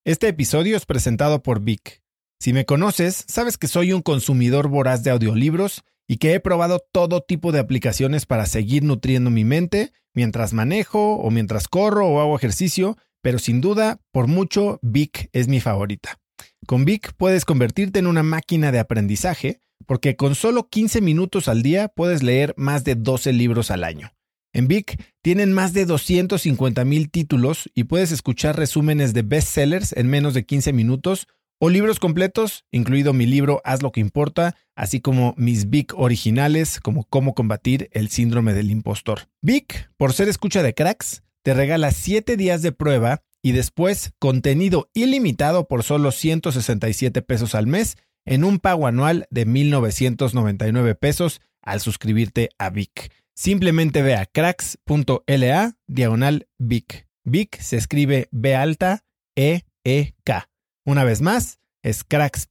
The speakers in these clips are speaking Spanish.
Este episodio es presentado por Vic. Si me conoces, sabes que soy un consumidor voraz de audiolibros y que he probado todo tipo de aplicaciones para seguir nutriendo mi mente mientras manejo o mientras corro o hago ejercicio, pero sin duda, por mucho, Vic es mi favorita. Con Vic puedes convertirte en una máquina de aprendizaje porque con solo 15 minutos al día puedes leer más de 12 libros al año. En Vic tienen más de 250,000 títulos y puedes escuchar resúmenes de bestsellers en menos de 15 minutos o libros completos, incluido mi libro Haz lo que importa, así como mis Vic originales como Cómo combatir el síndrome del impostor. Vic, por ser escucha de Cracks, te regala 7 días de prueba y después contenido ilimitado por solo 167 pesos al mes en un pago anual de 1,999 pesos al suscribirte a Vic. Simplemente ve a cracks.la/Vic. Vic se escribe B-alta E-E-K. Una vez más, es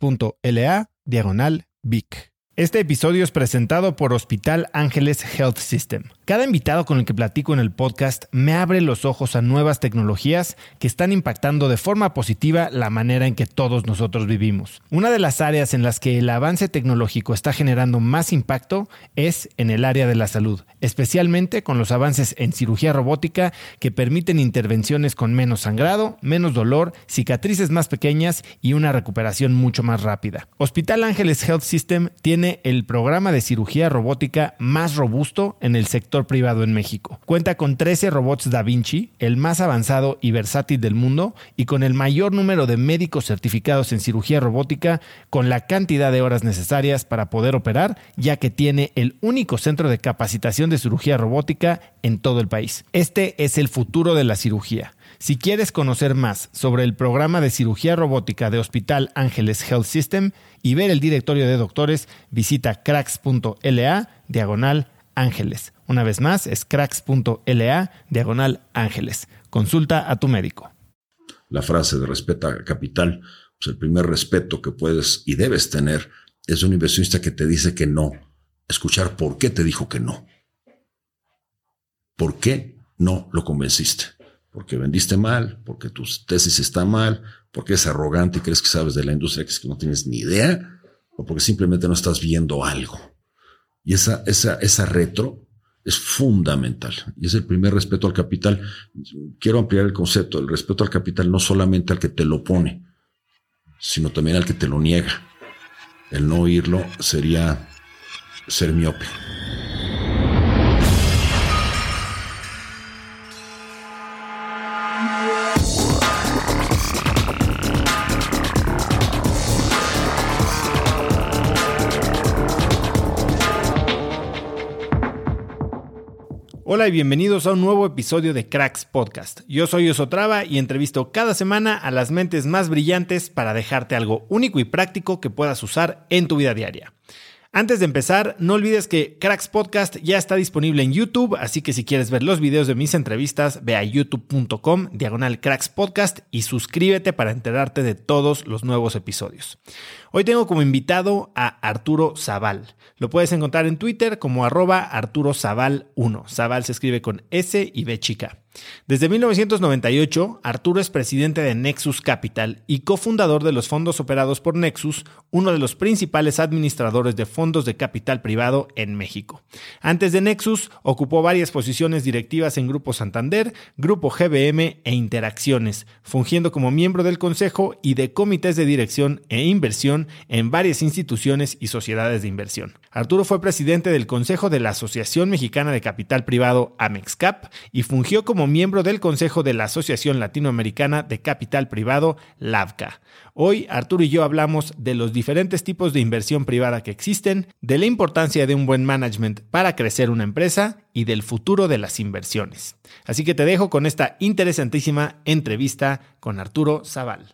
cracks.la/Vic. Este episodio es presentado por Hospital Ángeles Health System. Cada invitado con el que platico en el podcast me abre los ojos a nuevas tecnologías que están impactando de forma positiva la manera en que todos nosotros vivimos. Una de las áreas en las que el avance tecnológico está generando más impacto es en el área de la salud, especialmente con los avances en cirugía robótica que permiten intervenciones con menos sangrado, menos dolor, cicatrices más pequeñas y una recuperación mucho más rápida. Hospital Ángeles Health System tiene el programa de cirugía robótica más robusto en el sector privado en México. Cuenta con 13 robots Da Vinci, el más avanzado y versátil del mundo, y con el mayor número de médicos certificados en cirugía robótica, con la cantidad de horas necesarias para poder operar, ya que tiene el único centro de capacitación de cirugía robótica en todo el país. Este es el futuro de la cirugía. Si quieres conocer más sobre el programa de cirugía robótica de Hospital Ángeles Health System y ver el directorio de doctores, visita cracks.la/Ángeles. Una vez más, es cracks.la/Ángeles. Consulta a tu médico. La frase de respeta capital, pues el primer respeto que puedes y debes tener es un inversionista que te dice que no. Escuchar por qué te dijo que no. ¿Por qué no lo convenciste? Porque vendiste mal, porque tu tesis está mal, porque eres arrogante y crees que sabes de la industria que es que no tienes ni idea, o porque simplemente no estás viendo algo. Y esa retro es fundamental. Y es el primer respeto al capital. Quiero ampliar el concepto. El respeto al capital no solamente al que te lo pone, sino también al que te lo niega. El no oírlo sería ser miope. Hola y bienvenidos a un nuevo episodio de Cracks Podcast. Yo soy Osotrava y entrevisto cada semana a las mentes más brillantes para dejarte algo único y práctico que puedas usar en tu vida diaria. Antes de empezar, no olvides que Cracks Podcast ya está disponible en YouTube, así que si quieres ver los videos de mis entrevistas, ve a youtube.com/Cracks Podcast y suscríbete para enterarte de todos los nuevos episodios. Hoy tengo como invitado a Arturo Zabal. Lo puedes encontrar en Twitter como @ArturoZabal1. Zabal se escribe con S y B chica. Desde 1998, Arturo es presidente de Nexus Capital y cofundador de los fondos operados por Nexus, uno de los principales administradores de fondos de capital privado en México. Antes de Nexus, ocupó varias posiciones directivas en Grupo Santander, Grupo GBM e Interacciones, fungiendo como miembro del consejo y de comités de dirección e inversión en varias instituciones y sociedades de inversión. Arturo fue presidente del Consejo de la Asociación Mexicana de Capital Privado, AMEXCAP, y fungió como miembro del Consejo de la Asociación Latinoamericana de Capital Privado, LAVCA. Hoy, Arturo y yo hablamos de los diferentes tipos de inversión privada que existen, de la importancia de un buen management para crecer una empresa y del futuro de las inversiones. Así que te dejo con esta interesantísima entrevista con Arturo Zabal.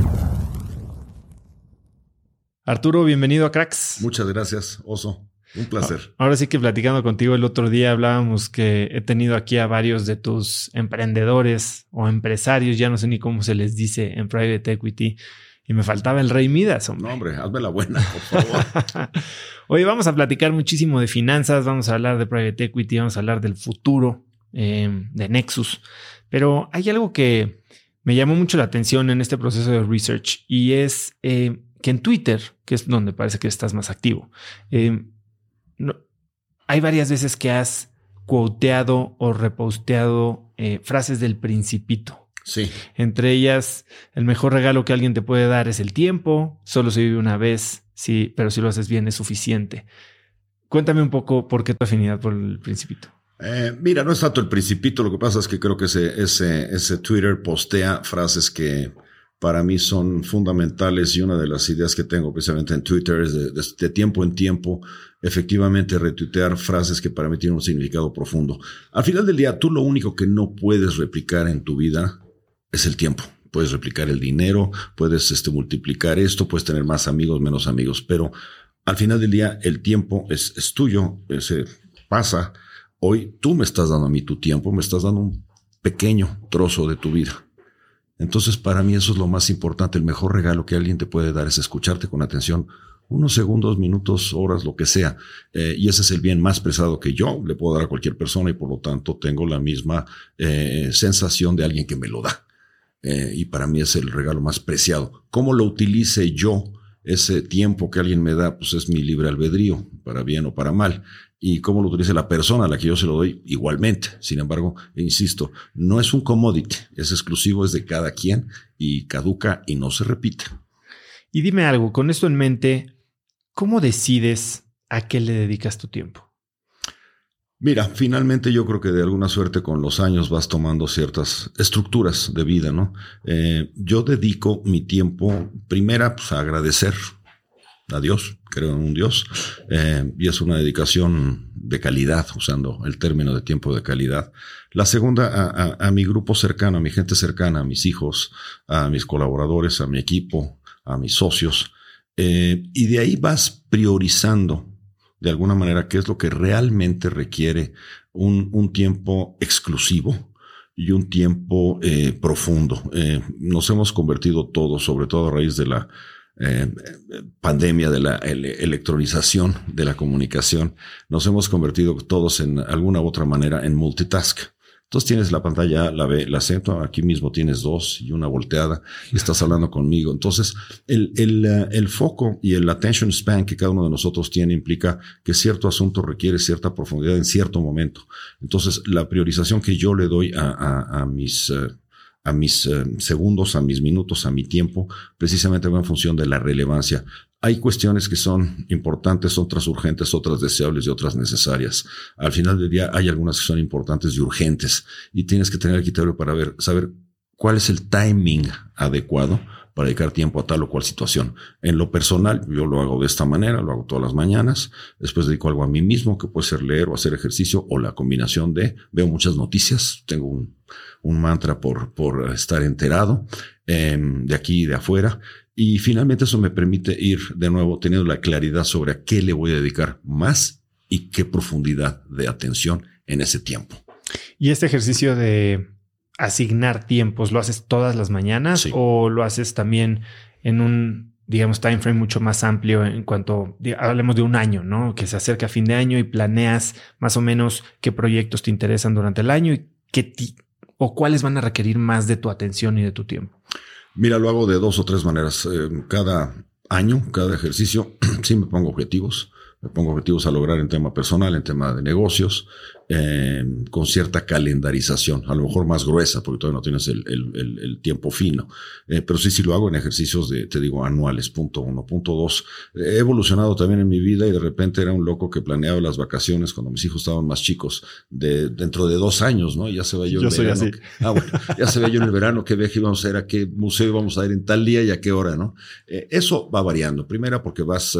Arturo, bienvenido a Cracks. Muchas gracias, Oso. Un placer. Ahora sí que platicando contigo el otro día hablábamos que he tenido aquí a varios de tus emprendedores o empresarios, ya no sé ni cómo se les dice en Private Equity, y me faltaba el Rey Midas, hombre. No, hombre, hazme la buena, por favor. Hoy vamos a platicar muchísimo de finanzas, vamos a hablar de Private Equity, vamos a hablar del futuro de Nexus, pero hay algo que me llamó mucho la atención en este proceso de research y es que en Twitter, que es donde parece que estás más activo, hay varias veces que has quoteado o reposteado frases del Principito. Sí. Entre ellas, el mejor regalo que alguien te puede dar es el tiempo, solo se vive una vez, sí, pero si lo haces bien es suficiente. Cuéntame un poco por qué tu afinidad por el Principito. Mira, no es tanto el Principito, lo que pasa es que creo que ese Twitter postea frases que para mí son fundamentales y una de las ideas que tengo precisamente en Twitter es de tiempo en tiempo efectivamente retuitear frases que para mí tienen un significado profundo. Al final del día, tú lo único que no puedes replicar en tu vida es el tiempo. Puedes replicar el dinero, puedes multiplicar esto, puedes tener más amigos, menos amigos, pero al final del día el tiempo es tuyo, pasa. Hoy tú me estás dando a mí tu tiempo, me estás dando un pequeño trozo de tu vida. Entonces, para mí eso es lo más importante. El mejor regalo que alguien te puede dar es escucharte con atención unos segundos, minutos, horas, lo que sea. Y ese es el bien más preciado que yo le puedo dar a cualquier persona y por lo tanto tengo la misma sensación de alguien que me lo da. Y para mí es el regalo más preciado. ¿Cómo lo utilice yo? Ese tiempo que alguien me da, pues es mi libre albedrío, para bien o para mal. Y cómo lo utilice la persona a la que yo se lo doy, igualmente. Sin embargo, insisto, no es un commodity, es exclusivo, es de cada quien y caduca y no se repite. Y dime algo, con esto en mente, ¿cómo decides a qué le dedicas tu tiempo? Mira, finalmente yo creo que de alguna suerte con los años vas tomando ciertas estructuras de vida, ¿no? Yo dedico mi tiempo, primera, pues a agradecer a Dios, creo en un Dios, y es una dedicación de calidad, usando el término de tiempo de calidad. La segunda, a mi grupo cercano, a mi gente cercana, a mis hijos, a mis colaboradores, a mi equipo, a mis socios, y de ahí vas priorizando de alguna manera qué es lo que realmente requiere un tiempo exclusivo y un tiempo profundo. Nos hemos convertido todos, sobre todo a raíz de la pandemia, de la electronización de la comunicación, nos hemos convertido todos en alguna u otra manera en multitask. Entonces tienes la pantalla A, la B, la C, aquí mismo tienes dos y una volteada y estás hablando conmigo. Entonces el foco y el attention span que cada uno de nosotros tiene implica que cierto asunto requiere cierta profundidad en cierto momento. Entonces la priorización que yo le doy a mis segundos, a mis minutos, a mi tiempo, precisamente va en función de la relevancia. Hay cuestiones que son importantes, otras urgentes, otras deseables y otras necesarias. Al final del día hay algunas que son importantes y urgentes y tienes que tener el criterio para saber cuál es el timing adecuado para dedicar tiempo a tal o cual situación. En lo personal, yo lo hago de esta manera, lo hago todas las mañanas, después dedico algo a mí mismo, que puede ser leer o hacer ejercicio o la combinación veo muchas noticias, tengo un mantra por estar enterado de aquí y de afuera. Y finalmente eso me permite ir de nuevo teniendo la claridad sobre a qué le voy a dedicar más y qué profundidad de atención en ese tiempo. Y este ejercicio de asignar tiempos, ¿lo haces todas las mañanas? Sí. ¿O lo haces también en un, digamos, time frame mucho más amplio en cuanto, hablemos de un año, ¿no? Que se acerca a fin de año y planeas más o menos qué proyectos te interesan durante el año y o cuáles van a requerir más de tu atención y de tu tiempo? Mira, lo hago de 2 o 3 maneras. Cada año, cada ejercicio, sí me pongo objetivos. Me pongo objetivos a lograr en tema personal, en tema de negocios, con cierta calendarización, a lo mejor más gruesa, porque todavía no tienes el tiempo fino. Pero sí lo hago en ejercicios anuales, punto 1. Punto 2, he evolucionado también en mi vida y de repente era un loco que planeaba las vacaciones cuando mis hijos estaban más chicos, dentro de 2 años, ¿no? Ya se veía yo en el verano. Así. Ya se veía yo en el verano qué viaje íbamos a hacer, a qué museo íbamos a ir en tal día y a qué hora, ¿no? Eso va variando. Primera, porque vas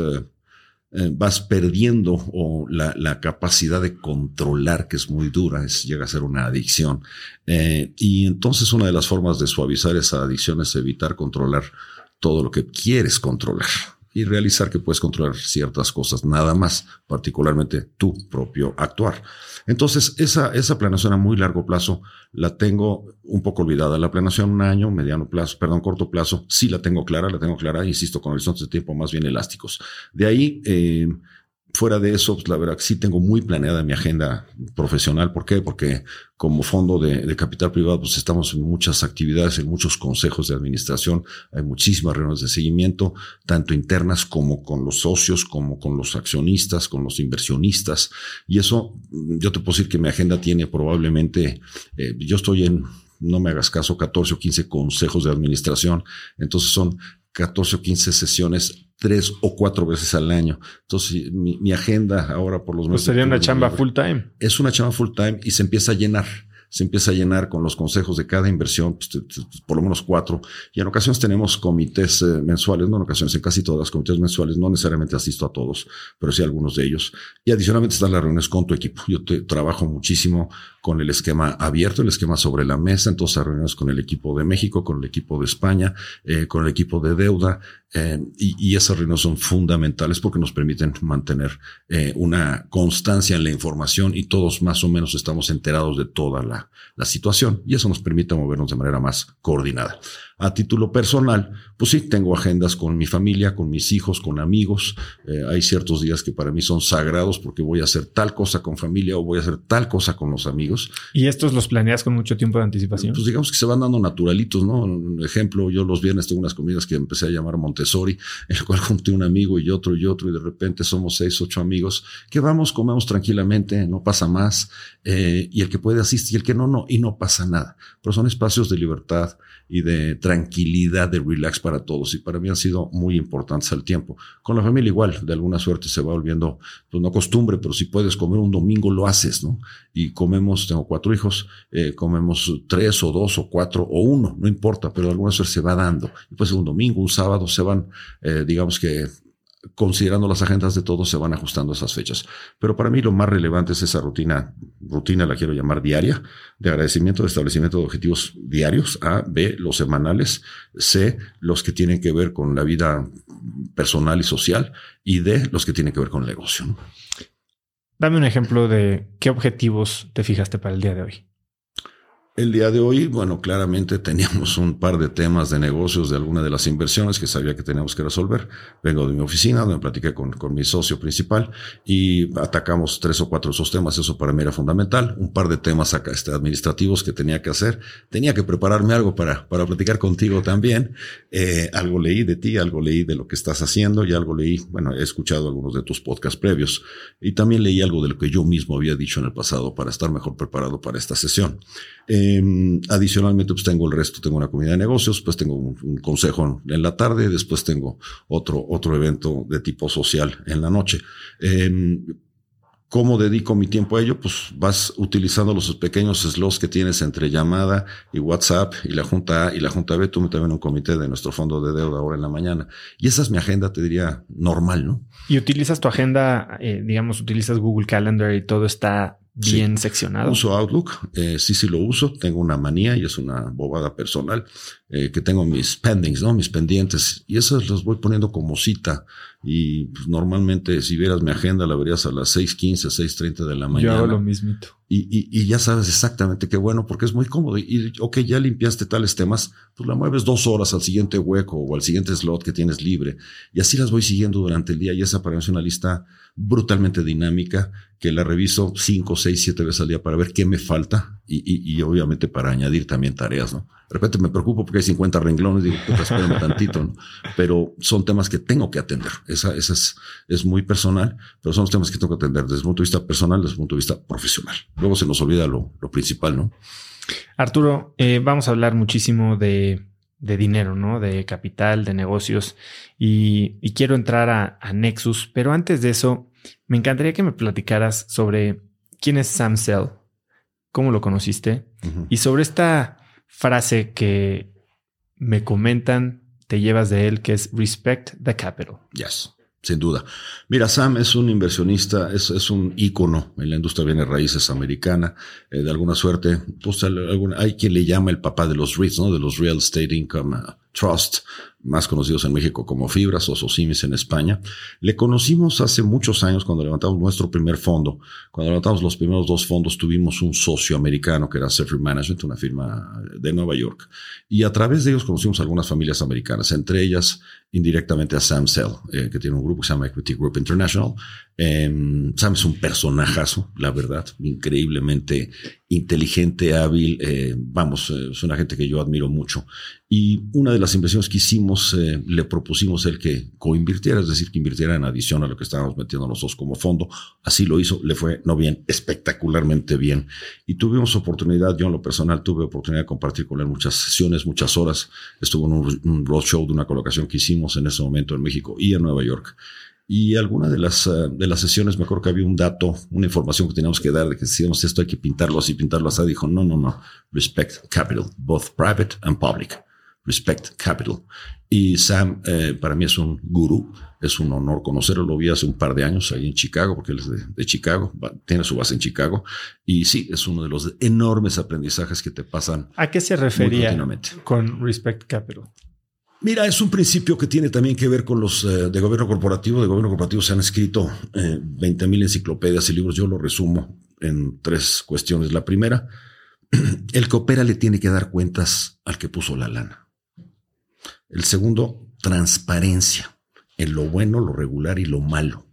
perdiendo la capacidad de controlar, que es muy dura, llega a ser una adicción. Y entonces una de las formas de suavizar esa adicción es evitar controlar todo lo que quieres controlar y realizar que puedes controlar ciertas cosas, nada más, particularmente tu propio actuar. Entonces, esa planeación a muy largo plazo la tengo un poco olvidada. La planeación a un año, corto plazo, sí la tengo clara, insisto, con horizontes de tiempo más bien elásticos. De ahí, Fuera de eso, pues la verdad que sí tengo muy planeada mi agenda profesional. ¿Por qué? Porque como fondo de capital privado, pues estamos en muchas actividades, en muchos consejos de administración. Hay muchísimas reuniones de seguimiento, tanto internas como con los socios, como con los accionistas, con los inversionistas. Y eso, yo te puedo decir que mi agenda tiene probablemente, yo estoy en, no me hagas caso, 14 o 15 consejos de administración. Entonces son 14 o 15 sesiones 3 o 4 veces al año. Entonces, mi agenda ahora por los meses. Pues sería una chamba full time. Es una chamba full time y se empieza a llenar. Se empieza a llenar con los consejos de cada inversión, pues, por lo menos 4. Y en ocasiones tenemos comités mensuales, no en ocasiones, en casi todas las comités mensuales. No necesariamente asisto a todos, pero sí a algunos de ellos. Y adicionalmente están las reuniones con tu equipo. Yo trabajo muchísimo con el esquema abierto, el esquema sobre la mesa. Entonces, reuniones con el equipo de México, con el equipo de España, con el equipo de deuda. Y esas reuniones son fundamentales porque nos permiten mantener una constancia en la información y todos más o menos estamos enterados de toda la situación y eso nos permite movernos de manera más coordinada. A título personal, pues sí, tengo agendas con mi familia, con mis hijos, con amigos. Hay ciertos días que para mí son sagrados porque voy a hacer tal cosa con familia o voy a hacer tal cosa con los amigos. ¿Y estos los planeas con mucho tiempo de anticipación? Pues digamos que se van dando naturalitos, ¿no? Un ejemplo, yo los viernes tengo unas comidas que empecé a llamar Montessori, en el cual junté un amigo y otro, y de repente somos 6, 8 amigos que vamos, comemos tranquilamente, no pasa más, y el que puede asiste y el que no, y no pasa nada. Pero son espacios de libertad y de tranquilidad, de relax para todos. Y para mí han sido muy importantes al tiempo. Con la familia igual, de alguna suerte se va volviendo, pues no costumbre, pero si puedes comer un domingo lo haces, ¿no? Y comemos, tengo 4 hijos, comemos 3 o 2 o 4 o 1, no importa, pero de alguna suerte se va dando. Y pues un domingo, un sábado se van, digamos que considerando las agendas de todos se van ajustando esas fechas. Pero para mí lo más relevante es esa rutina la quiero llamar diaria, de agradecimiento, de establecimiento de objetivos diarios, A, B, los semanales, C, los que tienen que ver con la vida personal y social, y D, los que tienen que ver con el negocio, ¿no? Dame un ejemplo de qué objetivos te fijaste para el día de hoy. El día de hoy, bueno, claramente teníamos un par de temas de negocios de alguna de las inversiones que sabía que teníamos que resolver. Vengo de mi oficina, donde platiqué con mi socio principal y atacamos 3 o 4 de esos temas. Eso para mí era fundamental. Un par de temas acá, administrativos que tenía que hacer. Tenía que prepararme algo para platicar contigo también. Algo leí de ti, algo leí de lo que estás haciendo y algo leí, bueno, he escuchado algunos de tus podcasts previos y también leí algo de lo que yo mismo había dicho en el pasado para estar mejor preparado para esta sesión. Adicionalmente, pues tengo el resto, tengo una comunidad de negocios, pues tengo un consejo en la tarde, después tengo otro evento de tipo social en la noche. ¿Cómo dedico mi tiempo a ello? Pues vas utilizando los pequeños slots que tienes entre llamada y WhatsApp y la Junta A y la Junta B. Tú también un comité de nuestro fondo de deuda ahora en la mañana. Y esa es mi agenda, te diría, normal, ¿no? ¿Y utilizas tu agenda, digamos, utilizas Google Calendar y todo está bien seccionado? Uso Outlook, sí lo uso. Tengo una manía y es una bobada personal, que tengo mis pendings, ¿no? Mis pendientes. Y esos los voy poniendo como cita. Y pues, normalmente si vieras mi agenda la verías a las 6:15, 6:30 de la mañana. Yo hago lo mismito. Y ya sabes exactamente qué bueno, porque es muy cómodo. Y ok, ya limpiaste tales temas, pues la mueves 2 horas al siguiente hueco o al siguiente slot que tienes libre. Y así las voy siguiendo durante el día. Y esa para mí es una lista brutalmente dinámica que la reviso 5, 6, 7 veces al día para ver qué me falta y obviamente para añadir también tareas, ¿no? De repente me preocupo porque hay 50 renglones, digo, espérame tantito, ¿no? Pero son temas que tengo que atender. Esa es muy personal, pero son los temas que tengo que atender desde el punto de vista personal, desde el punto de vista profesional. Luego se nos olvida lo principal, ¿no? Arturo, vamos a hablar muchísimo de dinero, ¿no? De capital, de negocios y quiero entrar a Nexus, pero antes de eso me encantaría que me platicaras sobre quién es Sam Zell, cómo lo conociste y sobre esta frase que me comentan te llevas de él, que es respect the capital. Yes. Sin duda. Mira, Sam es un inversionista, es un ícono en la industria de bienes raíces americana. De alguna suerte, pues hay quien le llama el papá de los REITs, ¿no? De los Real Estate Income Trust. más conocidos en México como Fibras o Socimis en España. Le conocimos hace muchos años cuando levantamos nuestro primer fondo. Cuando levantamos los primeros 2 fondos tuvimos un socio americano que era Zephyr Management, una firma de Nueva York. Y a través de ellos conocimos algunas familias americanas, entre ellas indirectamente a Sam Zell, que tiene un grupo que se llama Equity Group International. Sam es un personajazo, la verdad, increíblemente inteligente, hábil. Es una gente que yo admiro mucho. Y una de las inversiones que hicimos, le propusimos él que coinvirtiera, es decir, que invirtiera en adición a lo que estábamos metiendo nosotros como fondo. Así lo hizo, le fue, no bien, espectacularmente bien. Y tuvimos oportunidad, yo en lo personal tuve oportunidad de compartir con él muchas sesiones, muchas horas. Estuvo en un roadshow de una colocación que hicimos en ese momento en México y en Nueva York. Y alguna de las sesiones, me acuerdo que había un dato, una información que teníamos que dar de que si decíamos esto hay que pintarlo así, dijo, no. Respect capital, both private and public. Respect capital. Y Sam, para mí es un gurú, es un honor conocerlo. Lo vi hace un par de años ahí en Chicago, porque él es de Chicago, tiene su base en Chicago. Y sí, es uno de los enormes aprendizajes que te pasan. ¿A qué se refería con Respect Capital? Mira, es un principio que tiene también que ver con los de gobierno corporativo. De gobierno corporativo se han escrito 20,000 enciclopedias y libros. Yo lo resumo en 3 cuestiones. La primera, el que opera le tiene que dar cuentas al que puso la lana. El segundo, transparencia en lo bueno, lo regular y lo malo.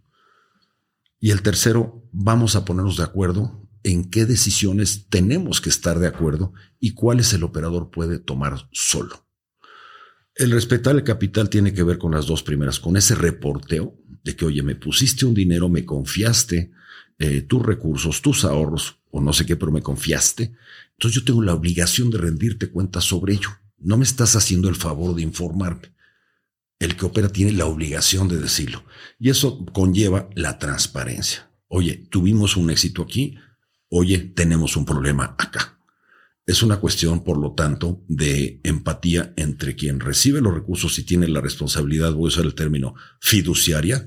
Y el tercero, vamos a ponernos de acuerdo en qué decisiones tenemos que estar de acuerdo y cuáles el operador puede tomar solo. El respetar el capital tiene que ver con las 2 primeras, con ese reporteo de que, oye, me pusiste un dinero, me confiaste tus recursos, tus ahorros, o no sé qué, pero me confiaste. Entonces yo tengo la obligación de rendirte cuentas sobre ello. No me estás haciendo el favor de informarme. El que opera tiene la obligación de decirlo. Y eso conlleva la transparencia. Oye, tuvimos un éxito aquí. Oye, tenemos un problema acá. Es una cuestión, por lo tanto, de empatía entre quien recibe los recursos y tiene la responsabilidad, voy a usar el término fiduciaria,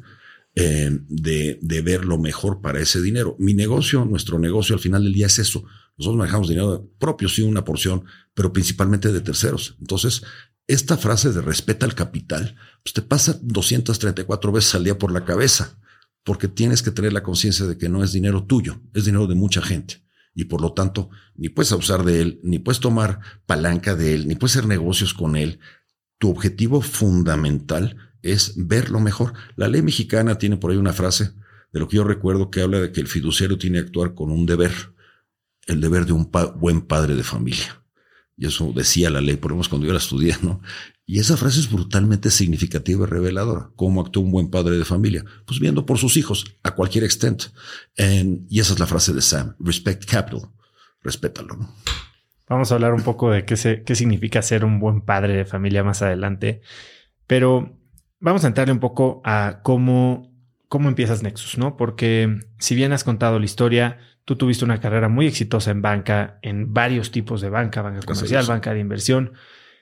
de ver lo mejor para ese dinero. Nuestro negocio al final del día es eso. Nosotros manejamos dinero propio, sí, una porción, pero principalmente de terceros. Entonces, esta frase de respeta el capital, pues te pasa 234 veces al día por la cabeza, porque tienes que tener la conciencia de que no es dinero tuyo, es dinero de mucha gente. Y por lo tanto, ni puedes abusar de él, ni puedes tomar palanca de él, ni puedes hacer negocios con él. Tu objetivo fundamental es ver lo mejor. La ley mexicana tiene por ahí una frase, de lo que yo recuerdo, que habla de que el fiduciario tiene que actuar con un deber, el deber de un buen padre de familia. Y eso decía la ley, por lo menos cuando yo la estudié, ¿no? Y esa frase es brutalmente significativa y reveladora. ¿Cómo actúa un buen padre de familia? Pues viendo por sus hijos a cualquier extent. Y esa es la frase de Sam. Respect capital. Respétalo, ¿no? Vamos a hablar un poco de qué significa ser un buen padre de familia más adelante. Pero vamos a entrarle un poco a cómo empiezas Nexus, ¿no? Porque si bien has contado la historia, tú tuviste una carrera muy exitosa en banca, en varios tipos de banca comercial, banca de inversión.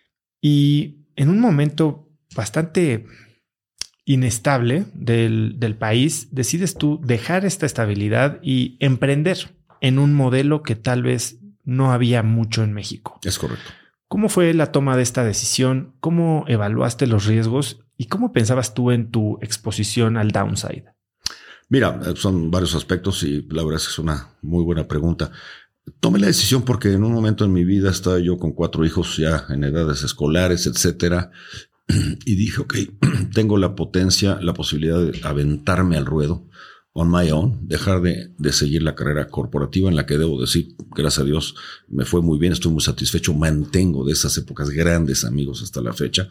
Y en un momento bastante inestable del país, decides tú dejar esta estabilidad y emprender en un modelo que tal vez no había mucho en México. Es correcto. ¿Cómo fue la toma de esta decisión? ¿Cómo evaluaste los riesgos? ¿Y cómo pensabas tú en tu exposición al downside? Mira, son varios aspectos y la verdad es que es una muy buena pregunta. Tomé la decisión porque en un momento en mi vida estaba yo con 4 hijos ya en edades escolares, etcétera, y dije, ok, tengo la posibilidad de aventarme al ruedo on my own, dejar de seguir la carrera corporativa en la que debo decir, gracias a Dios, me fue muy bien, estoy muy satisfecho, mantengo de esas épocas grandes amigos hasta la fecha.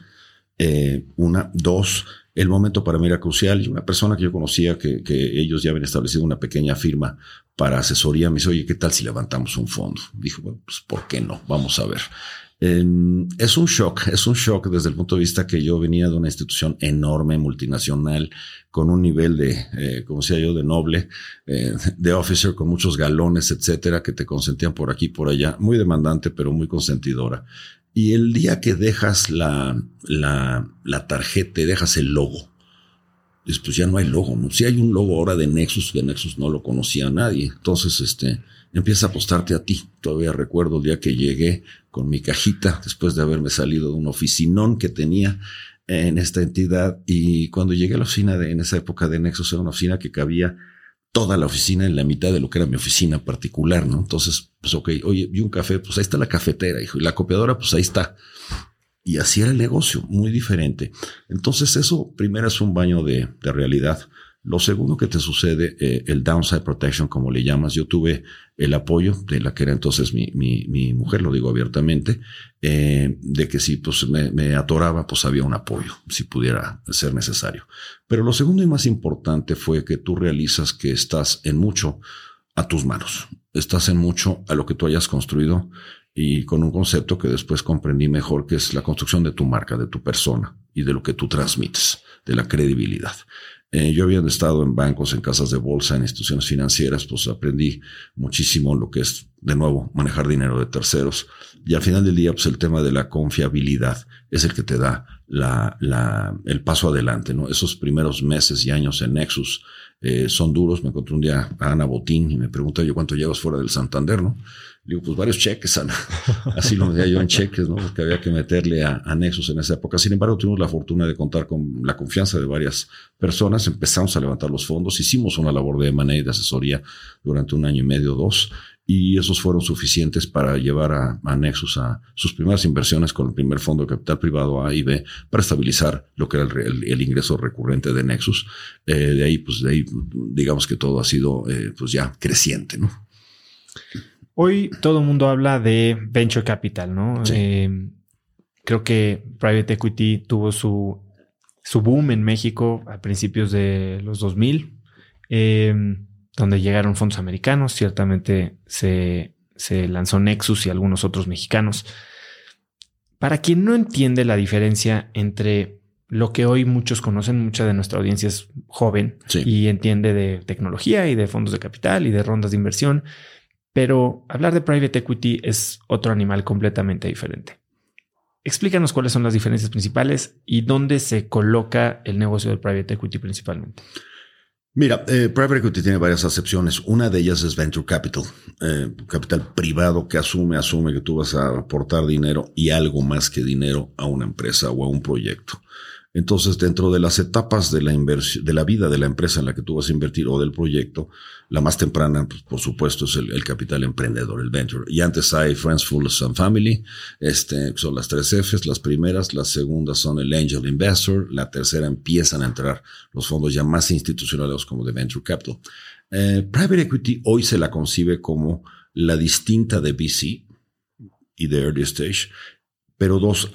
2, el momento para mí era crucial y una persona que yo conocía que ellos ya habían establecido una pequeña firma para asesoría me dice, oye, ¿qué tal si levantamos un fondo? Dije, bueno, pues ¿por qué no? Vamos a ver. Es un shock desde el punto de vista que yo venía de una institución enorme, multinacional, con un nivel de, como decía yo, de noble, de officer, con muchos galones, etcétera, que te consentían por aquí y por allá, muy demandante, pero muy consentidora. Y el día que dejas la tarjeta y dejas el logo, pues ya no hay logo, ¿no? Si hay un logo ahora de Nexus, que Nexus no lo conocía nadie. Entonces, empieza a apostarte a ti. Todavía recuerdo el día que llegué con mi cajita, después de haberme salido de un oficinón que tenía, en esta entidad. Y cuando llegué a la oficina en esa época de Nexus, era una oficina que cabía toda la oficina en la mitad de lo que era mi oficina particular, ¿no? Entonces, pues ok, oye, y un café, pues ahí está la cafetera, hijo, y la copiadora, pues ahí está. Y así era el negocio, muy diferente. Entonces eso primero es un baño de realidad. Lo segundo que te sucede, el downside protection, como le llamas. Yo tuve el apoyo de la que era entonces mi mujer, lo digo abiertamente, de que si pues me atoraba, pues había un apoyo, si pudiera ser necesario. Pero lo segundo y más importante fue que tú realizas que estás en mucho a tus manos. Estás en mucho a lo que tú hayas construido, y con un concepto que después comprendí mejor, que es la construcción de tu marca, de tu persona y de lo que tú transmites, de la credibilidad. Yo había estado en bancos, en casas de bolsa, en instituciones financieras, pues aprendí muchísimo lo que es, de nuevo, manejar dinero de terceros. Y al final del día, pues el tema de la confiabilidad es el que te da el paso adelante, ¿no? Esos primeros meses y años en Nexus son duros. Me encontré un día a Ana Botín y me preguntó yo cuánto llevas fuera del Santander, ¿no? Le digo, pues varios cheques, Ana. Así lo medía yo en cheques, ¿no? Porque había que meterle a Nexus en esa época. Sin embargo, tuvimos la fortuna de contar con la confianza de varias personas. Empezamos a levantar los fondos. Hicimos una labor de M&A, de asesoría, durante 1 año y medio, 2. Y esos fueron suficientes para llevar a Nexus a sus primeras inversiones con el primer fondo de capital privado A y B, para estabilizar lo que era el ingreso recurrente de Nexus. De ahí, digamos que todo ha sido, pues ya creciente, ¿no? Hoy todo el mundo habla de venture capital, ¿no? Sí. Creo que private equity tuvo su boom en México a principios de los 2000, donde llegaron fondos americanos. Ciertamente se lanzó Nexus y algunos otros mexicanos. Para quien no entiende la diferencia entre lo que hoy muchos conocen, mucha de nuestra audiencia es joven, sí, y entiende de tecnología y de fondos de capital y de rondas de inversión, pero hablar de private equity es otro animal completamente diferente. Explícanos cuáles son las diferencias principales y dónde se coloca el negocio del private equity principalmente. Mira, private equity tiene varias acepciones. Una de ellas es venture capital, capital privado que asume que tú vas a aportar dinero y algo más que dinero a una empresa o a un proyecto. Entonces, dentro de las etapas de la inversión, de la vida de la empresa en la que tú vas a invertir o del proyecto, la más temprana, pues, por supuesto, es el capital emprendedor, el venture. Y antes hay Friends, Fools and Family, son las 3 Fs, las primeras, las segundas son el Angel Investor, la tercera empiezan a entrar los fondos ya más institucionales como de Venture Capital. Private Equity hoy se la concibe como la distinta de VC y de Early Stage, pero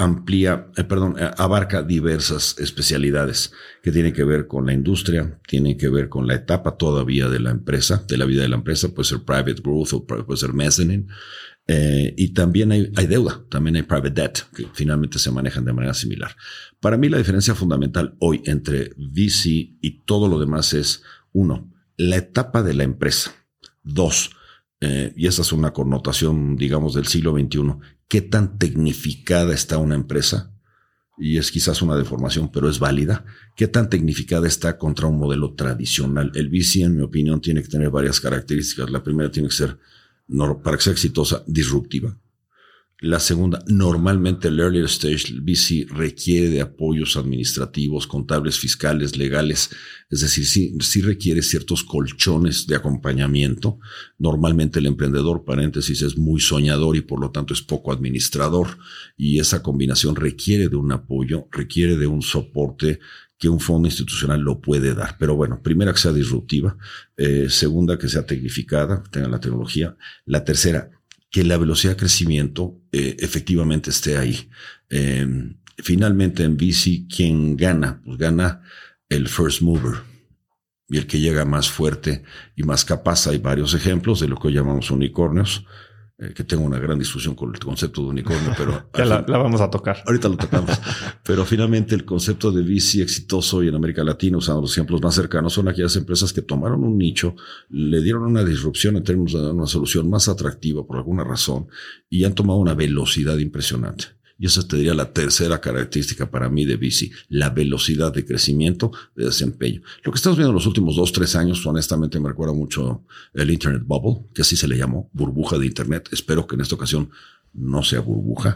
abarca diversas especialidades que tienen que ver con la industria, tienen que ver con la etapa todavía de la empresa, de la vida de la empresa. Puede ser private growth o puede ser mezzanine. Y también hay deuda, también hay private debt, que finalmente se manejan de manera similar. Para mí la diferencia fundamental hoy entre VC y todo lo demás es, 1, la etapa de la empresa. 2, y esa es una connotación, digamos, del siglo XXI. ¿Qué tan tecnificada está una empresa? Y es quizás una deformación, pero es válida. ¿Qué tan tecnificada está contra un modelo tradicional? El VC, en mi opinión, tiene que tener varias características. La primera tiene que ser, para que sea exitosa, disruptiva. La segunda, normalmente el early stage VC requiere de apoyos administrativos, contables, fiscales, legales. Es decir, sí requiere ciertos colchones de acompañamiento. Normalmente el emprendedor, paréntesis, es muy soñador y por lo tanto es poco administrador. Y esa combinación requiere de un apoyo, requiere de un soporte que un fondo institucional lo puede dar. Pero bueno, primera, que sea disruptiva. Segunda, que sea tecnificada, que tenga la tecnología. La tercera, que la velocidad de crecimiento efectivamente esté ahí. Finalmente en VC, ¿quién gana? Pues gana el first mover y el que llega más fuerte y más capaz. Hay varios ejemplos de lo que hoy llamamos unicornios, que tengo una gran discusión con el concepto de unicornio, pero ya la vamos a tocar. Ahorita lo tocamos. Pero finalmente el concepto de VC exitoso hoy en América Latina, usando los ejemplos más cercanos, son aquellas empresas que tomaron un nicho, le dieron una disrupción en términos de dar una solución más atractiva por alguna razón y han tomado una velocidad impresionante. Y esa te diría la tercera característica para mí de VC, la velocidad de crecimiento, de desempeño. Lo que estamos viendo en los últimos 2-3 años, honestamente me recuerda mucho el Internet Bubble, que así se le llamó, burbuja de Internet. Espero que en esta ocasión no sea burbuja,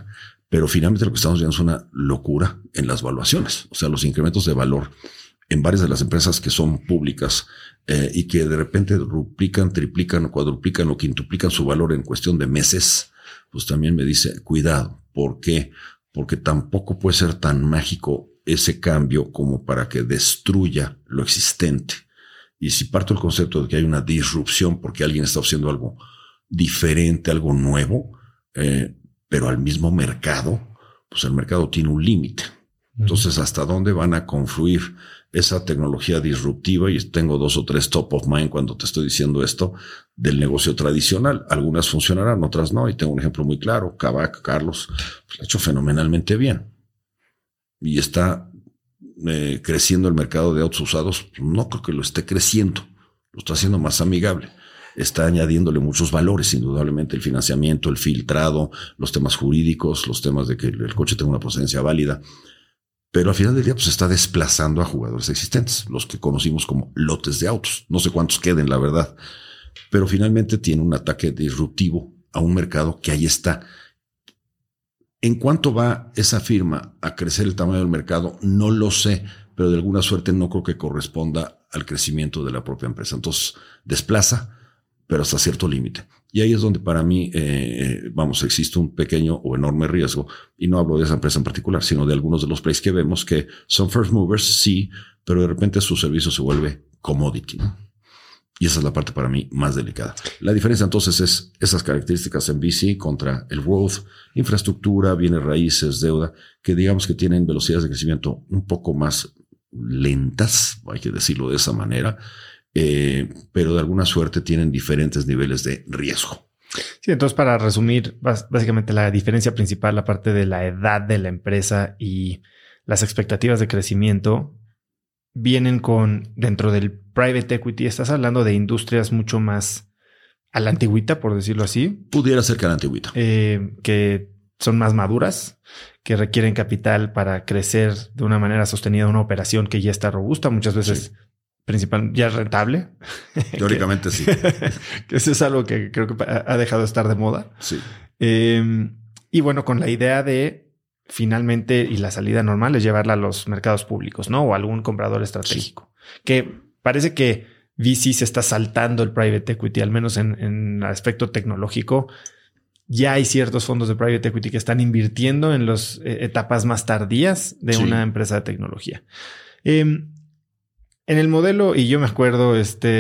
Pero finalmente lo que estamos viendo es una locura en las valuaciones. O sea, los incrementos de valor en varias de las empresas que son públicas y que de repente duplican, triplican, cuadruplican o quintuplican su valor en cuestión de meses, pues también me dice, cuidado. ¿Por qué? Porque tampoco puede ser tan mágico ese cambio como para que destruya lo existente. Y si parto del concepto de que hay una disrupción porque alguien está haciendo algo diferente, algo nuevo, pero al mismo mercado, pues el mercado tiene un límite. Entonces, ¿hasta dónde van a confluir esa tecnología disruptiva? Y tengo 2 o 3 top of mind cuando te estoy diciendo esto del negocio tradicional. Algunas funcionarán, otras no. Y tengo un ejemplo muy claro. Kavak, Carlos, pues lo ha hecho fenomenalmente bien. Y está creciendo el mercado de autos usados. No creo que lo esté creciendo. Lo está haciendo más amigable. Está añadiéndole muchos valores, indudablemente, el financiamiento, el filtrado, los temas jurídicos, los temas de que el coche tenga una procedencia válida. Pero al final del día, pues está desplazando a jugadores existentes, los que conocimos como lotes de autos. No sé cuántos queden, la verdad. Pero finalmente tiene un ataque disruptivo a un mercado que ahí está. ¿En cuánto va esa firma a crecer el tamaño del mercado? No lo sé, pero de alguna suerte no creo que corresponda al crecimiento de la propia empresa. Entonces, desplaza, pero hasta cierto límite. Y ahí es donde para mí, existe un pequeño o enorme riesgo. Y no hablo de esa empresa en particular, sino de algunos de los plays que vemos que son first movers, sí, pero de repente su servicio se vuelve commodity, ¿no? Y esa es la parte para mí más delicada. La diferencia entonces es esas características en VC contra el growth, infraestructura, bienes raíces, deuda, que digamos que tienen velocidades de crecimiento un poco más lentas, hay que decirlo de esa manera, pero de alguna suerte tienen diferentes niveles de riesgo. Sí, entonces para resumir, básicamente la diferencia principal, la parte de la edad de la empresa y las expectativas de crecimiento vienen con, dentro del private equity, estás hablando de industrias mucho más a la antigüita, por decirlo así. Pudiera ser que a la antigüita. Que son más maduras, que requieren capital para crecer de una manera sostenida una operación que ya está robusta, muchas veces principal, ya es rentable. Teóricamente sí. Que eso es algo que creo que ha dejado de estar de moda. Sí. Y bueno, con la idea de finalmente, y la salida normal es llevarla a los mercados públicos, ¿no? O algún comprador estratégico. Sí. Que parece que VC se está saltando el private equity, al menos en el aspecto tecnológico. Ya hay ciertos fondos de private equity que están invirtiendo en las etapas más tardías de una empresa de tecnología. En el modelo, y yo me acuerdo,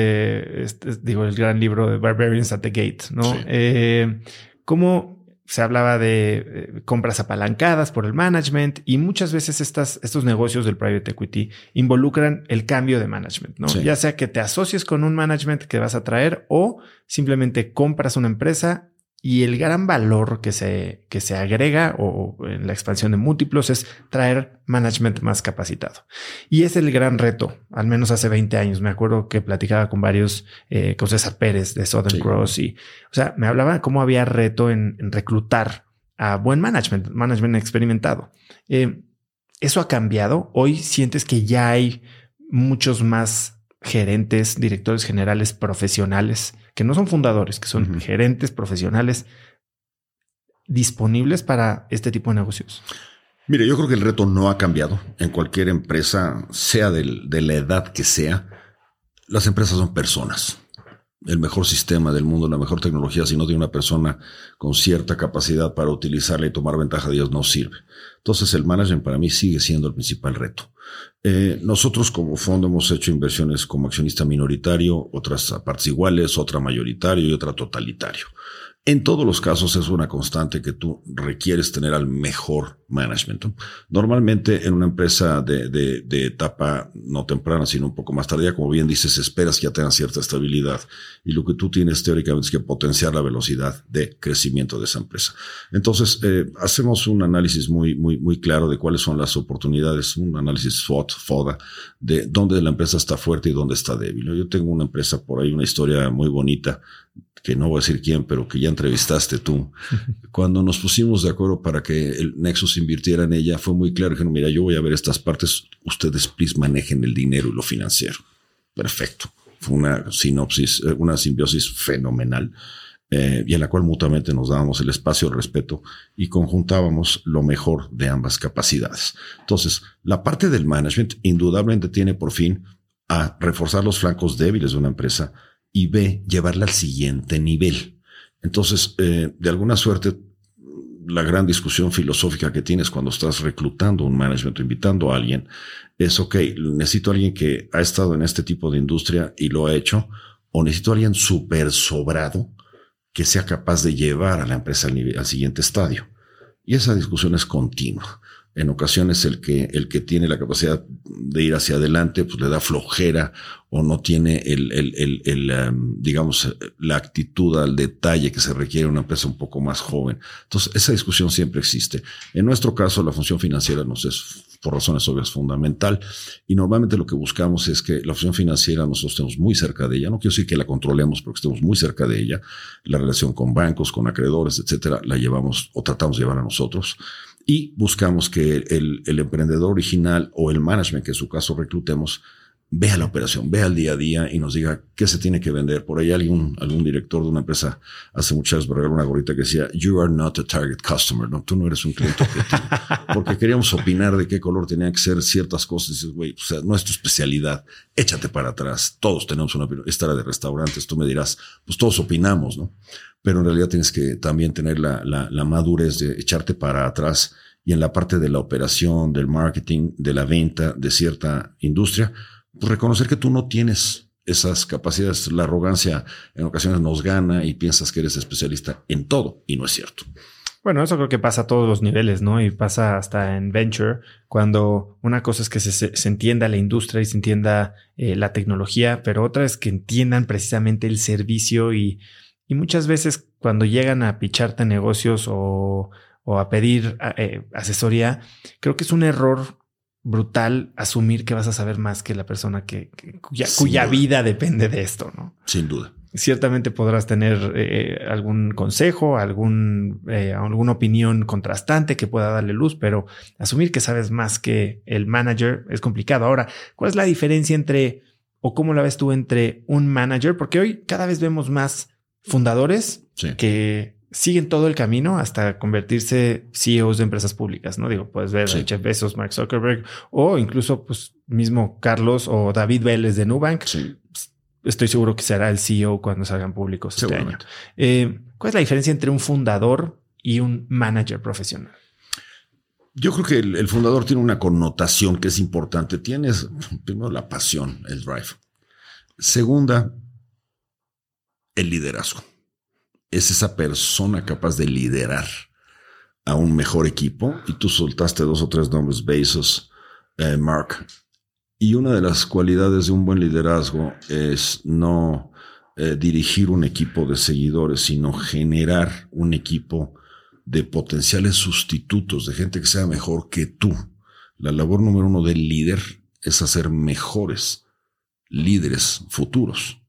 el gran libro de Barbarians at the Gate, ¿no? Sí. Cómo se hablaba de compras apalancadas por el management y muchas veces estos negocios del private equity involucran el cambio de management, ¿no? Sí. Ya sea que te asocies con un management que vas a traer o simplemente compras una empresa y el gran valor que se agrega o en la expansión de múltiplos es traer management más capacitado. Y es el gran reto, al menos hace 20 años. Me acuerdo que platicaba con varios, con César Pérez de Southern Cross y, o sea, me hablaba cómo había reto en reclutar a buen management experimentado. Eso ha cambiado. Hoy sientes que ya hay muchos más gerentes, directores generales profesionales, que no son fundadores, que son gerentes profesionales disponibles para este tipo de negocios. Mire, yo creo que el reto no ha cambiado en cualquier empresa, sea de la edad que sea. Las empresas son personas. El mejor sistema del mundo, la mejor tecnología, si no tiene una persona con cierta capacidad para utilizarla y tomar ventaja de ellos, no sirve. Entonces, el management para mí sigue siendo el principal reto. Nosotros como fondo hemos hecho inversiones como accionista minoritario, otras a partes iguales, otra mayoritario y otra totalitario. En todos los casos es una constante que tú requieres tener al mejor management, ¿no? Normalmente en una empresa de etapa no temprana, sino un poco más tardía, como bien dices, esperas que ya tengan cierta estabilidad y lo que tú tienes teóricamente es que potenciar la velocidad de crecimiento de esa empresa. Entonces, hacemos un análisis muy claro de cuáles son las oportunidades, un análisis FODA, de dónde la empresa está fuerte y dónde está débil. Yo tengo una empresa por ahí, una historia muy bonita, que no voy a decir quién, pero que ya entrevistaste tú. Cuando nos pusimos de acuerdo para que el Nexus invirtiera en ella, fue muy claro. Dijeron, mira, yo voy a ver estas partes, ustedes please manejen el dinero y lo financiero. Perfecto. Fue una simbiosis fenomenal. y en la cual mutuamente nos dábamos el espacio, el respeto y conjuntábamos lo mejor de ambas capacidades. Entonces, la parte del management indudablemente tiene por fin a reforzar los flancos débiles de una empresa y B, llevarla al siguiente nivel. Entonces, de alguna suerte, la gran discusión filosófica que tienes cuando estás reclutando un management o invitando a alguien es, ok, necesito a alguien que ha estado en este tipo de industria y lo ha hecho, o necesito a alguien súper sobrado que sea capaz de llevar a la empresa al siguiente estadio. Y esa discusión es continua. En ocasiones el que tiene la capacidad de ir hacia adelante, pues le da flojera o no tiene digamos, la actitud al detalle que se requiere en una empresa un poco más joven. Entonces, esa discusión siempre existe. En nuestro caso, la función financiera nos es, por razones obvias, fundamental. Y normalmente lo que buscamos es que la función financiera nosotros estemos muy cerca de ella. No quiero decir que la controlemos, pero que estemos muy cerca de ella. La relación con bancos, con acreedores, etcétera, la llevamos o tratamos de llevar a nosotros. Y buscamos que el emprendedor original o el management, que en su caso reclutemos, vea la operación, vea el día a día y nos diga qué se tiene que vender. Por ahí algún director de una empresa hace muchas veces me regaló una gorrita que decía, you are not a target customer, ¿no? Tú no eres un cliente objetivo. Porque queríamos opinar de qué color tenían que ser ciertas cosas. Y dices, güey, o sea, no es tu especialidad. Échate para atrás. Todos tenemos una opinión. Esta era de restaurantes. Tú me dirás, pues todos opinamos, ¿no? Pero en realidad tienes que también tener la madurez de echarte para atrás y en la parte de la operación, del marketing, de la venta de cierta industria, pues reconocer que tú no tienes esas capacidades. La arrogancia en ocasiones nos gana y piensas que eres especialista en todo y no es cierto. Bueno, eso creo que pasa a todos los niveles, ¿no? Y pasa hasta en venture, cuando una cosa es que se entienda la industria y se entienda la tecnología, pero otra es que entiendan precisamente el servicio y muchas veces cuando llegan a picharte negocios o a pedir asesoría, creo que es un error brutal asumir que vas a saber más que la persona cuya vida depende de esto, ¿no? Sin duda. Ciertamente podrás tener algún consejo, alguna opinión contrastante que pueda darle luz, pero asumir que sabes más que el manager es complicado. Ahora, ¿cuál es la diferencia entre, o cómo la ves tú entre un manager? Porque hoy cada vez vemos más fundadores que siguen todo el camino hasta convertirse CEOs de empresas públicas, ¿no? Digo, puedes ver a Jeff Bezos, Mark Zuckerberg o incluso pues mismo Carlos o David Vélez de Nubank. Sí. Estoy seguro que será el CEO cuando salgan públicos este año. ¿Cuál es la diferencia entre un fundador y un manager profesional? Yo creo que el fundador tiene una connotación que es importante. Tienes primero la pasión, el drive. Segunda, el liderazgo. Es esa persona capaz de liderar a un mejor equipo. Y tú soltaste 2 o 3 nombres, Bezos, Mark. Y una de las cualidades de un buen liderazgo es no dirigir un equipo de seguidores, sino generar un equipo de potenciales sustitutos, de gente que sea mejor que tú. La labor número 1 del líder es hacer mejores líderes futuros.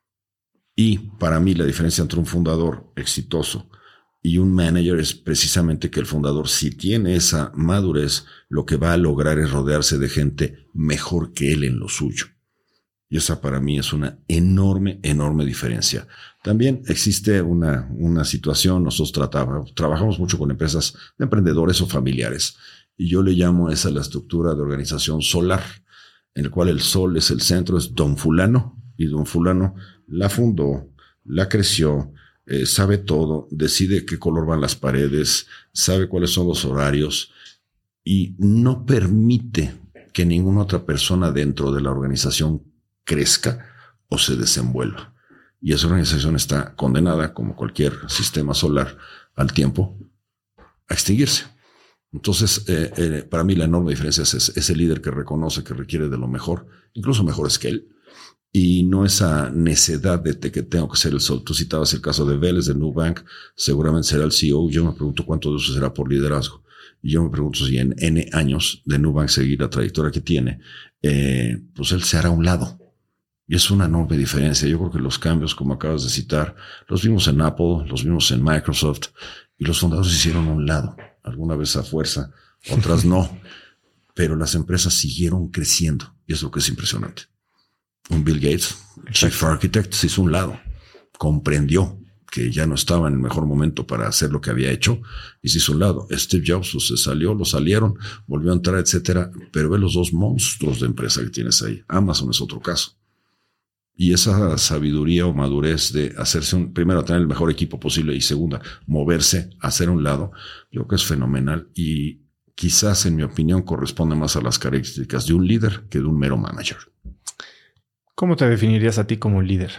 Y para mí la diferencia entre un fundador exitoso y un manager es precisamente que el fundador, si tiene esa madurez, lo que va a lograr es rodearse de gente mejor que él en lo suyo. Y esa para mí es una enorme, enorme diferencia. También existe una situación, nosotros trabajamos mucho con empresas de emprendedores o familiares, y yo le llamo a esa la estructura de organización solar, en el cual el sol es el centro, es don fulano, y don fulano la fundó, la creció, sabe todo, decide qué color van las paredes, sabe cuáles son los horarios y no permite que ninguna otra persona dentro de la organización crezca o se desenvuelva. Y esa organización está condenada, como cualquier sistema solar, al tiempo a extinguirse. Entonces, para mí la enorme diferencia es ese líder que reconoce que requiere de lo mejor, incluso mejores que él, y no esa necedad de que tengo que ser el sol. Tú citabas el caso de Vélez de Nubank, seguramente será el CEO. Yo me pregunto cuánto de eso será por liderazgo. Y yo me pregunto si en N años de Nubank seguir la trayectoria que tiene, pues él se hará a un lado. Y es una enorme diferencia. Yo creo que los cambios, como acabas de citar, los vimos en Apple, los vimos en Microsoft, y los fundadores se hicieron a un lado. Alguna vez a fuerza, otras no. Pero las empresas siguieron creciendo. Y es lo que es impresionante. Un Bill Gates, Chief Architect, se hizo a un lado. Comprendió que ya no estaba en el mejor momento para hacer lo que había hecho y se hizo a un lado. Steve Jobs pues, se salió, lo salieron, volvió a entrar, etcétera. Pero ve los dos monstruos de empresa que tienes ahí. Amazon es otro caso. Y esa sabiduría o madurez de hacerse primero, tener el mejor equipo posible y segunda, moverse, hacer a un lado, yo creo que es fenomenal y quizás, en mi opinión, corresponde más a las características de un líder que de un mero manager. ¿Cómo te definirías a ti como líder?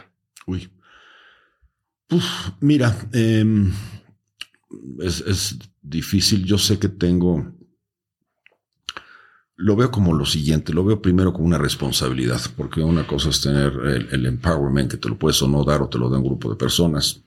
Mira, es difícil. Yo sé que lo veo como lo siguiente, lo veo primero como una responsabilidad, porque una cosa es tener el empowerment, que te lo puedes o no dar, o te lo da un grupo de personas.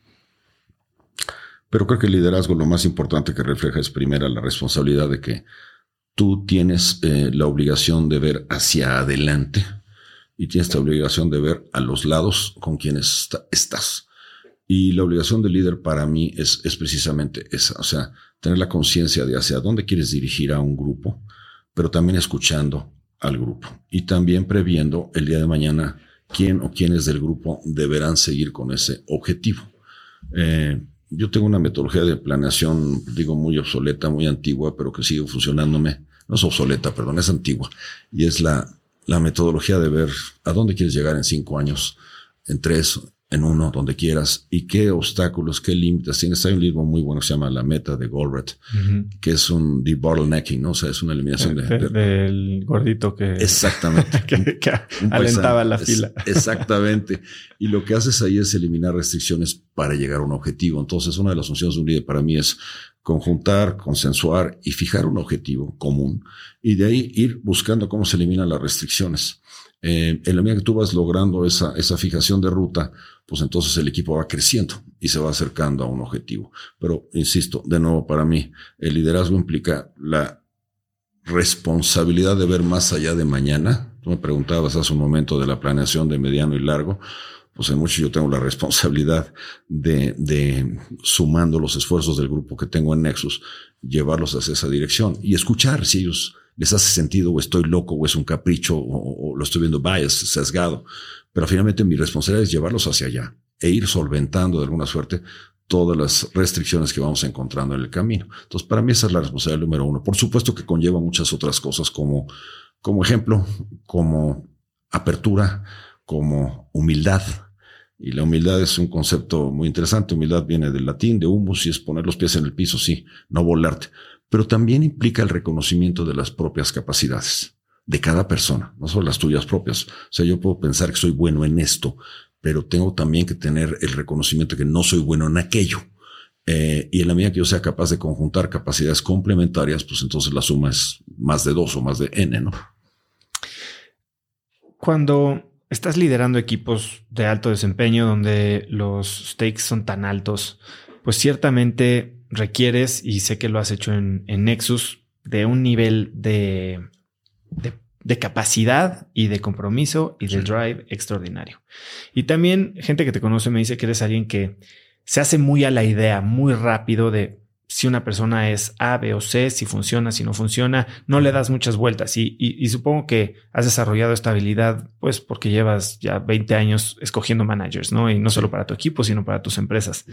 Pero creo que el liderazgo lo más importante que refleja es primero la responsabilidad de que tú tienes la obligación de ver hacia adelante y tienes la obligación de ver a los lados con quienes estás. Y la obligación del líder para mí es precisamente esa, o sea, tener la conciencia de hacia dónde quieres dirigir a un grupo, pero también escuchando al grupo y también previendo el día de mañana quién o quiénes del grupo deberán seguir con ese objetivo. Yo tengo una metodología de planeación, digo, muy obsoleta, muy antigua, pero que sigue funcionándome. No es obsoleta, perdón, es antigua. Y es la metodología de ver a dónde quieres llegar en 5 años, en 3, en 1, donde quieras, y qué obstáculos, qué límites tienes. Hay un libro muy bueno que se llama La Meta de Goldratt, que es un debottlenecking, ¿no? O sea, es una eliminación del gordito que... Exactamente. que alentaba la fila. Exactamente. Y lo que haces ahí es eliminar restricciones para llegar a un objetivo. Entonces, una de las funciones de un líder para mí es conjuntar, consensuar y fijar un objetivo común, y de ahí ir buscando cómo se eliminan las restricciones. En la medida que tú vas logrando esa fijación de ruta, pues entonces el equipo va creciendo y se va acercando a un objetivo. Pero, insisto, de nuevo, para mí, el liderazgo implica la responsabilidad de ver más allá de mañana. Tú me preguntabas hace un momento de la planeación de mediano y largo. Pues en mucho yo tengo la responsabilidad de sumando los esfuerzos del grupo que tengo en Nexus, llevarlos hacia esa dirección y escuchar si ellos les hace sentido o estoy loco o es un capricho o lo estoy viendo bias, sesgado. Pero finalmente mi responsabilidad es llevarlos hacia allá e ir solventando de alguna suerte todas las restricciones que vamos encontrando en el camino. Entonces, para mí esa es la responsabilidad número 1. Por supuesto que conlleva muchas otras cosas como ejemplo, como apertura, como humildad. Y la humildad es un concepto muy interesante. Humildad viene del latín, de humus, y es poner los pies en el piso, sí, no volarte. Pero también implica el reconocimiento de las propias capacidades de cada persona, no solo las tuyas propias. O sea, yo puedo pensar que soy bueno en esto, pero tengo también que tener el reconocimiento de que no soy bueno en aquello. Y en la medida que yo sea capaz de conjuntar capacidades complementarias, pues entonces la suma es más de 2 o más de n, ¿no? Cuando estás liderando equipos de alto desempeño donde los stakes son tan altos, pues ciertamente requieres, y sé que lo has hecho en Nexus, de un nivel de capacidad y de compromiso y de drive extraordinario. Y también gente que te conoce me dice que eres alguien que se hace muy a la idea, muy rápido de si una persona es A, B o C, si funciona, si no funciona, no le das muchas vueltas. Y supongo que has desarrollado esta habilidad, pues porque llevas ya 20 años escogiendo managers, ¿no? Y no solo para tu equipo, sino para tus empresas.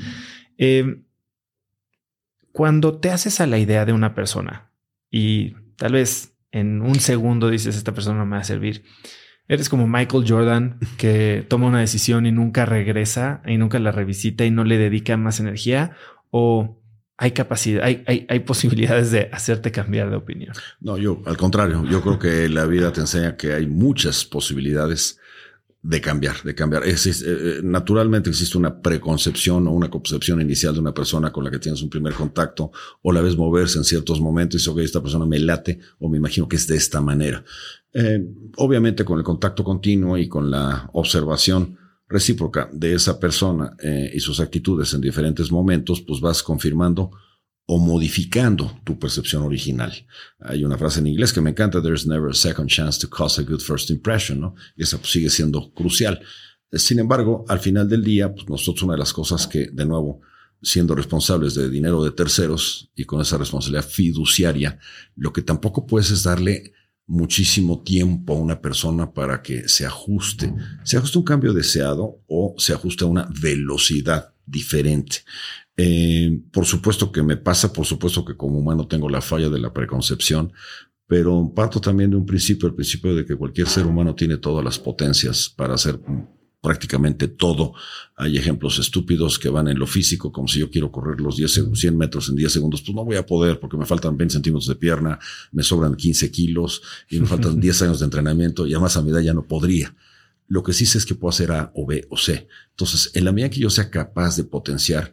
Cuando te haces a la idea de una persona y tal vez en un segundo dices, esta persona no me va a servir, eres como Michael Jordan, que toma una decisión y nunca regresa y nunca la revisita y no le dedica más energía, o hay capacidad, hay posibilidades de hacerte cambiar de opinión. No, yo al contrario, yo creo que la vida te enseña que hay muchas posibilidades de cambiar. Naturalmente existe una preconcepción o una concepción inicial de una persona con la que tienes un primer contacto o la ves moverse en ciertos momentos y dices, ok, esta persona me late o me imagino que es de esta manera. Obviamente con el contacto continuo y con la observación recíproca de esa persona y sus actitudes en diferentes momentos, pues vas confirmando o modificando tu percepción original. Hay una frase en inglés que me encanta: "There's never a second chance to cause a good first impression", ¿no? Y esa pues, sigue siendo crucial. Sin embargo, al final del día, pues nosotros una de las cosas que, de nuevo, siendo responsables de dinero de terceros y con esa responsabilidad fiduciaria, lo que tampoco puedes es darle muchísimo tiempo a una persona para que se ajuste un cambio deseado o se ajuste a una velocidad diferente. Por supuesto que me pasa, por supuesto que como humano tengo la falla de la preconcepción, pero parto también de un principio, el principio de que cualquier ser humano tiene todas las potencias para hacer prácticamente todo. Hay ejemplos estúpidos que van en lo físico, como si yo quiero correr los 100 metros en 10 segundos, pues no voy a poder porque me faltan 20 centímetros de pierna, me sobran 15 kilos y me faltan 10 años de entrenamiento y además a mi edad ya no podría. Lo que sí sé es que puedo hacer A o B o C. Entonces, en la medida que yo sea capaz de potenciar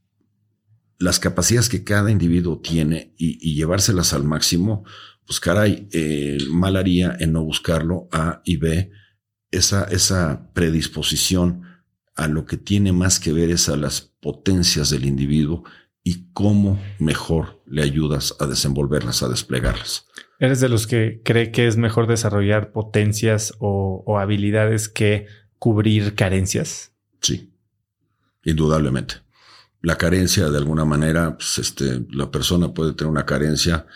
las capacidades que cada individuo tiene y llevárselas al máximo, pues caray, mal haría en no buscarlo, A y B. Esa predisposición a lo que tiene más que ver es a las potencias del individuo y cómo mejor le ayudas a desenvolverlas, a desplegarlas. ¿Eres de los que cree que es mejor desarrollar potencias o habilidades que cubrir carencias? Sí, indudablemente. La carencia, de alguna manera, pues la persona puede tener una carencia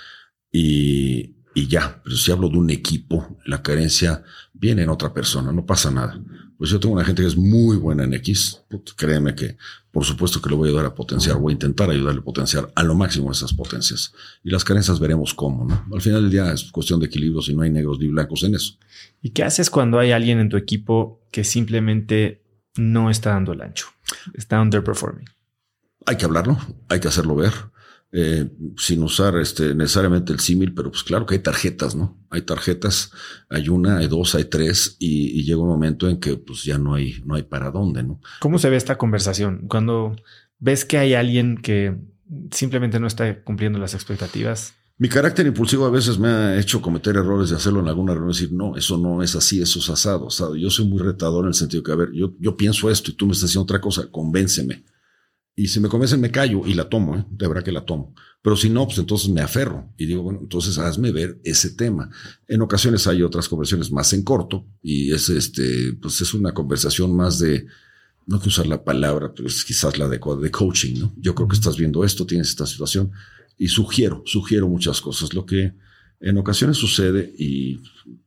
y ya, pero si hablo de un equipo, la carencia viene en otra persona, no pasa nada. Pues yo tengo una gente que es muy buena en X, créeme que por supuesto que le voy a ayudar a potenciar, voy a intentar ayudarle a potenciar a lo máximo esas potencias. Y las carencias veremos cómo, ¿no? Al final del día es cuestión de equilibrio, si no hay negros ni blancos en eso. ¿Y qué haces cuando hay alguien en tu equipo que simplemente no está dando el ancho? Está underperforming. Hay que hablarlo, hay que hacerlo ver. Sin usar necesariamente el símil, pero pues claro que hay tarjetas, ¿no? Hay tarjetas, hay una, hay dos, hay tres y llega un momento en que pues ya no hay para dónde, ¿no? ¿Cómo se ve esta conversación? Cuando ves que hay alguien que simplemente no está cumpliendo las expectativas. Mi carácter impulsivo a veces me ha hecho cometer errores de hacerlo en alguna reunión y decir, no, eso no es así, eso es asado. Yo soy muy retador en el sentido que, a ver, yo pienso esto y tú me estás diciendo otra cosa, convénceme. Y si me convencen, me callo y la tomo, de verdad que la tomo. Pero si no, pues entonces me aferro y digo, bueno, entonces hazme ver ese tema. En ocasiones hay otras conversaciones más en corto y es pues es una conversación más de, no hay que usar la palabra, pero es quizás la de coaching, ¿no? Yo creo que estás viendo esto, tienes esta situación y sugiero muchas cosas. Lo que en ocasiones sucede y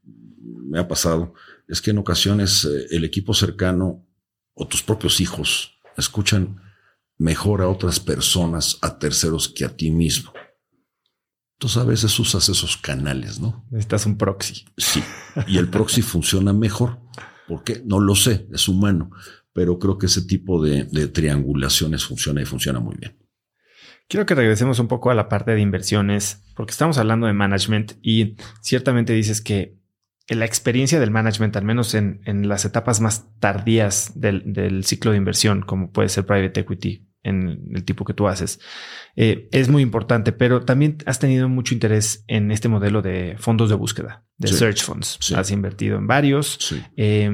me ha pasado es que en ocasiones el equipo cercano o tus propios hijos escuchan mejor a otras personas, a terceros que a ti mismo. Entonces a veces usas esos canales, ¿no? Necesitas un proxy. Sí, y el proxy funciona mejor. ¿Por qué? No lo sé, es humano, pero creo que ese tipo de triangulaciones funciona y funciona muy bien. Quiero que regresemos un poco a la parte de inversiones, porque estamos hablando de management y ciertamente dices que la experiencia del management, al menos en las etapas más tardías del ciclo de inversión, como puede ser private equity, en el tipo que tú haces, es muy importante, pero también has tenido mucho interés en este modelo de fondos de búsqueda, de search funds. Sí. Has invertido en varios. Sí.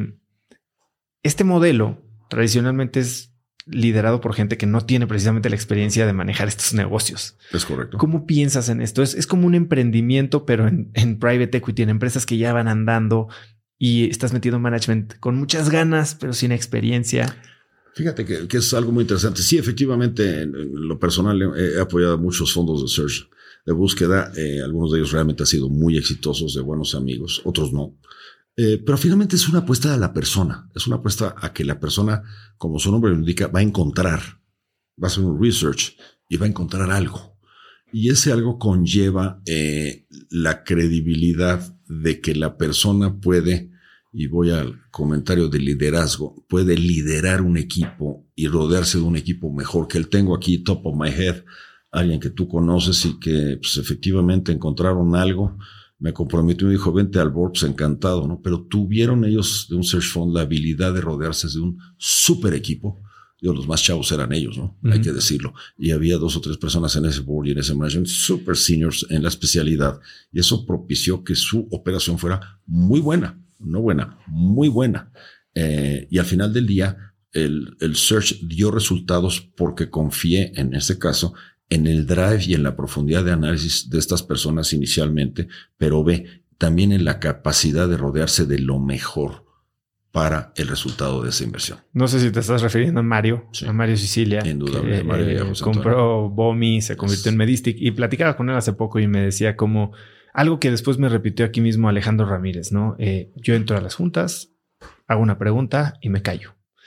Este modelo tradicionalmente es liderado por gente que no tiene precisamente la experiencia de manejar estos negocios. Es correcto. ¿Cómo piensas en esto? Es como un emprendimiento, pero en private equity, en empresas que ya van andando y estás metido en management con muchas ganas, pero sin experiencia. Fíjate que es algo muy interesante. Sí, efectivamente, en lo personal he apoyado a muchos fondos de search, de búsqueda. Algunos de ellos realmente han sido muy exitosos, de buenos amigos, otros no. Pero finalmente es una apuesta a la persona. Es una apuesta a que la persona, como su nombre lo indica, va a encontrar, va a hacer un research y va a encontrar algo. Y ese algo conlleva la credibilidad de que la persona puede, y voy al comentario de liderazgo, puede liderar un equipo y rodearse de un equipo mejor que él. Tengo aquí top of my head, alguien que tú conoces y que pues, efectivamente encontraron algo. Me comprometió y me dijo, vente al board, pues encantado, ¿no? Pero tuvieron ellos de un search fund la habilidad de rodearse de un super equipo. Los más chavos eran ellos, ¿no? Uh-huh. Hay que decirlo. Y había 2 o 3 personas en ese board y en ese management super seniors en la especialidad. Y eso propició que su operación fuera muy buena. No buena, muy buena. Y al final del día, el search dio resultados porque confié, en este caso, en el drive y en la profundidad de análisis de estas personas inicialmente, pero también en la capacidad de rodearse de lo mejor para el resultado de esa inversión. No sé si te estás refiriendo a Mario, sí. A Mario Sicilia. Indudable. Mario compró Bomi, se convirtió en Medistic y platicaba con él hace poco y me decía como algo que después me repitió aquí mismo Alejandro Ramírez, ¿no? Yo entro a las juntas, hago una pregunta y me callo.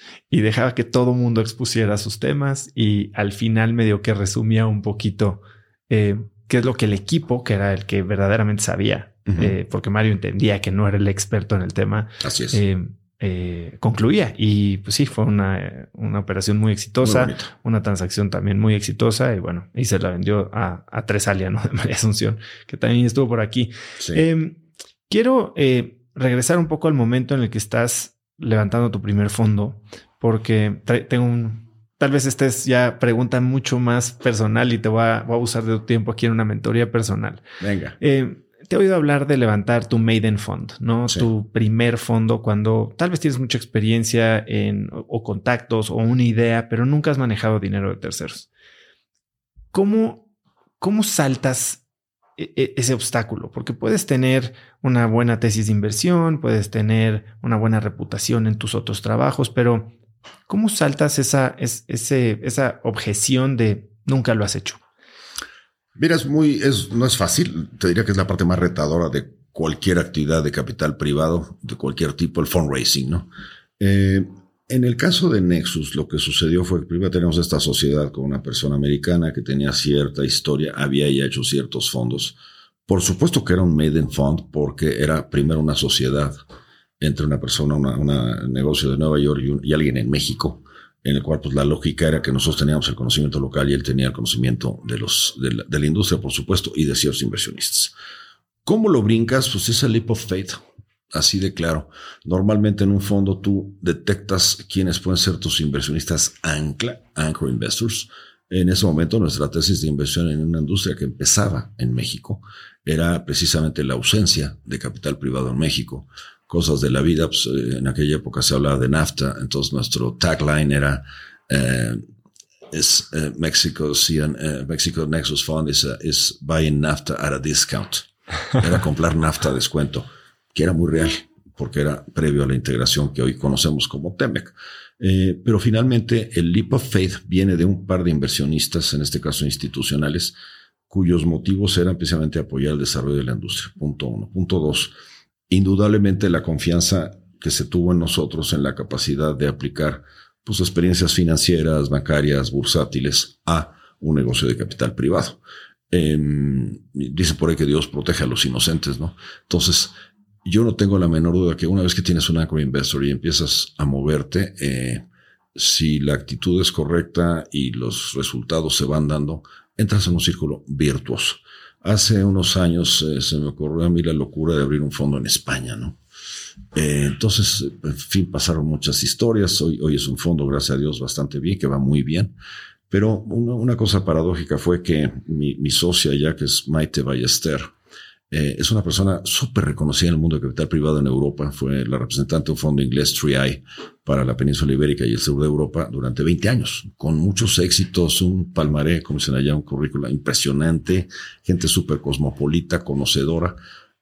y dejaba que todo mundo expusiera sus temas y al final medio que resumía un poquito qué es lo que el equipo, que era el que verdaderamente sabía, porque Mario entendía que no era el experto en el tema. Así es. Concluía. Y pues sí, fue una operación muy exitosa, una transacción también muy exitosa y bueno, y se la vendió a Tresalia, ¿no? De María Asunción, que también estuvo por aquí. Sí. Quiero regresar un poco al momento en el que estás levantando tu primer fondo, porque tengo tal vez esta es ya pregunta mucho más personal y voy a usar de tu tiempo aquí en una mentoría personal. Venga. Te he oído hablar de levantar tu maiden fund, ¿no? Sí. Tu primer fondo cuando tal vez tienes mucha experiencia o contactos o una idea, pero nunca has manejado dinero de terceros. ¿Cómo saltas ese obstáculo? Porque puedes tener una buena tesis de inversión, puedes tener una buena reputación en tus otros trabajos, pero ¿cómo saltas esa objeción de nunca lo has hecho? Mira, no es fácil. Te diría que es la parte más retadora de cualquier actividad de capital privado, de cualquier tipo, el fundraising, ¿no? En el caso de Nexus, lo que sucedió fue que primero tenemos esta sociedad con una persona americana que tenía cierta historia, había ya hecho ciertos fondos. Por supuesto que era un maiden fund porque era primero una sociedad entre una persona, un negocio de Nueva York y alguien en México, en el cual pues la lógica era que nosotros teníamos el conocimiento local y él tenía el conocimiento de la industria, por supuesto, y de ciertos inversionistas. ¿Cómo lo brincas? Pues es el leap of faith, así de claro. Normalmente en un fondo tú detectas quiénes pueden ser tus inversionistas anchor investors. En ese momento nuestra tesis de inversión en una industria que empezaba en México era precisamente la ausencia de capital privado en México. Cosas de la vida, pues en aquella época se hablaba de NAFTA, entonces nuestro tagline era Mexico Nexus Fund is buying NAFTA at a discount. Era comprar NAFTA a descuento, que era muy real, porque era previo a la integración que hoy conocemos como TEMEC. Pero finalmente el leap of faith viene de un par de inversionistas, en este caso institucionales, cuyos motivos eran precisamente apoyar el desarrollo de la industria. Punto 1. Punto 2. Indudablemente la confianza que se tuvo en nosotros en la capacidad de aplicar pues experiencias financieras, bancarias, bursátiles a un negocio de capital privado. Dice por ahí que Dios protege a los inocentes, ¿no? Entonces, yo no tengo la menor duda que una vez que tienes un anchor investor y empiezas a moverte, si la actitud es correcta y los resultados se van dando, entras en un círculo virtuoso. Hace unos años se me ocurrió a mí la locura de abrir un fondo en España, ¿no? Entonces, en fin, pasaron muchas historias. Hoy es un fondo, gracias a Dios, bastante bien, que va muy bien. Pero una cosa paradójica fue que mi socia ya, que es Maite Ballester, es una persona súper reconocida en el mundo de capital privado en Europa. Fue la representante de un fondo inglés, 3i, para la península ibérica y el sur de Europa durante 20 años, con muchos éxitos, un palmaré, como dicen allá, un currículum impresionante, gente súper cosmopolita, conocedora.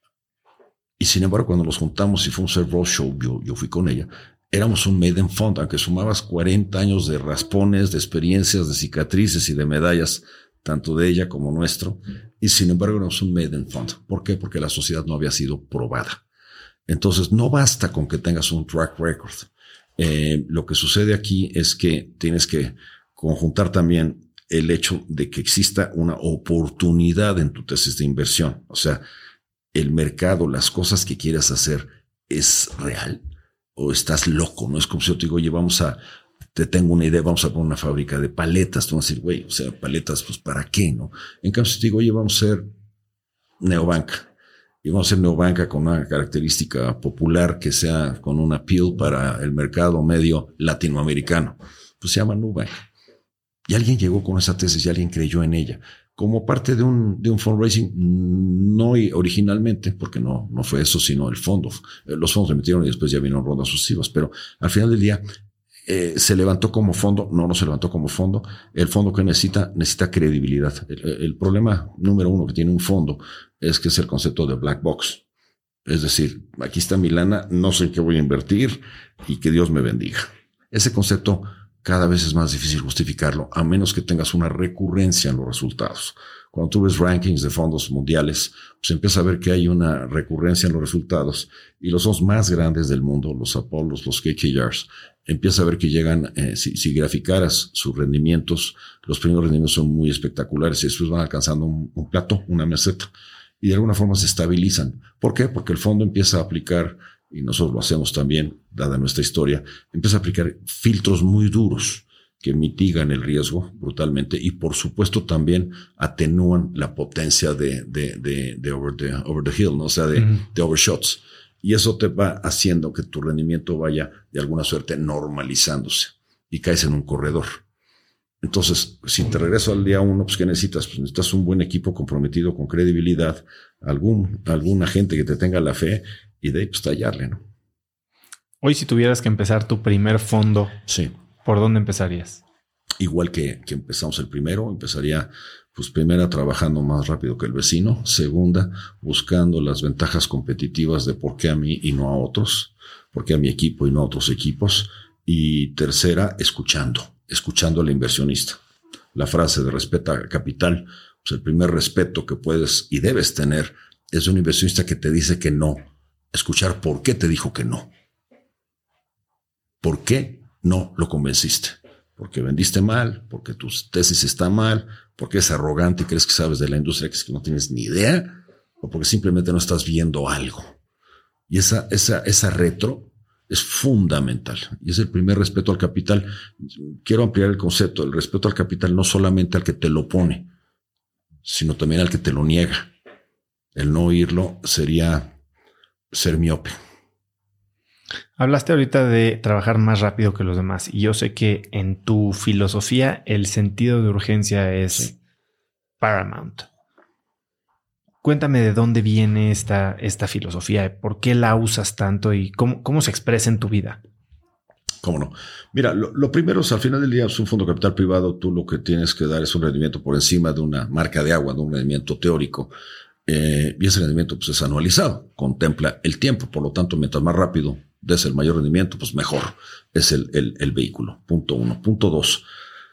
Y sin embargo, cuando nos juntamos y fuimos a hacer roadshow, yo fui con ella, éramos un maiden fund, aunque sumabas 40 años de raspones, de experiencias, de cicatrices y de medallas, tanto de ella como nuestro, y sin embargo éramos un maiden fund. ¿Por qué? Porque la sociedad no había sido probada. Entonces no basta con que tengas un track record. Lo que sucede aquí es que tienes que conjuntar también el hecho de que exista una oportunidad en tu tesis de inversión. O sea, el mercado, las cosas que quieras hacer, ¿es real? ¿O estás loco? No es como si yo te digo, oye, te tengo una idea, vamos a poner una fábrica de paletas. Tú vas a decir, güey, o sea, paletas, pues, ¿para qué, no? En cambio, si te digo, oye, vamos a hacer neobanca. Y vamos a hacer neobanca con una característica popular que sea con un appeal para el mercado medio latinoamericano. Pues se llama Nubank. Y alguien llegó con esa tesis y alguien creyó en ella. Como parte de un fundraising, no originalmente, porque no fue eso, sino el fondo. Los fondos se metieron y después ya vino rondas sucesivas. Pero al final del día, se levantó como fondo. No se levantó como fondo. El fondo que necesita credibilidad. El problema número uno que tiene un fondo es que es el concepto de black box. Es decir, aquí está mi lana, no sé en qué voy a invertir y que Dios me bendiga. Ese concepto cada vez es más difícil justificarlo, a menos que tengas una recurrencia en los resultados. Cuando tú ves rankings de fondos mundiales, pues empieza a ver que hay una recurrencia en los resultados y los dos más grandes del mundo, los Apollos, los KKRs, empieza a ver que llegan, si graficaras sus rendimientos, los primeros rendimientos son muy espectaculares y después van alcanzando un plató, una meseta, y de alguna forma se estabilizan. ¿Por qué? Porque el fondo empieza a aplicar, y nosotros lo hacemos también, dada nuestra historia, empieza a aplicar filtros muy duros que mitigan el riesgo brutalmente y por supuesto también atenúan la potencia de over the hill, ¿no? O sea, de overshots. Y eso te va haciendo que tu rendimiento vaya de alguna suerte normalizándose y caes en un corredor. Entonces, si te regreso al día 1, pues ¿qué necesitas? Pues necesitas un buen equipo comprometido con credibilidad, alguna gente que te tenga la fe y de ahí pues tallarle, ¿no? Hoy, si tuvieras que empezar tu primer fondo, sí, ¿por dónde empezarías? Igual que empezamos el primero, empezaría pues primera trabajando más rápido que el vecino, segunda buscando las ventajas competitivas de por qué a mí y no a otros, por qué a mi equipo y no a otros equipos, y tercera escuchando al inversionista. La frase de respeta al capital, pues el primer respeto que puedes y debes tener es de un inversionista que te dice que no, escuchar por qué te dijo que no. ¿Por qué no lo convenciste? Porque vendiste mal, porque tu tesis está mal, porque eres arrogante y crees que sabes de la industria, que no tienes ni idea, o porque simplemente no estás viendo algo. Y esa retro es fundamental. Y es el primer respeto al capital. Quiero ampliar el concepto. El respeto al capital no solamente al que te lo pone, sino también al que te lo niega. El no oírlo sería ser miope. Hablaste ahorita de trabajar más rápido que los demás y yo sé que en tu filosofía el sentido de urgencia es paramount. Cuéntame de dónde viene esta filosofía, por qué la usas tanto y cómo se expresa en tu vida. ¿Cómo no? Mira, lo primero es al final del día es un fondo de capital privado. Tú lo que tienes que dar es un rendimiento por encima de una marca de agua, de un rendimiento teórico. Y ese rendimiento pues, es anualizado, contempla el tiempo. Por lo tanto, mientras más rápido des el mayor rendimiento, pues mejor es el vehículo. Punto 1. Punto 2.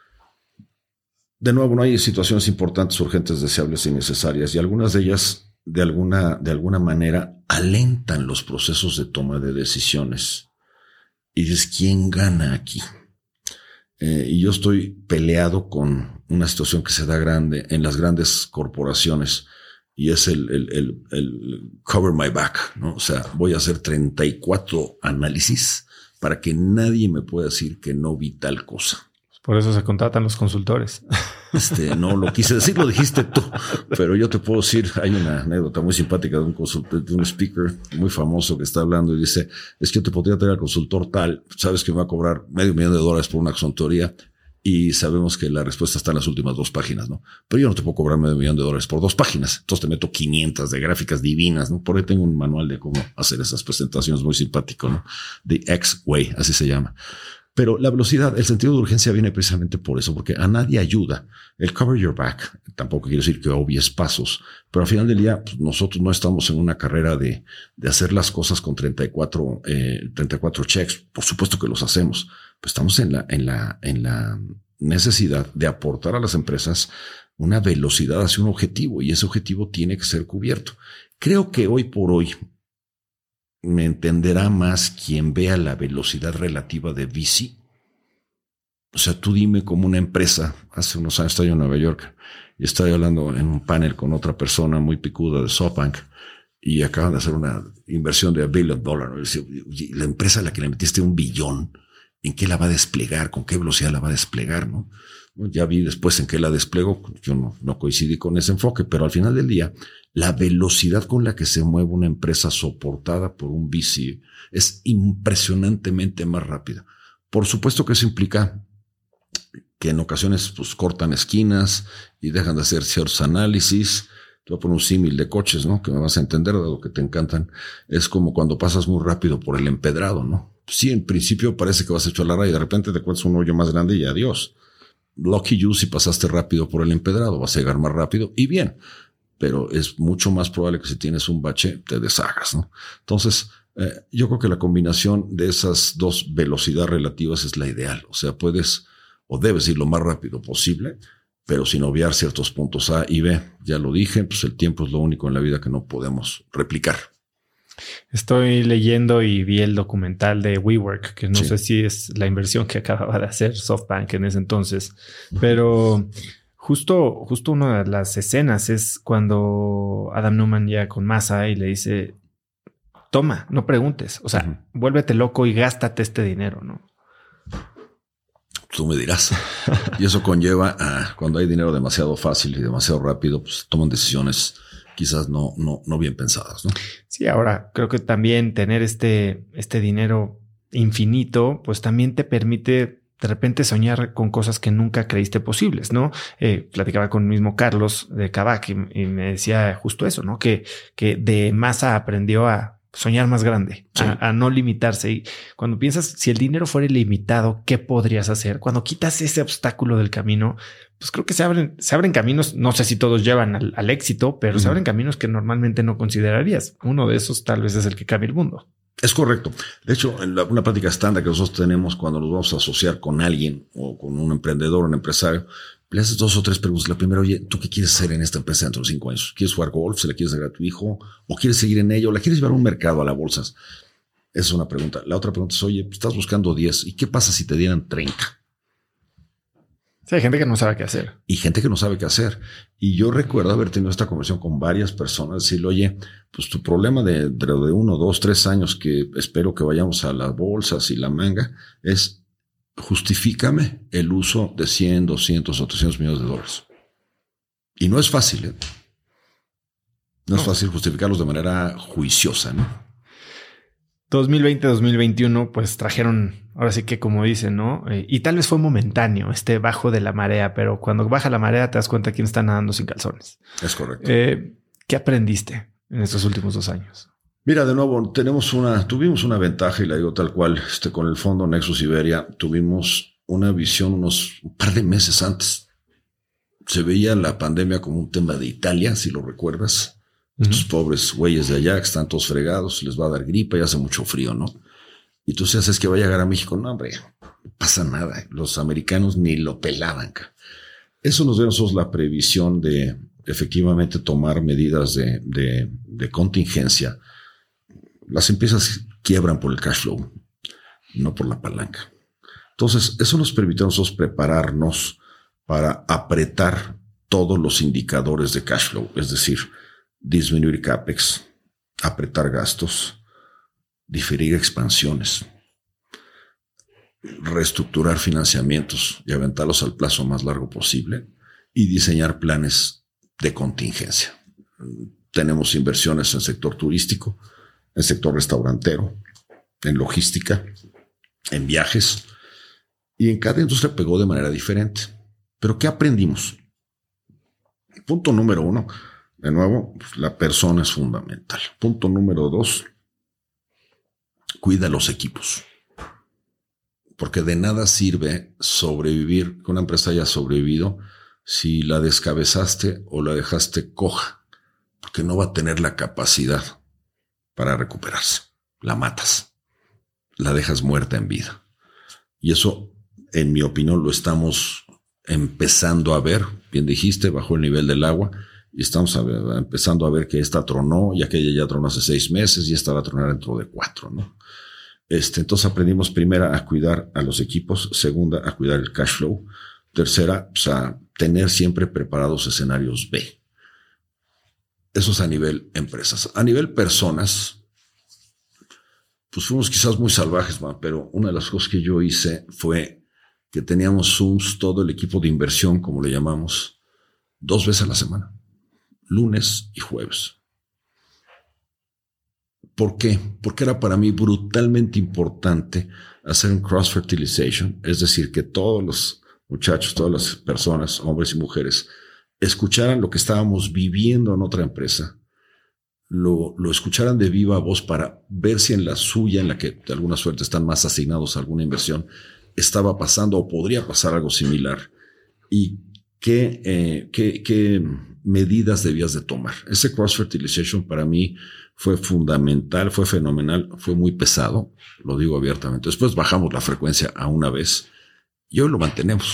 De nuevo, no hay situaciones importantes, urgentes, deseables y necesarias. Y algunas de ellas, de alguna manera, alentan los procesos de toma de decisiones. Y dices, ¿quién gana aquí? Y yo estoy peleado con una situación que se da grande en las grandes corporaciones. Y es el cover my back, ¿no? O sea, voy a hacer 34 análisis para que nadie me pueda decir que no vi tal cosa. Por eso se contratan los consultores. No lo quise decir, lo dijiste tú, pero yo te puedo decir, hay una anécdota muy simpática de un consultor, de un speaker muy famoso que está hablando y dice, es que yo te podría traer al consultor tal, sabes que me va a cobrar $500,000 por una consultoría. Y sabemos que la respuesta está en las últimas 2 páginas, ¿no? Pero yo no te puedo cobrar $500,000 por 2 páginas. Entonces te meto 500 de gráficas divinas, ¿no? Por ahí tengo un manual de cómo hacer esas presentaciones muy simpático, ¿no? The X-Way, así se llama. Pero la velocidad, el sentido de urgencia viene precisamente por eso, porque a nadie ayuda. El cover your back, tampoco quiere decir que obvies pasos, pero al final del día, pues nosotros no estamos en una carrera de hacer las cosas con 34 checks. Por supuesto que los hacemos. Pues estamos en la necesidad de aportar a las empresas una velocidad hacia un objetivo y ese objetivo tiene que ser cubierto. Creo que hoy por hoy me entenderá más quien vea la velocidad relativa de VC. O sea, tú dime como una empresa, hace unos años estaba yo en Nueva York y estaba hablando en un panel con otra persona muy picuda de SoftBank y acaban de hacer una inversión de $1 billion. La empresa a la que le metiste $1 billón, ¿en qué la va a desplegar? ¿Con qué velocidad la va a desplegar? ¿No? Ya vi después en qué la desplegó. Yo no coincidí con ese enfoque, pero al final del día, la velocidad con la que se mueve una empresa soportada por un VC es impresionantemente más rápida. Por supuesto que eso implica que en ocasiones pues cortan esquinas y dejan de hacer ciertos análisis. Te voy a poner un símil de coches, ¿no? Que me vas a entender, dado que te encantan. Es como cuando pasas muy rápido por el empedrado, ¿no? Sí, en principio parece que vas hecho a la raya y de repente te encuentras un hoyo más grande y adiós. Lucky you si pasaste rápido por el empedrado, vas a llegar más rápido y bien. Pero es mucho más probable que si tienes un bache te deshagas, ¿no? Entonces, yo creo que la combinación de esas dos velocidades relativas es la ideal. O sea, puedes o debes ir lo más rápido posible, pero sin obviar ciertos puntos A y B. Ya lo dije, pues el tiempo es lo único en la vida que no podemos replicar. Estoy leyendo y vi el documental de WeWork, que no Sí. sé si es la inversión que acababa de hacer SoftBank en ese entonces, pero justo una de las escenas es cuando Adam Neumann ya con masa y le dice, toma, no preguntes, o sea, vuélvete loco y gástate este dinero, ¿no? Tú me dirás. Y eso conlleva a cuando hay dinero demasiado fácil y demasiado rápido, pues toman decisiones quizás no bien pensadas, ¿no? Sí, ahora creo que también tener este dinero infinito, pues también te permite de repente soñar con cosas que nunca creíste posibles, ¿no? Platicaba con el mismo Carlos de Kavak y me decía justo eso, ¿no? Que de masa aprendió a soñar más grande, sí, a no limitarse. Y cuando piensas, si el dinero fuera ilimitado, ¿qué podrías hacer? Cuando quitas ese obstáculo del camino, pues creo que se abren caminos. No sé si todos llevan al éxito, pero se abren caminos que normalmente no considerarías. Uno de esos tal vez es el que cambia el mundo. Es correcto. De hecho, en una plática estándar que nosotros tenemos cuando nos vamos a asociar con alguien o con un emprendedor, un empresario, le haces 2 o 3 preguntas. La primera, oye, ¿tú qué quieres hacer en esta empresa dentro de 5 años? ¿Quieres jugar golf? ¿Se la quieres dar a tu hijo? ¿O quieres seguir en ello? ¿La quieres llevar a un mercado, a la bolsa? Esa es una pregunta. La otra pregunta es, oye, pues estás buscando 10. ¿Y qué pasa si te dieran 30? Sí, hay gente que no sabe qué hacer. Y gente que no sabe qué hacer. Y yo recuerdo haber tenido esta conversación con varias personas, decirle, oye, pues tu problema de 1, 2, 3 años que espero que vayamos a las bolsas y la manga es justifícame el uso de 100, 200 o 300 millones de dólares. Y no es fácil, ¿eh? No es fácil justificarlos de manera juiciosa, ¿no? 2020-2021, pues trajeron, ahora sí que como dicen, ¿no? Y tal vez fue momentáneo, bajo de la marea, pero cuando baja la marea te das cuenta quién está nadando sin calzones. Es correcto. ¿Qué aprendiste en estos últimos 2 años? Mira, de nuevo, tuvimos una ventaja, y la digo tal cual, con el fondo Nexus Iberia, tuvimos una visión un par de meses antes. Se veía la pandemia como un tema de Italia, si lo recuerdas. Estos pobres güeyes de allá que están todos fregados, les va a dar gripa y hace mucho frío, ¿no? Y tú sabes que va a llegar a México. No, hombre, no pasa nada. Los americanos ni lo pelaban. Eso nos dio a nosotros la previsión de efectivamente tomar medidas de contingencia. Las empresas quiebran por el cash flow, no por la palanca. Entonces, eso nos permitió a nosotros prepararnos para apretar todos los indicadores de cash flow, es decir, disminuir CAPEX, apretar gastos, diferir expansiones, reestructurar financiamientos y aventarlos al plazo más largo posible y diseñar planes de contingencia. Tenemos inversiones en sector turístico, en sector restaurantero, en logística, en viajes, y en cada industria pegó de manera diferente. ¿Pero qué aprendimos? Punto número 1, de nuevo, la persona es fundamental. Punto número 2, cuida los equipos. Porque de nada sirve sobrevivir, que una empresa haya sobrevivido, si la descabezaste o la dejaste coja, porque no va a tener la capacidad para recuperarse. La matas, la dejas muerta en vida. Y eso, en mi opinión, lo estamos empezando a ver. Bien dijiste, bajó el nivel del agua y estamos empezando a ver que esta tronó y aquella ya tronó hace 6 meses y esta va a tronar dentro de 4, ¿no? Entonces aprendimos primera a cuidar a los equipos, segunda a cuidar el cash flow, tercera pues a tener siempre preparados escenarios B. Eso es a nivel empresas. A nivel personas, pues fuimos quizás muy salvajes, pero una de las cosas que yo hice fue que teníamos Zooms, todo el equipo de inversión, como le llamamos, 2 veces a la semana, lunes y jueves. ¿Por qué? Porque era para mí brutalmente importante hacer un cross-fertilization, es decir, que todos los muchachos, todas las personas, hombres y mujeres, escucharan lo que estábamos viviendo en otra empresa, lo escucharan de viva voz para ver si en la suya, en la que de alguna suerte están más asignados a alguna inversión, estaba pasando o podría pasar algo similar y qué medidas debías de tomar. Ese cross-fertilization para mí fue fundamental, fue fenomenal, fue muy pesado, lo digo abiertamente. Después bajamos la frecuencia a 1 vez y hoy lo mantenemos.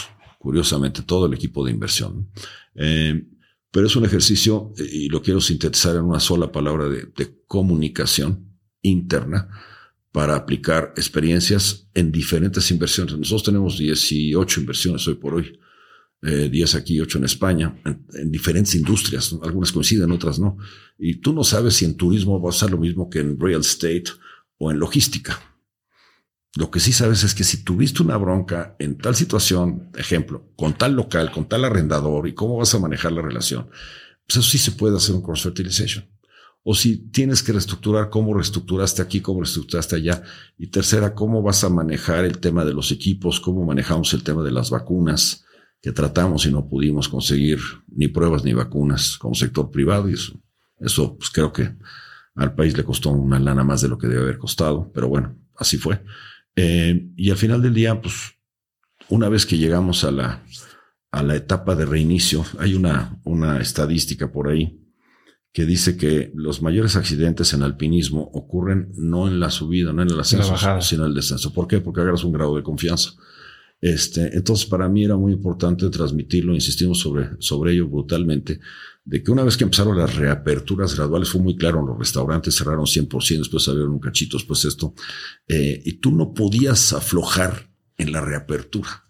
curiosamente, todo el equipo de inversión. Pero es un ejercicio, y lo quiero sintetizar en una sola palabra, de comunicación interna para aplicar experiencias en diferentes inversiones. Nosotros tenemos 18 inversiones hoy por hoy, 10 aquí, 8 en España, en diferentes industrias, ¿no? Algunas coinciden, otras no. Y tú no sabes si en turismo va a ser lo mismo que en real estate o en logística. Lo que sí sabes es que si tuviste una bronca en tal situación, ejemplo, con tal local, con tal arrendador, y cómo vas a manejar la relación, pues eso sí se puede hacer un cross-fertilization. O si tienes que reestructurar, cómo reestructuraste aquí, cómo reestructuraste allá. Y tercera, cómo vas a manejar el tema de los equipos, cómo manejamos el tema de las vacunas, que tratamos y no pudimos conseguir ni pruebas ni vacunas como sector privado. Y eso pues creo que al país le costó una lana más de lo que debe haber costado. Pero bueno, así fue. Y al final del día, pues, una vez que llegamos a la etapa de reinicio, hay una estadística por ahí que dice que los mayores accidentes en alpinismo ocurren no en la subida, no en el ascenso, sino en el descenso. ¿Por qué? Porque agarras un grado de confianza. Entonces, para mí era muy importante transmitirlo, insistimos sobre ello brutalmente, de que una vez que empezaron las reaperturas graduales, fue muy claro, los restaurantes cerraron 100%, después abrieron un cachito, después esto, y tú no podías aflojar en la reapertura.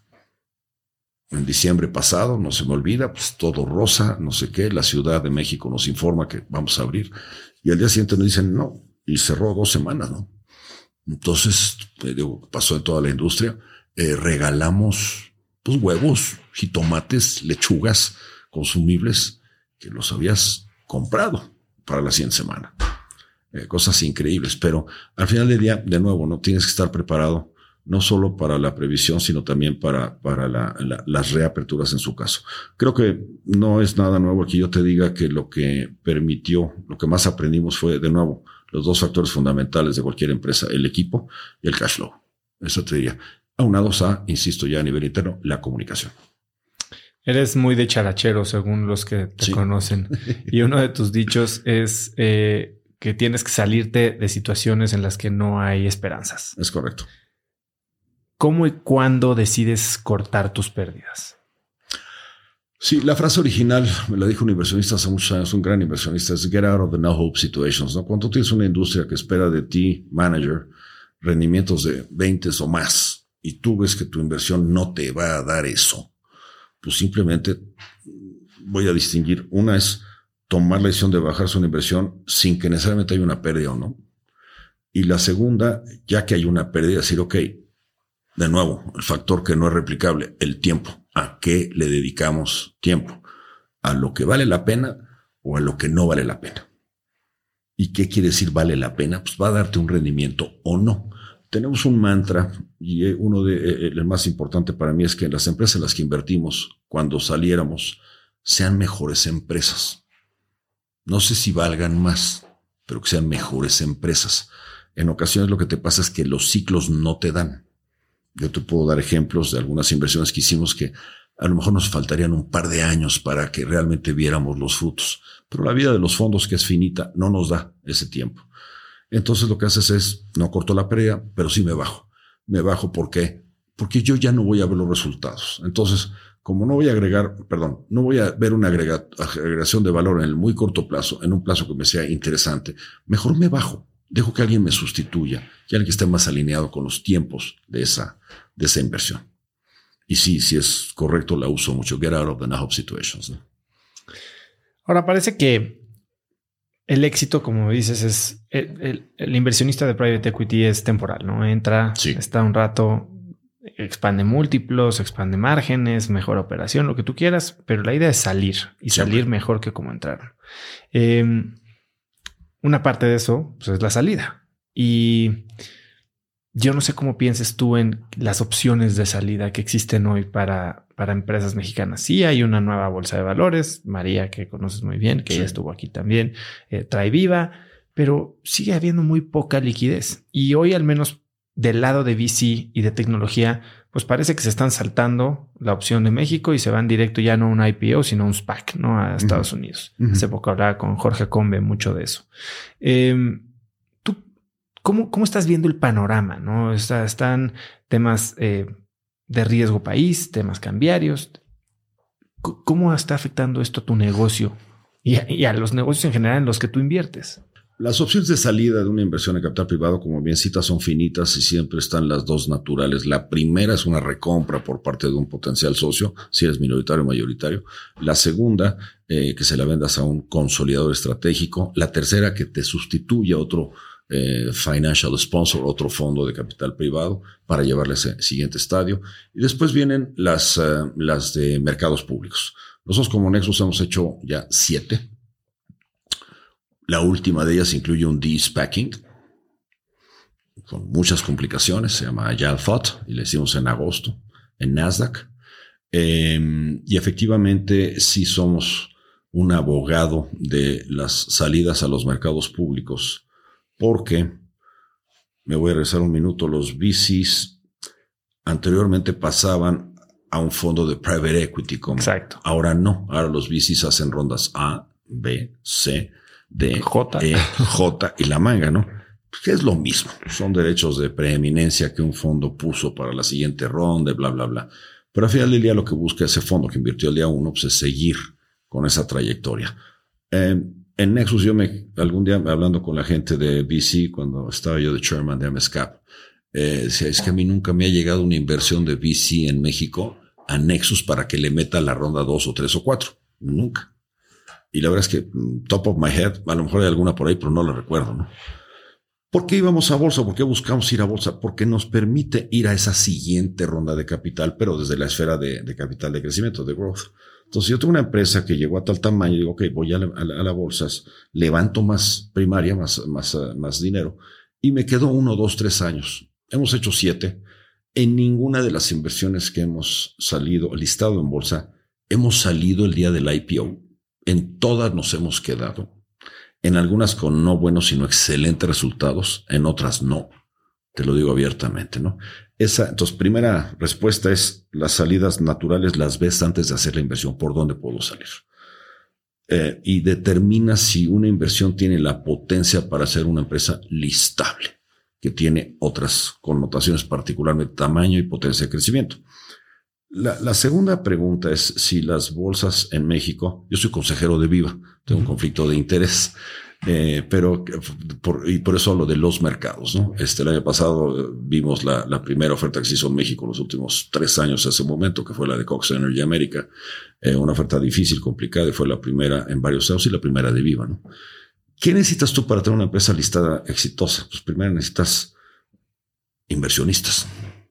En diciembre pasado, no se me olvida, pues todo rosa, no sé qué, la Ciudad de México nos informa que vamos a abrir, y al día siguiente nos dicen no, y cerró 2 semanas, ¿no? Entonces, pasó en toda la industria, regalamos pues huevos, jitomates, lechugas, consumibles, que los habías comprado para la siguiente semana. Cosas increíbles, pero al final del día, de nuevo, no tienes que estar preparado no solo para la previsión, sino también para las reaperturas en su caso. Creo que no es nada nuevo que yo te diga que lo que permitió, lo que más aprendimos fue, de nuevo, los 2 factores fundamentales de cualquier empresa, el equipo y el cash flow. Eso te diría. Aunados a, insisto ya a nivel interno, la comunicación. Eres muy de charachero, según los que te conocen. Y uno de tus dichos es que tienes que salirte de situaciones en las que no hay esperanzas. Es correcto. ¿Cómo y cuándo decides cortar tus pérdidas? Sí, la frase original me la dijo un inversionista hace muchos años, un gran inversionista, es get out of the no hope situations, ¿no? Cuando tú tienes una industria que espera de ti, manager, rendimientos de 20 o más, y tú ves que tu inversión no te va a dar eso, pues simplemente voy a distinguir. Una es tomar la decisión de bajarse una inversión sin que necesariamente haya una pérdida o no. Y la segunda, ya que hay una pérdida, decir, ok, de nuevo, el factor que no es replicable, el tiempo. ¿A qué le dedicamos tiempo? ¿A lo que vale la pena o a lo que no vale la pena? ¿Y qué quiere decir vale la pena? Pues va a darte un rendimiento o no. Tenemos un mantra y el más importante para mí es que las empresas en las que invertimos, cuando saliéramos, sean mejores empresas. No sé si valgan más, pero que sean mejores empresas. En ocasiones lo que te pasa es que los ciclos no te dan. Yo te puedo dar ejemplos de algunas inversiones que hicimos que a lo mejor nos faltarían un par de años para que realmente viéramos los frutos. Pero la vida de los fondos, que es finita, no nos da ese tiempo. Entonces lo que haces es, no corto la pérdida, pero sí me bajo. Me bajo, ¿por qué? Porque yo ya no voy a ver los resultados. Entonces, como no voy a ver una agregación de valor en el muy corto plazo, en un plazo que me sea interesante, mejor me bajo. Dejo que alguien me sustituya, que alguien que esté más alineado con los tiempos de esa inversión. Y sí, si es correcto, la uso mucho. Get out of the no-hope situations, ¿no? Ahora, parece que el éxito, como dices, es el inversionista de private equity es temporal, ¿no? Entra, está un rato, expande múltiplos, expande márgenes, mejora operación, lo que tú quieras, pero la idea es salir y salir mejor que como entraron. Una parte de eso pues, es la salida. Y yo no sé cómo pienses tú en las opciones de salida que existen hoy para empresas mexicanas. Sí, hay una nueva bolsa de valores, María, que conoces muy bien, que ya estuvo aquí también, trae Viva, pero sigue habiendo muy poca liquidez. Y hoy, al menos del lado de VC y de tecnología, pues parece que se están saltando la opción de México y se van directo ya no a un IPO, sino a un SPAC, ¿no? A Estados Unidos. Hace poco hablaba con Jorge Combe mucho de eso. ¿Tú cómo estás viendo el panorama, no? Están temas de riesgo país, temas cambiarios. ¿Cómo está afectando esto a tu negocio y a los negocios en general en los que tú inviertes? Las opciones de salida de una inversión en capital privado, como bien citas, son finitas y siempre están las dos naturales. La primera es una recompra por parte de un potencial socio, si eres minoritario o mayoritario. La segunda, que se la vendas a un consolidador estratégico. La tercera, que te sustituya otro financial sponsor, otro fondo de capital privado para llevarle a ese siguiente estadio. Y después vienen las de mercados públicos. Nosotros como Nexus hemos hecho ya 7. La última de ellas incluye un de-SPACing con muchas complicaciones. Se llama Agile Thought y le hicimos en agosto en Nasdaq. Y efectivamente sí somos un abogado de las salidas a los mercados públicos porque, me voy a regresar un minuto, los VCs anteriormente pasaban a un fondo de private equity. Exacto. Ahora no. Ahora los VCs hacen rondas A, B, C, D, J. E, J y la manga, ¿no? Que es lo mismo. Son derechos de preeminencia que un fondo puso para la siguiente ronda, bla, bla, bla. Pero al final del día lo que busca ese fondo que invirtió el día 1, pues es seguir con esa trayectoria. En Nexus algún día hablando con la gente de VC, cuando estaba yo de chairman de MSCAP, decía, es que a mí nunca me ha llegado una inversión de VC en México a Nexus para que le meta la ronda 2 o 3 o 4. Nunca. Y la verdad es que, top of my head, a lo mejor hay alguna por ahí, pero no la recuerdo, ¿no? ¿Por qué íbamos a bolsa? ¿Por qué buscamos ir a bolsa? Porque nos permite ir a esa siguiente ronda de capital, pero desde la esfera de capital de crecimiento, de growth. Entonces, yo tengo una empresa que llegó a tal tamaño y digo, ok, voy a la bolsa, levanto más primaria, más dinero, y me quedo 1, 2, 3 años. Hemos hecho 7. En ninguna de las inversiones que hemos listado en bolsa, hemos salido el día del IPO. En todas nos hemos quedado. En algunas con no buenos, sino excelentes resultados. En otras no. Te lo digo abiertamente, ¿no? Entonces, primera respuesta es las salidas naturales las ves antes de hacer la inversión. ¿Por dónde puedo salir? Y determina si una inversión tiene la potencia para ser una empresa listable, que tiene otras connotaciones, particularmente tamaño y potencia de crecimiento. La segunda pregunta es si las bolsas en México, yo soy consejero de Viva, tengo un conflicto de interés, pero por eso hablo de los mercados, ¿no? El año pasado vimos la primera oferta que se hizo en México los últimos 3 años a ese momento, que fue la de Cox Energy América, una oferta difícil, complicada, y fue la primera en varios años y la primera de Viva, ¿no? ¿Qué necesitas tú para tener una empresa listada exitosa? Pues primero necesitas inversionistas.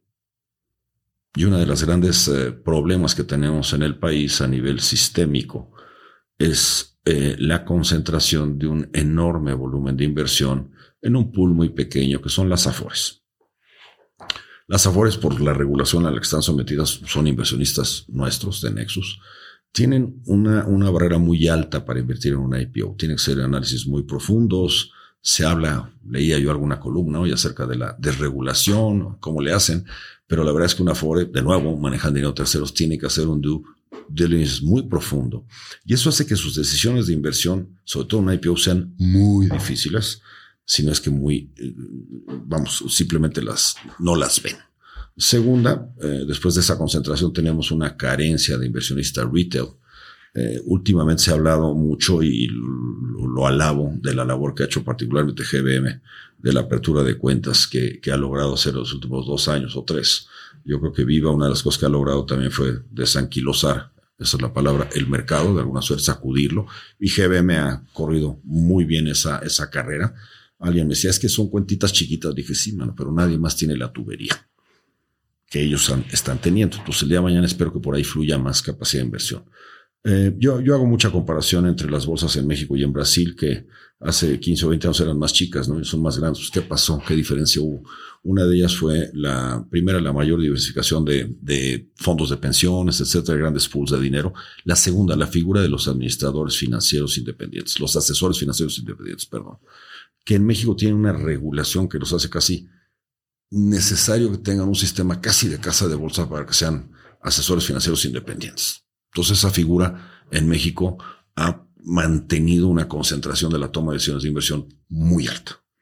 Y uno de los grandes problemas que tenemos en el país a nivel sistémico es la concentración de un enorme volumen de inversión en un pool muy pequeño, que son las Afores. Las Afores, por la regulación a la que están sometidas, son inversionistas nuestros de Nexus. Tienen una barrera muy alta para invertir en una IPO. Tienen que ser análisis muy profundos. Leía yo alguna columna hoy acerca de la desregulación, cómo le hacen, pero la verdad es que una Afore, de nuevo, manejando dinero terceros, tiene que hacer un due diligence muy profundo. Y eso hace que sus decisiones de inversión, sobre todo en una IPO, sean muy difíciles, si no es que simplemente no las ven. Segunda, después de esa concentración tenemos una carencia de inversionistas retail. Últimamente se ha hablado mucho y lo alabo de la labor que ha hecho particularmente GBM, de la apertura de cuentas que ha logrado hacer los últimos 2 años o 3. Yo creo que Viva, una de las cosas que ha logrado también fue desanquilosar, esa es la palabra, el mercado, de alguna suerte sacudirlo, y GBM ha corrido muy bien esa carrera. Alguien me decía, es que son cuentitas chiquitas. Dije, sí, mano, pero nadie más tiene la tubería que ellos están teniendo. Entonces el día de mañana espero que por ahí fluya más capacidad de inversión. Yo hago mucha comparación entre las bolsas en México y en Brasil, que hace 15 o 20 años eran más chicas, ¿no? Y son más grandes. Pues, ¿qué pasó? ¿Qué diferencia hubo? Una de ellas fue la mayor diversificación de fondos de pensiones, etcétera, grandes pools de dinero. La segunda, la figura de los administradores financieros independientes, los asesores financieros independientes, perdón, que en México tienen una regulación que los hace casi necesario que tengan un sistema casi de casa de bolsa para que sean asesores financieros independientes. Entonces esa figura en México ha mantenido una concentración de la toma de decisiones de inversión muy alta.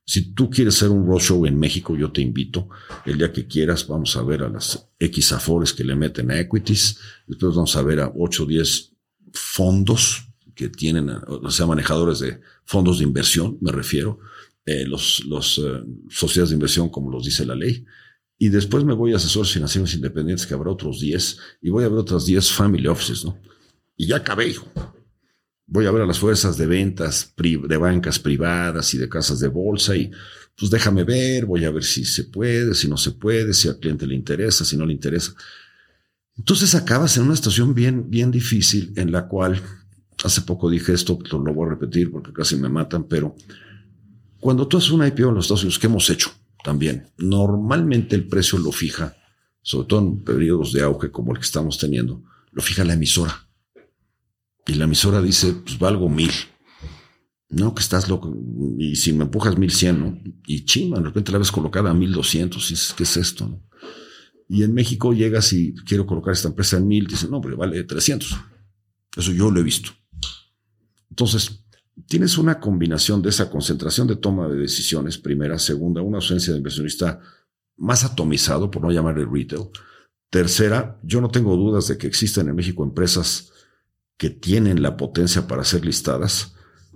Si tú quieres hacer un roadshow en México, yo te invito. El día que quieras, vamos a ver a las X afores que le meten a equities. Después vamos a ver a 8 o 10 fondos que tienen, o sea, manejadores de fondos de inversión, me refiero. Los sociedades de inversión, como los dice la ley. Y después me voy a asesores financieros independientes, que habrá otros 10. Y voy a ver otras 10 family offices, ¿no? Y ya acabé, hijo. Voy a ver a las fuerzas de ventas de bancas privadas y de casas de bolsa y pues déjame ver, voy a ver si se puede, si no se puede, si al cliente le interesa, si no le interesa. Entonces acabas en una situación bien, bien difícil en la cual, hace poco dije esto, lo voy a repetir porque casi me matan, pero cuando tú haces una IPO en los Estados Unidos, ¿qué hemos hecho también? Normalmente el precio lo fija, sobre todo en periodos de auge como el que estamos teniendo, lo fija la emisora. Y la emisora dice, pues valgo 1,000. No, que estás loco. Y si me empujas 1,100, ¿no? Y chima, de repente la ves colocada a 1,200. Y dices, ¿qué es esto, no? Y en México llegas y quiero colocar esta empresa en 1,000. Dicen, no, pero vale 300. Eso yo lo he visto. Entonces, tienes una combinación de esa concentración de toma de decisiones, primera. Segunda, una ausencia de inversionista más atomizado, por no llamarle retail. Tercera, yo no tengo dudas de que existen en México empresas que tienen la potencia para ser listadas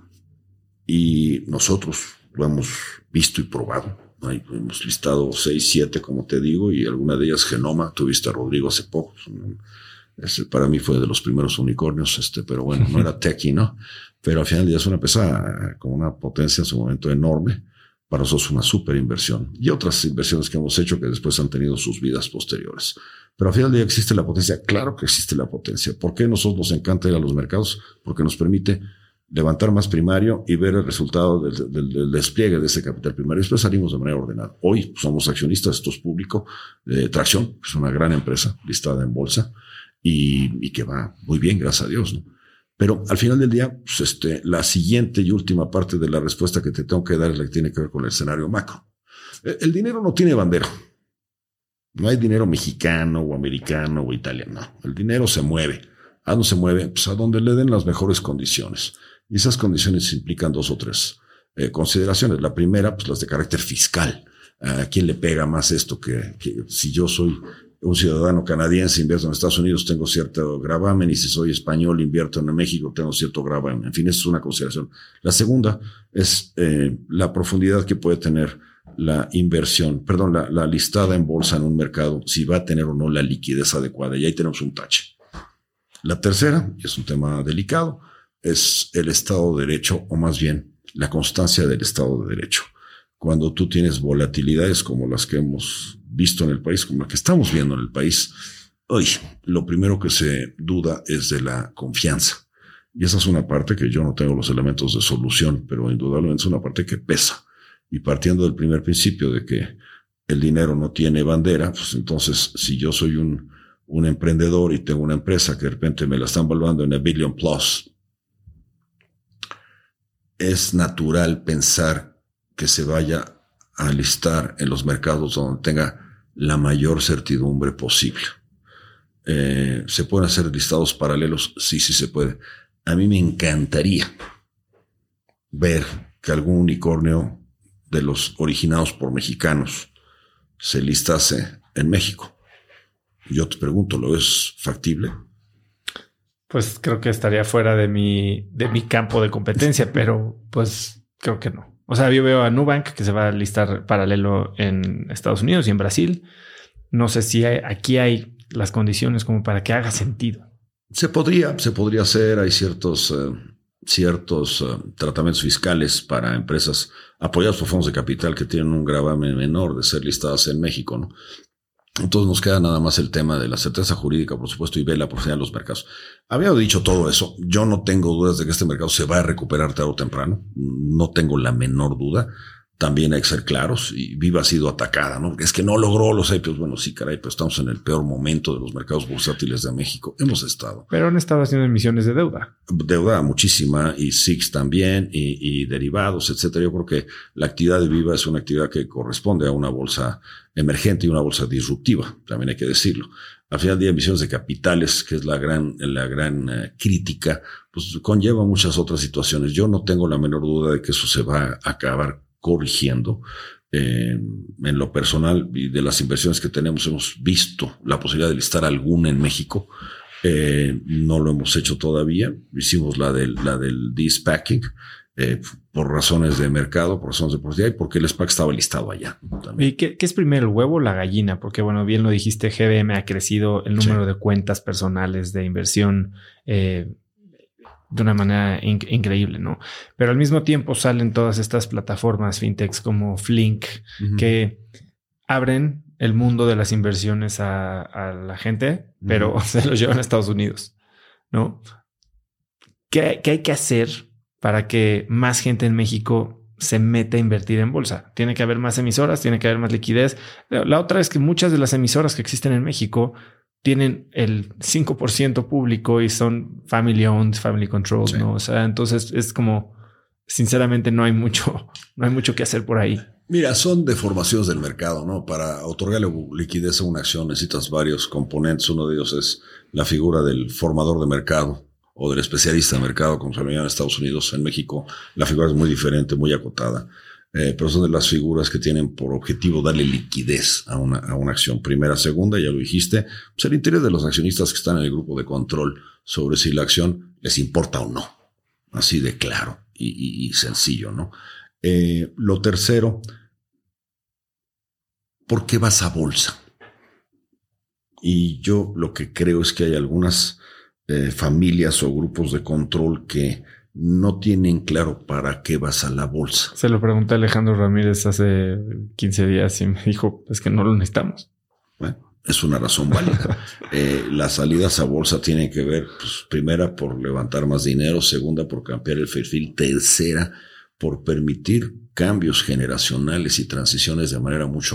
y nosotros lo hemos visto y probado. Hemos listado 6, 7, como te digo, y alguna de ellas Genoma. Tuviste a Rodrigo hace poco. Para mí fue de los primeros unicornios, pero bueno, no era techie, ¿no? Pero al final del día es una empresa con una potencia en su momento enorme. Para nosotros una súper inversión. Y otras inversiones que hemos hecho que después han tenido sus vidas posteriores. Pero al final del día existe la potencia. Claro que existe la potencia. ¿Por qué a nosotros nos encanta ir a los mercados? Porque nos permite levantar más primario y ver el resultado del despliegue de ese capital primario. Y después salimos de manera ordenada. Hoy somos accionistas, esto es público, de Tracción, que es una gran empresa listada en bolsa y que va muy bien, gracias a Dios, ¿no? Pero al final del día, pues la siguiente y última parte de la respuesta que te tengo que dar es la que tiene que ver con el escenario macro. El dinero no tiene bandera. No hay dinero mexicano o americano o italiano. No, el dinero se mueve. ¿A dónde se mueve? Pues a donde le den las mejores condiciones. Y esas condiciones implican 2 o 3 consideraciones. La primera, pues las de carácter fiscal. ¿A quién le pega más esto? Que si yo soy un ciudadano canadiense, invierto en Estados Unidos, tengo cierto gravamen, y si soy español, invierto en México, tengo cierto gravamen. En fin, eso es una consideración. La segunda es la profundidad que puede tener la inversión, la listada en bolsa en un mercado, si va a tener o no la liquidez adecuada. Y ahí tenemos un tache. La tercera, y es un tema delicado, es el Estado de Derecho, o más bien la constancia del Estado de Derecho. Cuando tú tienes volatilidades como las que hemos visto en el país, como la que estamos viendo en el país, hoy lo primero que se duda es de la confianza. Y esa es una parte que yo no tengo los elementos de solución, pero indudablemente es una parte que pesa. Y partiendo del primer principio de que el dinero no tiene bandera, pues entonces si yo soy un emprendedor y tengo una empresa que de repente me la están valuando en $1 billion plus, es natural pensar que se vaya a listar en los mercados donde tenga la mayor certidumbre posible. ¿Se pueden hacer listados paralelos? Sí, sí se puede. A mí me encantaría ver que algún unicornio de los originados por mexicanos se listase en México. Yo te pregunto, ¿lo es factible? Pues creo que estaría fuera de mi campo de competencia, pero pues creo que no. O sea, yo veo a Nubank que se va a listar paralelo en Estados Unidos y en Brasil. No sé si aquí hay las condiciones como para que haga sentido. Se podría hacer. Hay ciertos tratamientos fiscales para empresas apoyadas por fondos de capital que tienen un gravamen menor de ser listadas en México, ¿no? Entonces nos queda nada más el tema de la certeza jurídica, por supuesto, y ver la profundidad de los mercados. Había dicho todo eso. Yo no tengo dudas de que este mercado se va a recuperar tarde o temprano. No tengo la menor duda. También hay que ser claros, y Viva ha sido atacada, ¿no? Es que no logró los IPOs. Bueno, sí, caray, pero estamos en el peor momento de los mercados bursátiles de México. Hemos estado. Pero han estado haciendo emisiones de deuda. Deuda muchísima, y SIX también, y derivados, etcétera. Yo creo que la actividad de Viva es una actividad que corresponde a una bolsa emergente y una bolsa disruptiva, también hay que decirlo. Al final del día, emisiones de capitales, que es la gran crítica, pues conlleva muchas otras situaciones. Yo no tengo la menor duda de que eso se va a acabar corrigiendo. En lo personal y de las inversiones que tenemos, hemos visto la posibilidad de listar alguna en México. No lo hemos hecho todavía. Hicimos la del de-SPACing por razones de mercado, por razones de oportunidad y porque el SPAC estaba listado allá también. ¿Y qué es primero, el huevo o la gallina? Porque, bueno, bien lo dijiste, GBM ha crecido el número de cuentas personales de inversión de una manera increíble, ¿no? Pero al mismo tiempo salen todas estas plataformas fintechs como Flink, que abren el mundo de las inversiones a la gente, pero se los llevan a Estados Unidos, ¿no? ¿Qué hay que hacer para que más gente en México se meta a invertir en bolsa? Tiene que haber más emisoras, tiene que haber más liquidez. La otra es que muchas de las emisoras que existen en México tienen el 5% público y son family owned, family controlled, sí. ¿No? O sea, entonces es como, sinceramente, no hay mucho que hacer por ahí. Mira, son deformaciones del mercado, ¿no? Para otorgarle liquidez a una acción necesitas varios componentes. Uno de ellos es la figura del formador de mercado o del especialista de mercado, como se lo llaman en Estados Unidos. En México la figura es muy diferente, muy acotada. Pero son de las figuras que tienen por objetivo darle liquidez a una acción. Primera, segunda, ya lo dijiste, pues el interés de los accionistas que están en el grupo de control sobre si la acción les importa o no. Así de claro y sencillo, ¿no? Lo tercero, ¿por qué vas a bolsa? Y yo lo que creo es que hay algunas familias o grupos de control que no tienen claro para qué vas a la bolsa. Se lo pregunté a Alejandro Ramírez hace 15 días y me dijo, es que no lo necesitamos. Bueno, es una razón válida. Las salidas a bolsa tienen que ver, pues, primera, por levantar más dinero, segunda, por cambiar el perfil, tercera, por permitir cambios generacionales y transiciones de manera mucho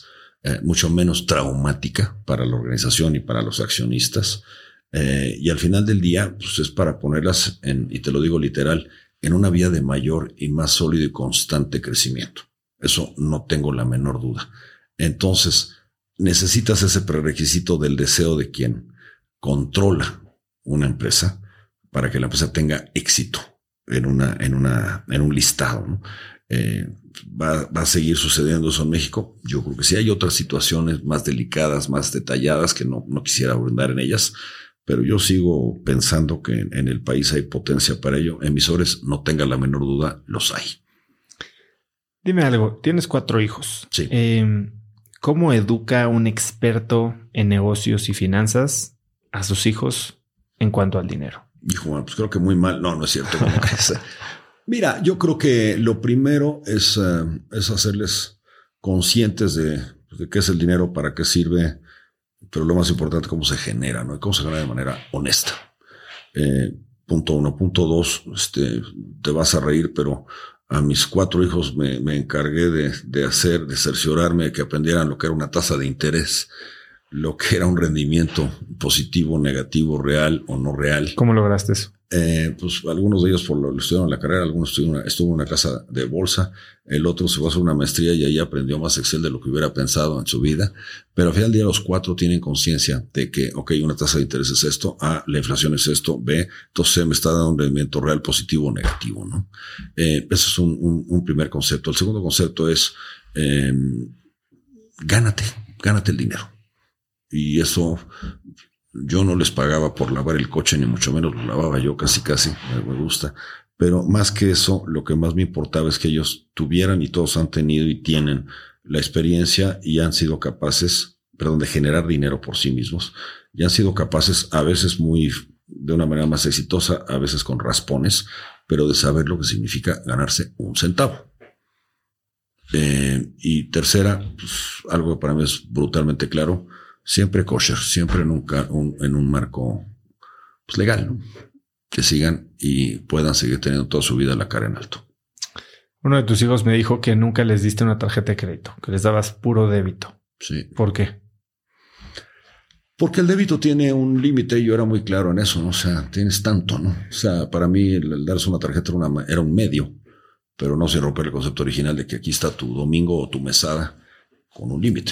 menos traumática para la organización y para los accionistas. Y al final del día, pues es para ponerlas y te lo digo literal, en una vía de mayor y más sólido y constante crecimiento. Eso no tengo la menor duda. Entonces, necesitas ese prerequisito del deseo de quien controla una empresa para que la empresa tenga éxito en un listado, ¿no? ¿Va a seguir sucediendo eso en México? Yo creo que sí. Hay otras situaciones más delicadas, más detalladas que no quisiera abundar en ellas. Pero yo sigo pensando que en el país hay potencia para ello. Emisores, no tenga la menor duda, los hay. Dime algo, tienes 4 hijos. Sí. ¿Cómo educa un experto en negocios y finanzas a sus hijos en cuanto al dinero? Hijo, bueno, pues creo que muy mal. No es cierto. Mira, yo creo que lo primero es hacerles conscientes de qué es el dinero, para qué sirve, pero lo más importante, cómo se genera, ¿no? Y cómo se genera de manera honesta. Punto 1. Punto 2, te vas a reír, pero a mis 4 hijos me encargué de cerciorarme de que aprendieran lo que era una tasa de interés, lo que era un rendimiento positivo, negativo, real o no real. ¿Cómo lograste eso? Pues algunos de ellos lo estudiaron en la carrera, algunos estuvo en una casa de bolsa, el otro se fue a hacer una maestría y ahí aprendió más Excel de lo que hubiera pensado en su vida. Pero al final del día los 4 tienen conciencia de que, una tasa de interés es esto, A, la inflación es esto, B, entonces C me está dando un rendimiento real positivo o negativo, ¿no? Ese es un primer concepto. El segundo concepto es, gánate el dinero. Y eso, yo no les pagaba por lavar el coche, ni mucho menos lo lavaba yo casi, me gusta. Pero más que eso, lo que más me importaba es que ellos tuvieran, y todos han tenido y tienen la experiencia y han sido capaces, de generar dinero por sí mismos. Y han sido capaces, a veces de una manera más exitosa, a veces con raspones, pero de saber lo que significa ganarse un centavo. Y tercera, pues, algo que para mí es brutalmente claro, siempre kosher, siempre en un marco, pues, legal, ¿no? Que sigan y puedan seguir teniendo toda su vida la cara en alto. Uno de tus hijos me dijo que nunca les diste una tarjeta de crédito, que les dabas puro débito. Sí. ¿Por qué? Porque el débito tiene un límite y yo era muy claro en eso, ¿no? O sea, tienes tanto, ¿no? O sea, para mí el darse una tarjeta era un medio, pero no se romper el concepto original de que aquí está tu domingo o tu mesada con un límite.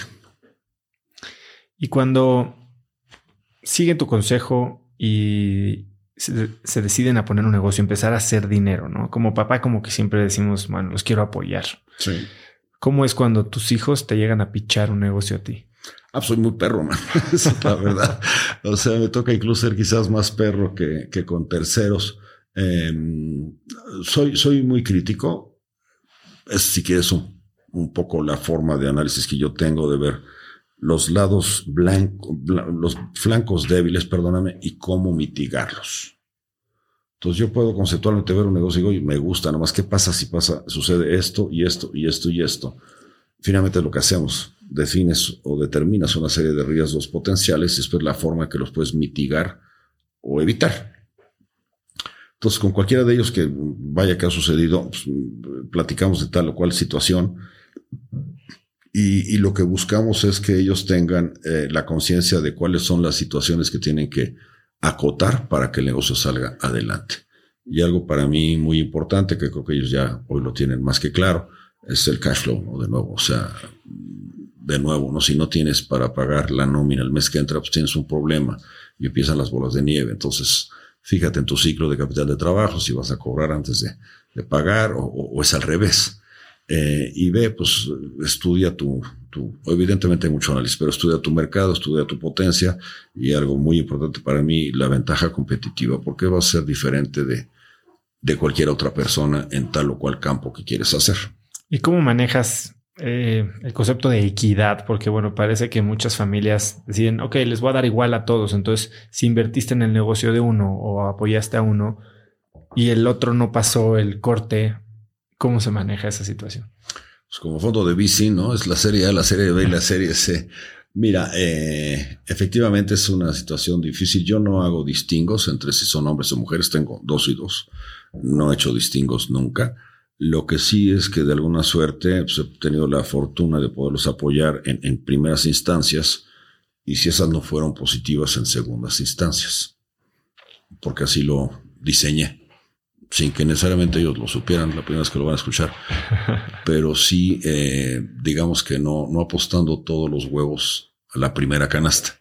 Y cuando siguen tu consejo y se deciden a poner un negocio, empezar a hacer dinero, ¿no? Como papá, como que siempre decimos, bueno, los quiero apoyar. Sí. ¿Cómo es cuando tus hijos te llegan a pichar un negocio a ti? Soy muy perro, man. Esa es la verdad. O sea, me toca incluso ser quizás más perro que con terceros. Soy muy crítico. Es, si quieres, un poco la forma de análisis que yo tengo de ver los lados los flancos débiles, perdóname, y cómo mitigarlos. Entonces yo puedo conceptualmente ver un negocio y digo, oye, me gusta, nomás qué pasa si sucede esto y esto y esto y esto. Finalmente lo que hacemos, defines o determinas una serie de riesgos potenciales y después la forma en que los puedes mitigar o evitar. Entonces, con cualquiera de ellos que vaya que ha sucedido, pues, platicamos de tal o cual situación y lo que buscamos es que ellos tengan la conciencia de cuáles son las situaciones que tienen que acotar para que el negocio salga adelante. Y algo para mí muy importante, que creo que ellos ya hoy lo tienen más que claro, es el cash flow, ¿no? De nuevo, o sea, de nuevo, ¿no? Si no tienes para pagar la nómina el mes que entra, pues tienes un problema y empiezan las bolas de nieve. Entonces, fíjate en tu ciclo de capital de trabajo, si vas a cobrar antes de pagar o es al revés. Y ve, pues, estudia evidentemente hay mucho análisis, pero estudia tu mercado, estudia tu potencia y algo muy importante para mí, la ventaja competitiva, porque va a ser diferente de cualquier otra persona en tal o cual campo que quieres hacer. ¿Y cómo manejas el concepto de equidad? Porque, bueno, parece que muchas familias deciden, ok, les voy a dar igual a todos. Entonces, si invertiste en el negocio de uno o apoyaste a uno y el otro no pasó el corte, ¿cómo se maneja esa situación? Pues como fondo de VC, ¿no? Es la serie A, la serie B y la serie C. Mira, efectivamente es una situación difícil. Yo no hago distingos entre si son hombres o mujeres. Tengo 2 y 2. No he hecho distingos nunca. Lo que sí es que de alguna suerte pues, he tenido la fortuna de poderlos apoyar en primeras instancias y si esas no fueron positivas en segundas instancias. Porque así lo diseñé. Sin que necesariamente ellos lo supieran, la primera vez que lo van a escuchar, pero sí, digamos que no apostando todos los huevos a la primera canasta.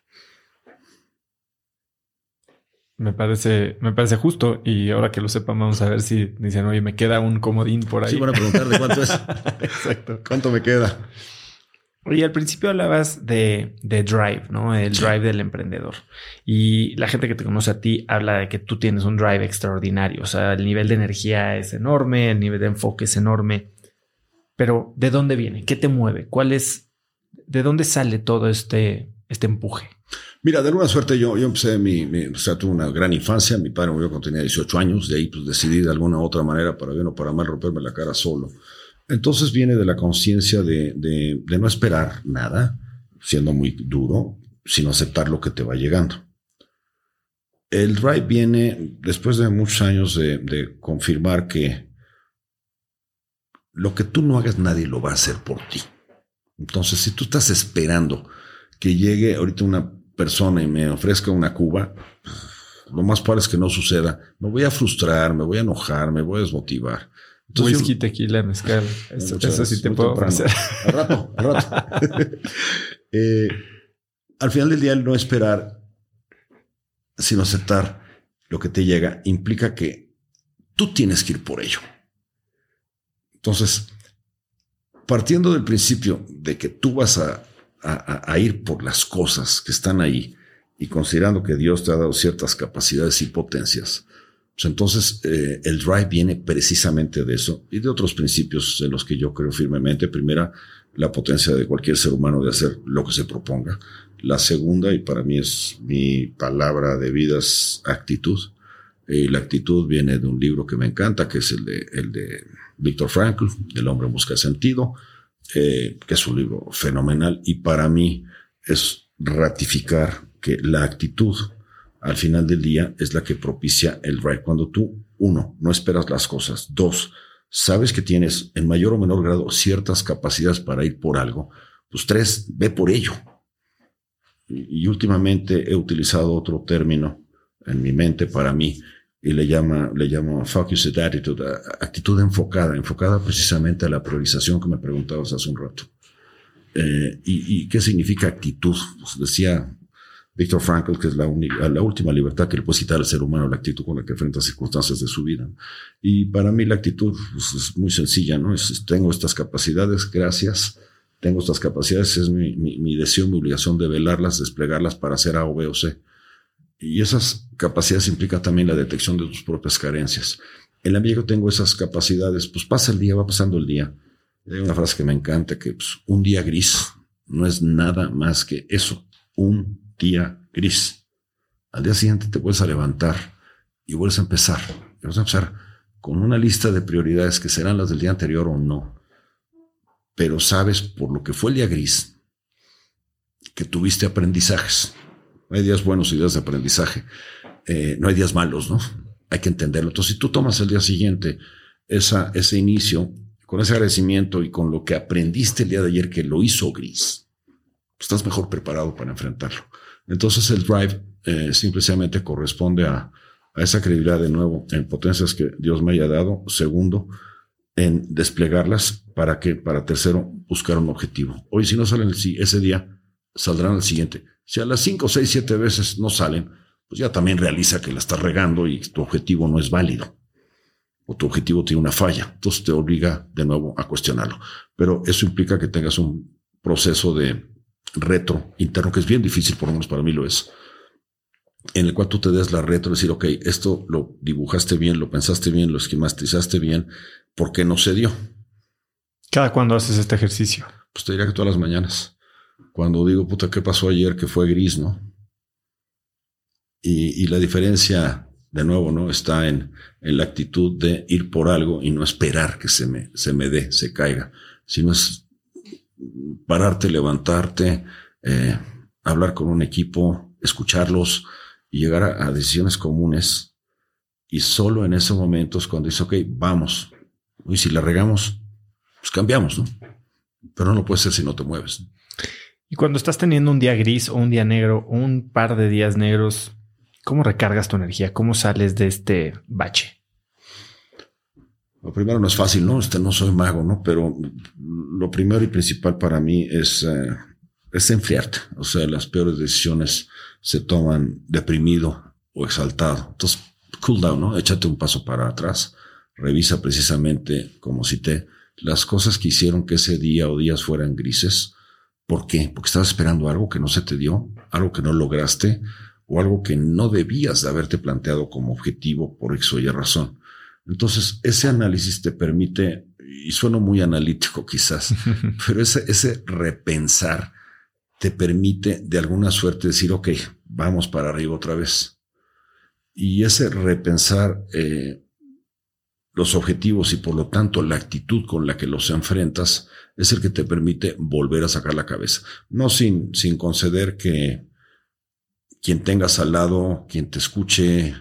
Me parece justo y ahora que lo sepan vamos a ver si dicen, oye, me queda un comodín por ahí. Sí, van a preguntar de cuánto es. Exacto. ¿Cuánto me queda? Oye, al principio hablabas de drive, ¿no? El drive del emprendedor. Y la gente que te conoce a ti habla de que tú tienes un drive extraordinario. O sea, el nivel de energía es enorme, el nivel de enfoque es enorme. Pero, ¿de dónde viene? ¿Qué te mueve? ¿De dónde sale todo este empuje? Mira, de alguna suerte yo empecé o sea, tuve una gran infancia. Mi padre murió cuando tenía 18 años. De ahí pues decidí de alguna u otra manera, para bien o para mal, romperme la cara solo. Entonces viene de la conciencia de no esperar nada, siendo muy duro, sino aceptar lo que te va llegando. El drive viene después de muchos años de confirmar que lo que tú no hagas nadie lo va a hacer por ti. Entonces, si tú estás esperando que llegue ahorita una persona y me ofrezca una cuba, lo más probable es que no suceda. Me voy a frustrar, me voy a enojar, me voy a desmotivar. Entonces, whisky, tequila, mezcal. Eso sí te puedo ofrecer. Al rato. Al final del día, el no esperar, sino aceptar lo que te llega, implica que tú tienes que ir por ello. Entonces, partiendo del principio de que tú vas a ir por las cosas que están ahí y considerando que Dios te ha dado ciertas capacidades y potencias, pues entonces el drive viene precisamente de eso y de otros principios en los que yo creo firmemente. Primera, la potencia de cualquier ser humano de hacer lo que se proponga. La segunda, y para mí es mi palabra de vida, es actitud. La actitud viene de un libro que me encanta, que es el de Viktor Frankl, El hombre en busca de sentido, que es un libro fenomenal y para mí es ratificar que la actitud al final del día es la que propicia el drive. Cuando tú, 1, no esperas las cosas, 2, sabes que tienes en mayor o menor grado ciertas capacidades para ir por algo, pues 3, ve por ello. Y últimamente he utilizado otro término en mi mente para mí y le llamo focused attitude, actitud enfocada precisamente a la priorización que me preguntabas hace un rato. ¿Y qué significa actitud? Pues decía Viktor Frankl, que es la última libertad que le puede quitar al ser humano, la actitud con la que enfrenta circunstancias de su vida. Y para mí la actitud pues, es muy sencilla, ¿no? Tengo estas capacidades, gracias. Tengo estas capacidades, es mi deseo, mi obligación de velarlas, desplegarlas para hacer A o B o C. Y esas capacidades implican también la detección de tus propias carencias. En la medida que tengo esas capacidades, pues pasa el día, va pasando el día. Hay una frase que me encanta, que pues, un día gris no es nada más que eso, un día gris. Al día siguiente te vuelves a levantar y vuelves a empezar. Y vas a empezar con una lista de prioridades que serán las del día anterior o no. Pero sabes, por lo que fue el día gris, que tuviste aprendizajes. Hay días buenos y días de aprendizaje. No hay días malos, ¿no? Hay que entenderlo. Entonces, si tú tomas el día siguiente ese inicio, con ese agradecimiento y con lo que aprendiste el día de ayer que lo hizo gris, estás mejor preparado para enfrentarlo. Entonces, el drive simplemente corresponde a esa credibilidad, de nuevo, en potencias que Dios me haya dado. Segundo, en desplegarlas. ¿Para qué? Para tercero, buscar un objetivo. Hoy, si no salen ese día, saldrán al siguiente. Si a las 5, 6, 7 veces no salen, pues ya también realiza que la estás regando y tu objetivo no es válido. O tu objetivo tiene una falla. Entonces te obliga de nuevo a cuestionarlo. Pero eso implica que tengas un proceso de retro interno, que es bien difícil, por lo menos para mí lo es, en el cual tú te des la retro, decir, ok, esto lo dibujaste bien, lo pensaste bien, lo esquematizaste bien, ¿por qué no se dio? ¿Cada cuándo haces este ejercicio? Pues te diría que todas las mañanas. Cuando digo, puta, ¿qué pasó ayer que fue gris, no? Y la diferencia, de nuevo, ¿no? Está en la actitud de ir por algo y no esperar que se me dé, se caiga, sino es pararte, levantarte, hablar con un equipo, escucharlos y llegar a decisiones comunes. Y solo en esos momentos cuando dices, ok, vamos. Y si la regamos, pues cambiamos, ¿no? Pero no lo puedes hacer si no te mueves, ¿no? Y cuando estás teniendo un día gris o un día negro o un par de días negros, ¿cómo recargas tu energía? ¿Cómo sales de este bache? Lo primero no es fácil, ¿no? No soy mago, ¿no? Pero lo primero y principal para mí es enfriarte. O sea, las peores decisiones se toman deprimido o exaltado. Entonces, cool down, ¿no? Échate un paso para atrás. Revisa precisamente, como cité, las cosas que hicieron que ese día o días fueran grises. ¿Por qué? Porque estabas esperando algo que no se te dio, algo que no lograste o algo que no debías de haberte planteado como objetivo por X o Y razón. Entonces, ese análisis te permite, y sueno muy analítico quizás, pero ese repensar te permite de alguna suerte decir, ok, vamos para arriba otra vez. Y ese repensar los objetivos y por lo tanto la actitud con la que los enfrentas es el que te permite volver a sacar la cabeza. No sin conceder que quien tengas al lado, quien te escuche,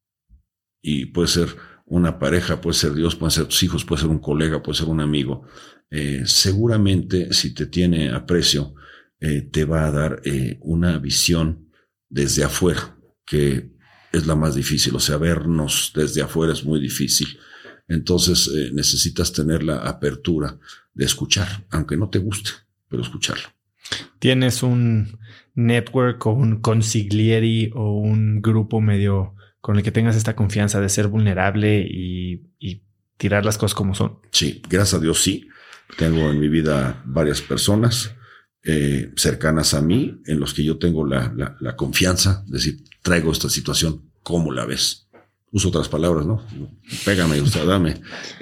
y puede ser una pareja, puede ser Dios, pueden ser tus hijos, puede ser un colega, puede ser un amigo, seguramente si te tiene aprecio, te va a dar una visión desde afuera, que es la más difícil. O sea, vernos desde afuera es muy difícil. Entonces necesitas tener la apertura de escuchar, aunque no te guste, pero escucharlo. ¿Tienes un network o un consiglieri o un grupo medio con el que tengas esta confianza de ser vulnerable y tirar las cosas como son? Sí, gracias a Dios sí. Tengo en mi vida varias personas cercanas a mí en los que yo tengo la confianza de decir, traigo esta situación, ¿cómo la ves? Uso otras palabras, ¿no? Pégame, usted, dame.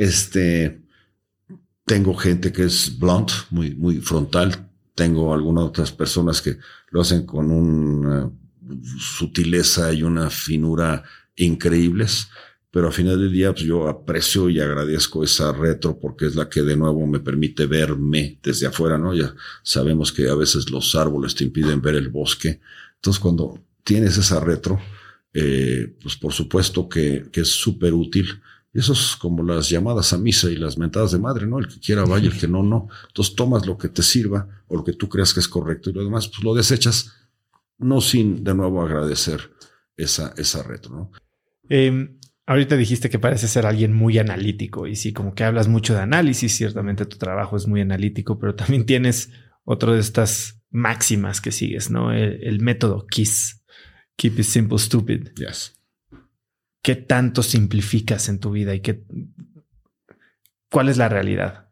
Tengo gente que es blunt, muy, muy frontal. Tengo algunas otras personas que lo hacen con una sutileza y una finura increíbles. Pero al final del día, pues yo aprecio y agradezco esa retro porque es la que de nuevo me permite verme desde afuera, ¿no? Ya sabemos que a veces los árboles te impiden ver el bosque. Entonces, cuando tienes esa retro, pues por supuesto que es súper útil. Y eso es como las llamadas a misa y las mentadas de madre, ¿no? El que quiera vaya, el que no, no. Entonces tomas lo que te sirva o lo que tú creas que es correcto y lo demás, pues lo desechas, no sin de nuevo agradecer esa retro, ¿no? Ahorita dijiste que pareces ser alguien muy analítico y sí, como que hablas mucho de análisis. Ciertamente tu trabajo es muy analítico, pero también tienes otro de estas máximas que sigues, ¿no? El método KISS. Keep it simple, stupid. Yes. ¿Qué tanto simplificas en tu vida y cuál es la realidad?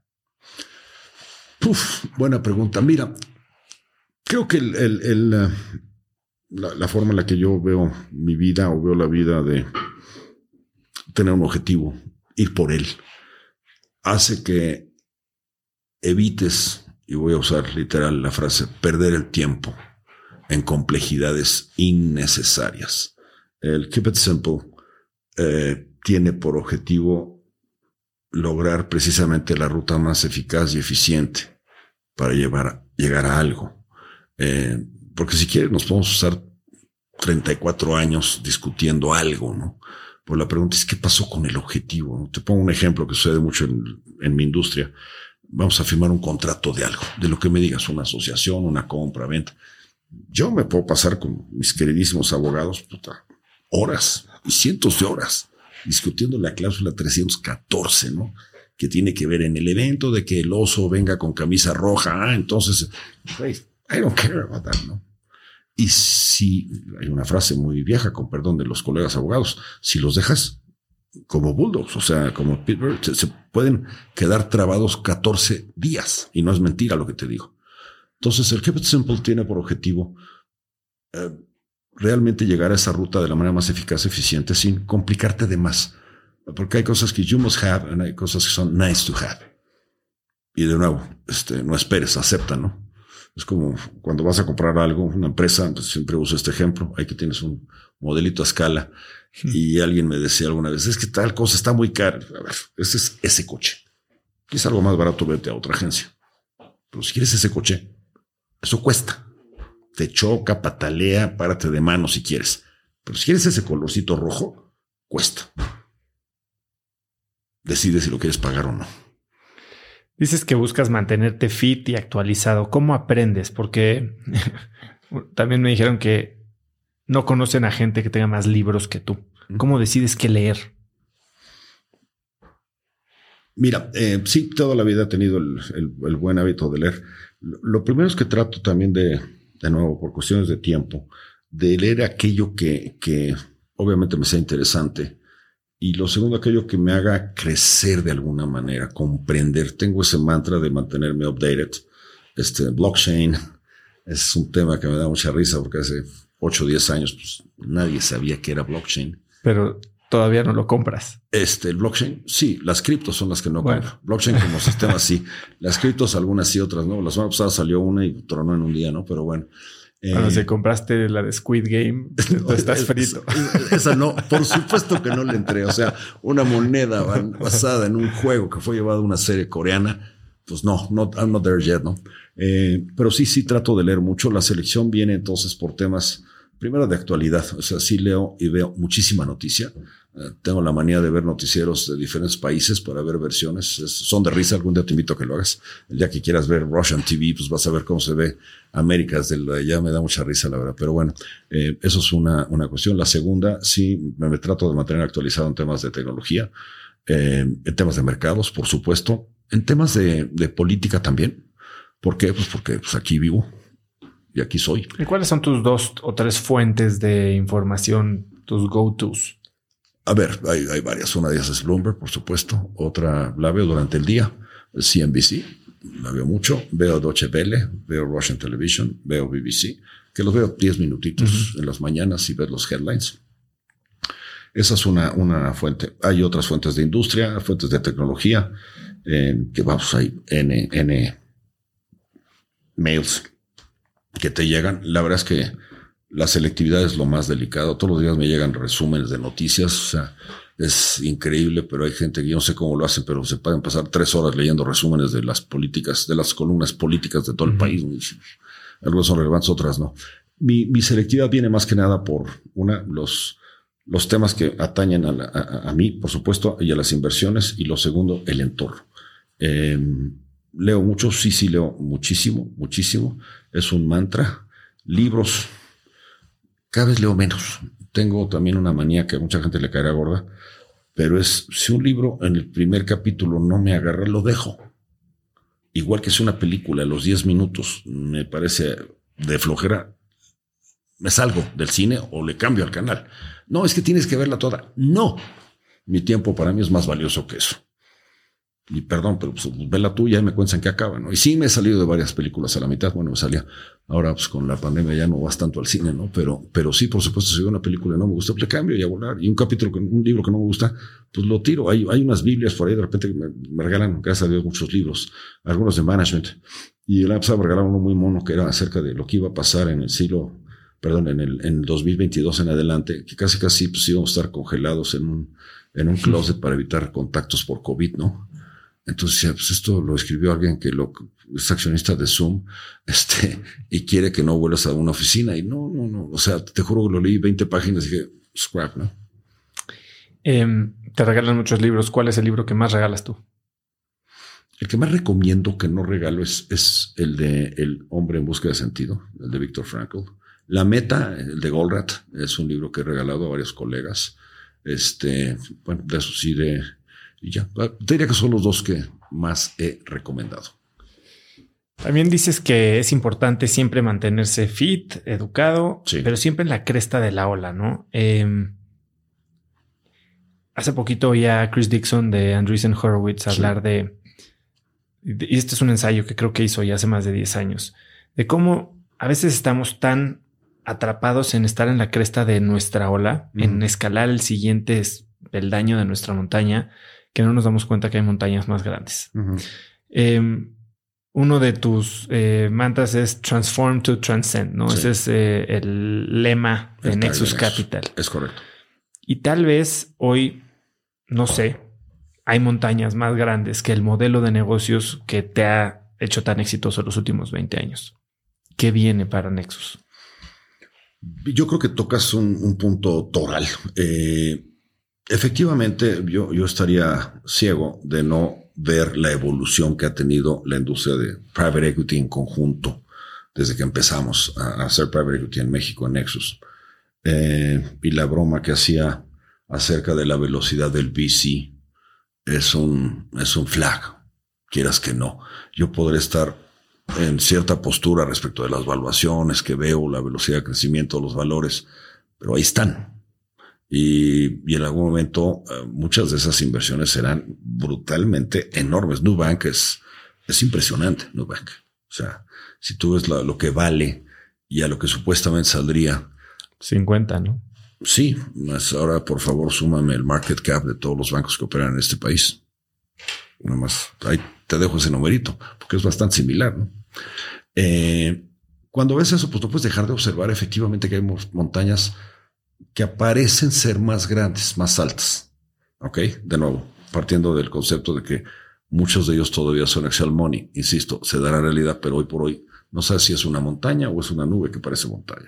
Buena pregunta. Mira, creo que la forma en la que yo veo mi vida o veo la vida de tener un objetivo, ir por él, hace que evites, y voy a usar literal la frase, perder el tiempo en complejidades innecesarias. El Keep It Simple tiene por objetivo lograr precisamente la ruta más eficaz y eficiente para llegar a algo. Porque si quieres nos podemos usar 34 años discutiendo algo, ¿no? Pues la pregunta es, ¿qué pasó con el objetivo? ¿No? Te pongo un ejemplo que sucede mucho en mi industria. Vamos a firmar un contrato de algo, de lo que me digas, una asociación, una compra, venta. Yo me puedo pasar con mis queridísimos abogados, horas y cientos de horas discutiendo la cláusula 314, ¿no? Que tiene que ver en el evento de que el oso venga con camisa roja. Entonces, I don't care about that, ¿no? Y si hay una frase muy vieja, con perdón de los colegas abogados, si los dejas como bulldogs, o sea, como Pittsburgh, se pueden quedar trabados 14 días. Y no es mentira lo que te digo. Entonces, el Keep It Simple tiene por objetivo realmente llegar a esa ruta de la manera más eficaz y eficiente sin complicarte de más. Porque hay cosas que you must have y hay cosas que son nice to have. Y de nuevo, no esperes, acepta, ¿no? Es como cuando vas a comprar algo, una empresa, entonces siempre uso este ejemplo, ahí que tienes un modelito a escala y alguien me decía alguna vez, es que tal cosa está muy cara. A ver, ese es ese coche. Si es algo más barato, vete a otra agencia. Pero si quieres ese coche, eso cuesta. Te choca, patalea, párate de mano si quieres. Pero si quieres ese colorcito rojo, cuesta. Decide si lo quieres pagar o no. Dices que buscas mantenerte fit y actualizado. ¿Cómo aprendes? Porque también me dijeron que no conocen a gente que tenga más libros que tú. ¿Cómo decides qué leer? Mira, sí, toda la vida he tenido el buen hábito de leer. Lo primero es que trato también de nuevo, por cuestiones de tiempo, de leer aquello que obviamente me sea interesante. Y lo segundo, aquello que me haga crecer de alguna manera, comprender. Tengo ese mantra de mantenerme updated. Blockchain es un tema que me da mucha risa porque hace 8 o 10 años pues, nadie sabía que era blockchain. Pero todavía no lo compras. El blockchain, sí, las criptos son las que no compro. Blockchain como sistema, sí. Las criptos, algunas sí, otras no. La semana pasada salió una y tronó en un día, ¿no? Pero bueno. Bueno, si compraste la de Squid Game, no, estás frito. Esa no, por supuesto que no le entré. O sea, una moneda basada en un juego que fue llevado a una serie coreana, pues no, I'm not there yet, ¿no? Pero sí trato de leer mucho. La selección viene entonces por temas, primero de actualidad. O sea, sí leo y veo muchísima noticia. Tengo la manía de ver noticieros de diferentes países para ver versiones. Son de risa, algún día te invito a que lo hagas. El día que quieras ver Russian TV, pues vas a ver cómo se ve América desde allá. Me da mucha risa, la verdad. Pero bueno, eso es una cuestión. La segunda, sí, me trato de mantener actualizado en temas de tecnología, en temas de mercados, por supuesto, en temas de política también. ¿Por qué? Pues porque aquí vivo y aquí soy. ¿Y cuáles son tus 2 o 3 fuentes de información, tus go-tos? A ver, hay varias. Una de ellas es Bloomberg, por supuesto. Otra la veo durante el día. CNBC, la veo mucho. Veo Deutsche Welle, veo Russian Television, veo BBC, que los veo 10 minutitos en las mañanas y ver los headlines. Esa es una fuente. Hay otras fuentes de industria, fuentes de tecnología, que vamos, hay N mails que te llegan. La verdad es que la selectividad es lo más delicado. Todos los días me llegan resúmenes de noticias. O sea, es increíble, pero hay gente que yo no sé cómo lo hacen, pero se pueden pasar 3 horas leyendo resúmenes de las políticas, de las columnas políticas de todo el país. Algunas son relevantes, otras no. Mi selectividad viene más que nada por los temas que atañen a mí, por supuesto, y a las inversiones. Y lo segundo, el entorno. Leo mucho, sí, leo muchísimo. Es un mantra. Libros, cada vez leo menos. Tengo también una manía que a mucha gente le caerá gorda, pero si un libro en el primer capítulo no me agarra, lo dejo. Igual que si una película a los 10 minutos me parece de flojera, me salgo del cine o le cambio al canal. No, es que tienes que verla toda. No, mi tiempo para mí es más valioso que eso. Y perdón, pero pues, ve la tuya y me cuentan que acaba, ¿no? Y sí me he salido de varias películas a la mitad. Bueno, me salía ahora pues con la pandemia ya no vas tanto al cine, ¿no? Pero sí, por supuesto, si veo una película y no me gusta, pues le cambio y a volar. Y un libro que no me gusta, pues lo tiro. Hay unas Biblias por ahí, de repente me regalan, gracias a Dios, muchos libros, algunos de management. Y el año pasado me regalaron uno muy mono que era acerca de lo que iba a pasar en el 2022 en adelante, que casi pues íbamos a estar congelados en un closet para evitar contactos por COVID, ¿no? Entonces, pues esto lo escribió alguien que es accionista de Zoom, y quiere que no vuelvas a una oficina. Y no. O sea, te juro que lo leí 20 páginas y dije, scrap, ¿no? Te regalan muchos libros. ¿Cuál es el libro que más regalas tú? El que más recomiendo que no regalo es el de El hombre en busca de sentido, el de Viktor Frankl. La meta, el de Goldratt, es un libro que he regalado a varios colegas. Bueno, de eso sí, y ya. Te diría que son los dos que más he recomendado. También dices que es importante siempre mantenerse fit, educado, sí, pero siempre en la cresta de la ola, ¿no? Hace poquito oí a Chris Dixon de Andreessen Horowitz hablar y este es un ensayo que creo que hizo ya hace más de 10 años, de cómo a veces estamos tan atrapados en estar en la cresta de nuestra ola, en escalar el siguiente peldaño de nuestra montaña, que no nos damos cuenta que hay montañas más grandes. Uno de tus mantras es Transform to Transcend, ¿no? Sí. Ese es el lema de Nexus Capital. Es correcto. Y tal vez hoy, no sé, hay montañas más grandes que el modelo de negocios que te ha hecho tan exitoso los últimos 20 años. ¿Qué viene para Nexus? Yo creo que tocas un punto toral. Efectivamente, yo estaría ciego de no ver la evolución que ha tenido la industria de private equity en conjunto desde que empezamos a hacer private equity en México, en Nexus. Y la broma que hacía acerca de la velocidad del VC es un flag, quieras que no. Yo podré estar en cierta postura respecto de las valuaciones que veo, la velocidad de crecimiento, los valores, pero ahí están. Y en algún momento muchas de esas inversiones serán brutalmente enormes. Nubank es impresionante, Nubank. O sea, si tú ves lo que vale y a lo que supuestamente saldría 50, ¿no? Sí, ahora por favor súmame el market cap de todos los bancos que operan en este país. Nada más, ahí te dejo ese numerito, porque es bastante similar, ¿no? Cuando ves eso, pues no puedes dejar de observar efectivamente que hay montañas que aparecen ser más grandes, más altas. ¿Ok? De nuevo, partiendo del concepto de que muchos de ellos todavía son Excel money. Insisto, se dará realidad, pero hoy por hoy no sabes si es una montaña o es una nube que parece montaña.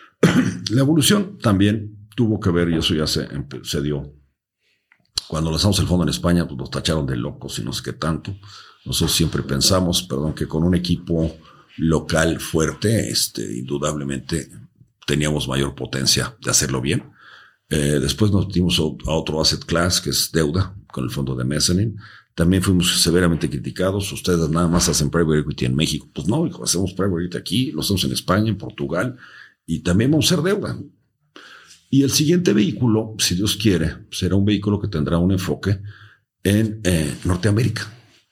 La evolución también tuvo que ver, y eso ya se dio. Cuando lanzamos el fondo en España, pues nos tacharon de locos y no sé qué tanto. Nosotros siempre pensamos, que con un equipo local fuerte, indudablemente teníamos mayor potencia de hacerlo bien. Después nos dimos a otro asset class, que es deuda, con el fondo de mezzanine. También fuimos severamente criticados. Ustedes nada más hacen private equity en México. Pues no, hijo, hacemos private equity aquí, lo hacemos en España, en Portugal, y también vamos a hacer deuda. Y el siguiente vehículo, si Dios quiere, será un vehículo que tendrá un enfoque en Norteamérica.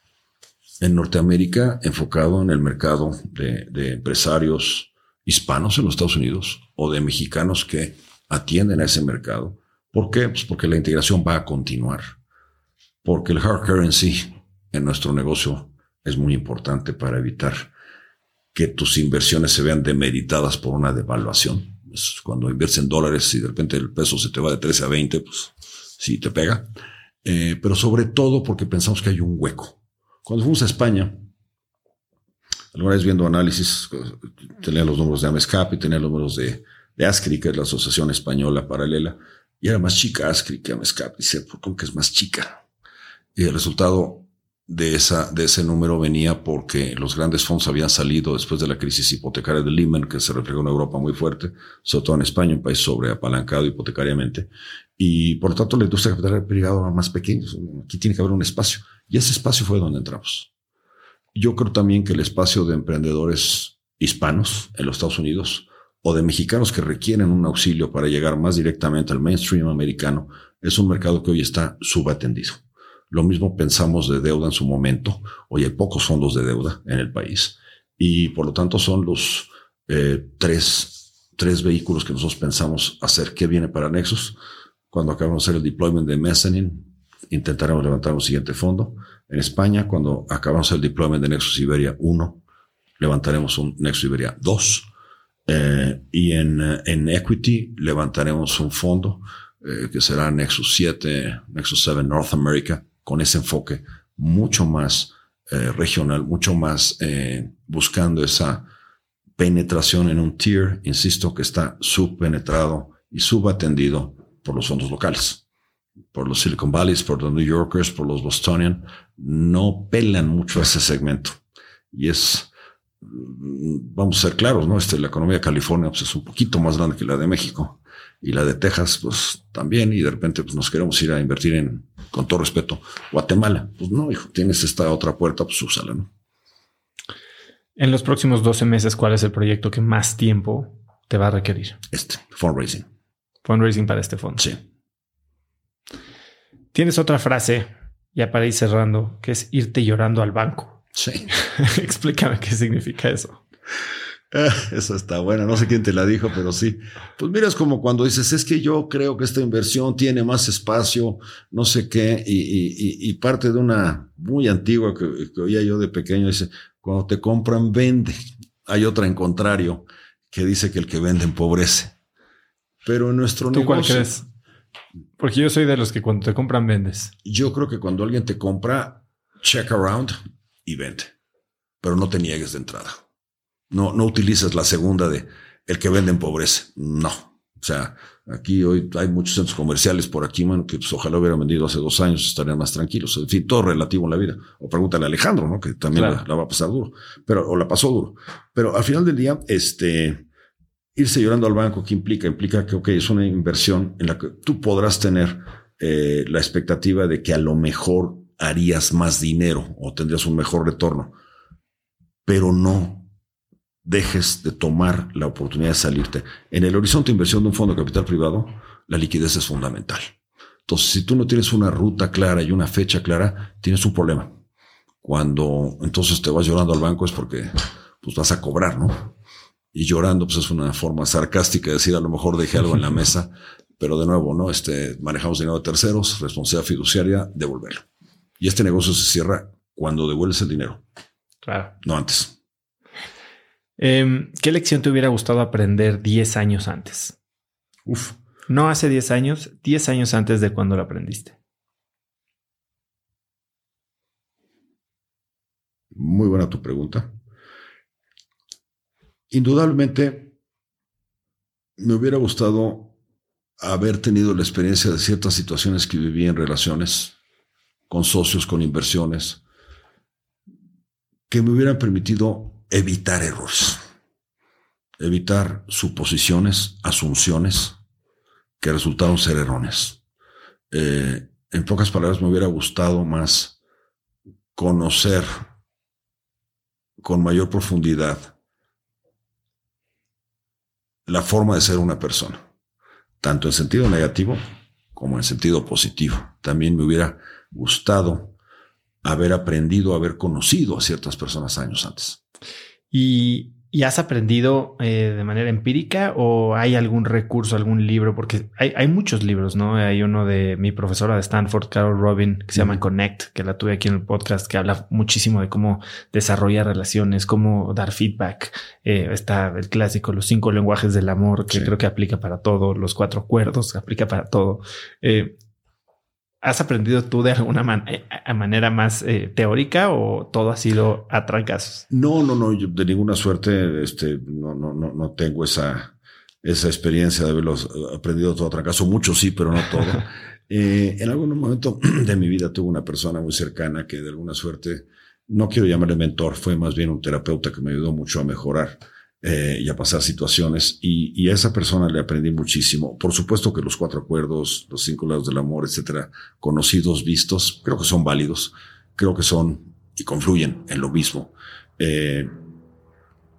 En Norteamérica, enfocado en el mercado de empresarios hispanos en los Estados Unidos o de mexicanos que atienden a ese mercado. ¿Por qué? Pues porque la integración va a continuar. Porque el hard currency en nuestro negocio es muy importante para evitar que tus inversiones se vean demeritadas por una devaluación. Pues cuando inviertes en dólares y de repente el peso se te va de 13 a 20, pues sí te pega. Pero sobre todo porque pensamos que hay un hueco. Cuando fuimos a España, alguna vez viendo análisis, tenía los números de Amescap y tenía los números de ASCRI, que es la Asociación Española Paralela, y era más chica ASCRI que Amescap. Dice, ¿por qué que es más chica? Y el resultado de ese número venía porque los grandes fondos habían salido después de la crisis hipotecaria de Lehman, que se reflejó en Europa muy fuerte, sobre todo en España, un país sobreapalancado hipotecariamente. Y por lo tanto la industria capital privada era más pequeña. Aquí tiene que haber un espacio. Y ese espacio fue donde entramos. Yo creo también que el espacio de emprendedores hispanos en los Estados Unidos o de mexicanos que requieren un auxilio para llegar más directamente al mainstream americano, es un mercado que hoy está subatendido. Lo mismo pensamos de deuda en su momento. Hoy hay pocos fondos de deuda en el país y por lo tanto son los tres vehículos que nosotros pensamos hacer. ¿Qué viene para Nexus? Cuando acabamos de hacer el deployment de Mezzanine, intentaremos levantar un siguiente fondo. En España, cuando acabamos el deployment de Nexus Iberia 1, levantaremos un Nexus Iberia 2. Y en Equity levantaremos un fondo que será Nexus 7, Nexus 7 North America, con ese enfoque mucho más regional, mucho más buscando esa penetración en un tier, insisto, que está subpenetrado y subatendido por los fondos locales, por los Silicon Valleys, por los New Yorkers, por los Bostonian. No pelan mucho a ese segmento. Y vamos a ser claros, ¿no? La economía de California pues, es un poquito más grande que la de México. Y la de Texas, pues también, y de repente pues, nos queremos ir a invertir con todo respeto, Guatemala. Pues no, hijo, tienes esta otra puerta, pues úsala, ¿no? En los próximos 12 meses, ¿cuál es el proyecto que más tiempo te va a requerir? Fundraising. Fundraising para este fondo. Sí. Tienes otra frase, ya para ir cerrando, que es irte llorando al banco. Sí. Explícame qué significa eso. Eso está buena. No sé quién te la dijo, pero sí. Pues mira, es como cuando dices, es que yo creo que esta inversión tiene más espacio, no sé qué, y parte de una muy antigua que oía yo de pequeño, dice, cuando te compran, vende. Hay otra en contrario que dice que el que vende empobrece. Pero en nuestro negocio... ¿Tú cuál crees? Porque yo soy de los que cuando te compran, vendes. Yo creo que cuando alguien te compra, check around y vende. Pero no te niegues de entrada. No utilices la segunda de el que vende empobrece. No. O sea, aquí hoy hay muchos centros comerciales por aquí, mano, que pues, ojalá hubieran vendido hace 2 años, estarían más tranquilos. En fin, todo relativo en la vida. O pregúntale a Alejandro, ¿no? Que también claro. la va a pasar duro. O la pasó duro. Pero al final del día, irse llorando al banco, ¿qué implica? Implica que, ok, es una inversión en la que tú podrás tener la expectativa de que a lo mejor harías más dinero o tendrías un mejor retorno. Pero no dejes de tomar la oportunidad de salirte. En el horizonte de inversión de un fondo de capital privado, la liquidez es fundamental. Entonces, si tú no tienes una ruta clara y una fecha clara, tienes un problema. Cuando entonces te vas llorando al banco es porque pues vas a cobrar, ¿no? Y llorando pues es una forma sarcástica de decir a lo mejor dejé algo en la mesa, pero de nuevo, ¿no? Manejamos dinero de terceros, responsabilidad fiduciaria, devolverlo. Y este negocio se cierra cuando devuelves el dinero. Claro. No antes. ¿Qué lección te hubiera gustado aprender 10 años antes? No hace 10 años, 10 años antes de cuando lo aprendiste. Muy buena tu pregunta. Indudablemente me hubiera gustado haber tenido la experiencia de ciertas situaciones que viví en relaciones con socios, con inversiones, que me hubieran permitido evitar errores, evitar suposiciones, asunciones que resultaron ser erróneas. En pocas palabras, me hubiera gustado más conocer con mayor profundidad la forma de ser una persona, tanto en sentido negativo como en sentido positivo. También me hubiera gustado haber aprendido, haber conocido a ciertas personas años antes. ¿Y has aprendido de manera empírica o hay algún recurso, algún libro? Porque hay muchos libros, ¿no? Hay uno de mi profesora de Stanford, Carol Robin, que se llama Connect, que la tuve aquí en el podcast, que habla muchísimo de cómo desarrollar relaciones, cómo dar feedback. Está el clásico, los 5 lenguajes del amor, que creo que aplica para todo, los 4 acuerdos, que aplica para todo. ¿Has aprendido tú de alguna manera más teórica o todo ha sido a trancazos? No. Yo de ninguna suerte no tengo esa experiencia de haberlos aprendido todo a trancazo. Mucho sí, pero no todo. En algún momento de mi vida tuve una persona muy cercana que de alguna suerte, no quiero llamarle mentor, fue más bien un terapeuta que me ayudó mucho a mejorar y a pasar situaciones, y a esa persona le aprendí muchísimo. Por supuesto que los 4 acuerdos, los 5 lados del amor, etcétera, conocidos, vistos, creo que son válidos, creo que son y confluyen en lo mismo.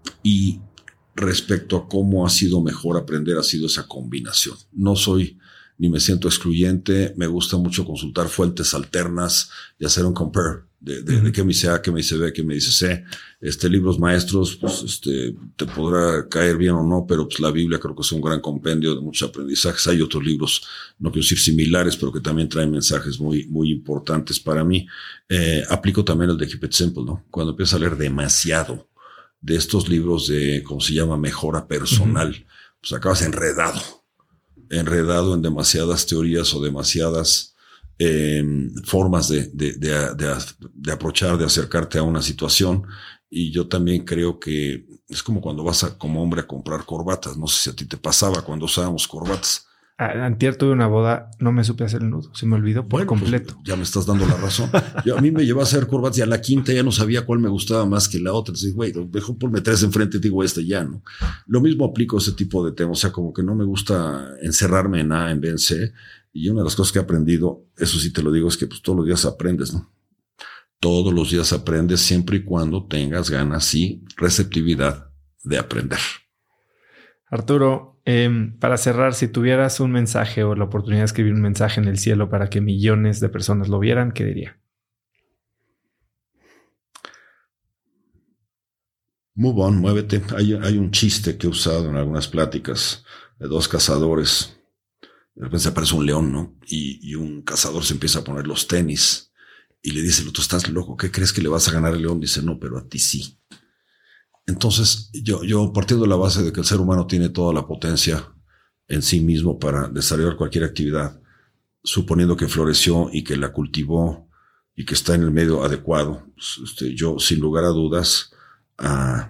Y respecto a cómo ha sido mejor aprender, ha sido esa combinación. No soy ni me siento excluyente, me gusta mucho consultar fuentes alternas y hacer un compare de qué me dice A, qué me dice B, qué me dice C. Libros maestros, pues te podrá caer bien o no, pero pues la Biblia creo que es un gran compendio de muchos aprendizajes. Hay otros libros, no quiero decir similares, pero que también traen mensajes muy, muy importantes para mí. Aplico también el de Keep It Simple, ¿no? Cuando empiezo a leer demasiado de estos libros de, ¿cómo se llama?, mejora personal, pues acabas enredado en demasiadas teorías o demasiadas formas de approachar, de acercarte a una situación. Y yo también creo que es como cuando vas como hombre a comprar corbatas. No sé si a ti te pasaba cuando usábamos corbatas. Antier tuve una boda, no me supe hacer el nudo, se me olvidó por completo. Pues ya me estás dando la razón. A mí me llevó a hacer corbatas y a la quinta ya no sabía cuál me gustaba más que la otra. Entonces, güey, mejor ponme tres enfrente, digo ya, ¿no? Lo mismo aplico a ese tipo de temas. O sea, como que no me gusta encerrarme en A, en B, en C. Y una de las cosas que he aprendido, eso sí te lo digo, es que pues todos los días aprendes, ¿no? Todos los días aprendes siempre y cuando tengas ganas y receptividad de aprender. Arturo, para cerrar, si tuvieras un mensaje o la oportunidad de escribir un mensaje en el cielo para que millones de personas lo vieran, ¿qué diría? Move on, muévete. Hay un chiste que he usado en algunas pláticas de dos cazadores. De repente se aparece un león, ¿no? Y un cazador se empieza a poner los tenis y le dice, tú estás loco, ¿qué crees que le vas a ganar al león? Dice, no, pero a ti sí. Entonces, yo partiendo de la base de que el ser humano tiene toda la potencia en sí mismo para desarrollar cualquier actividad, suponiendo que floreció y que la cultivó y que está en el medio adecuado, yo sin lugar a dudas a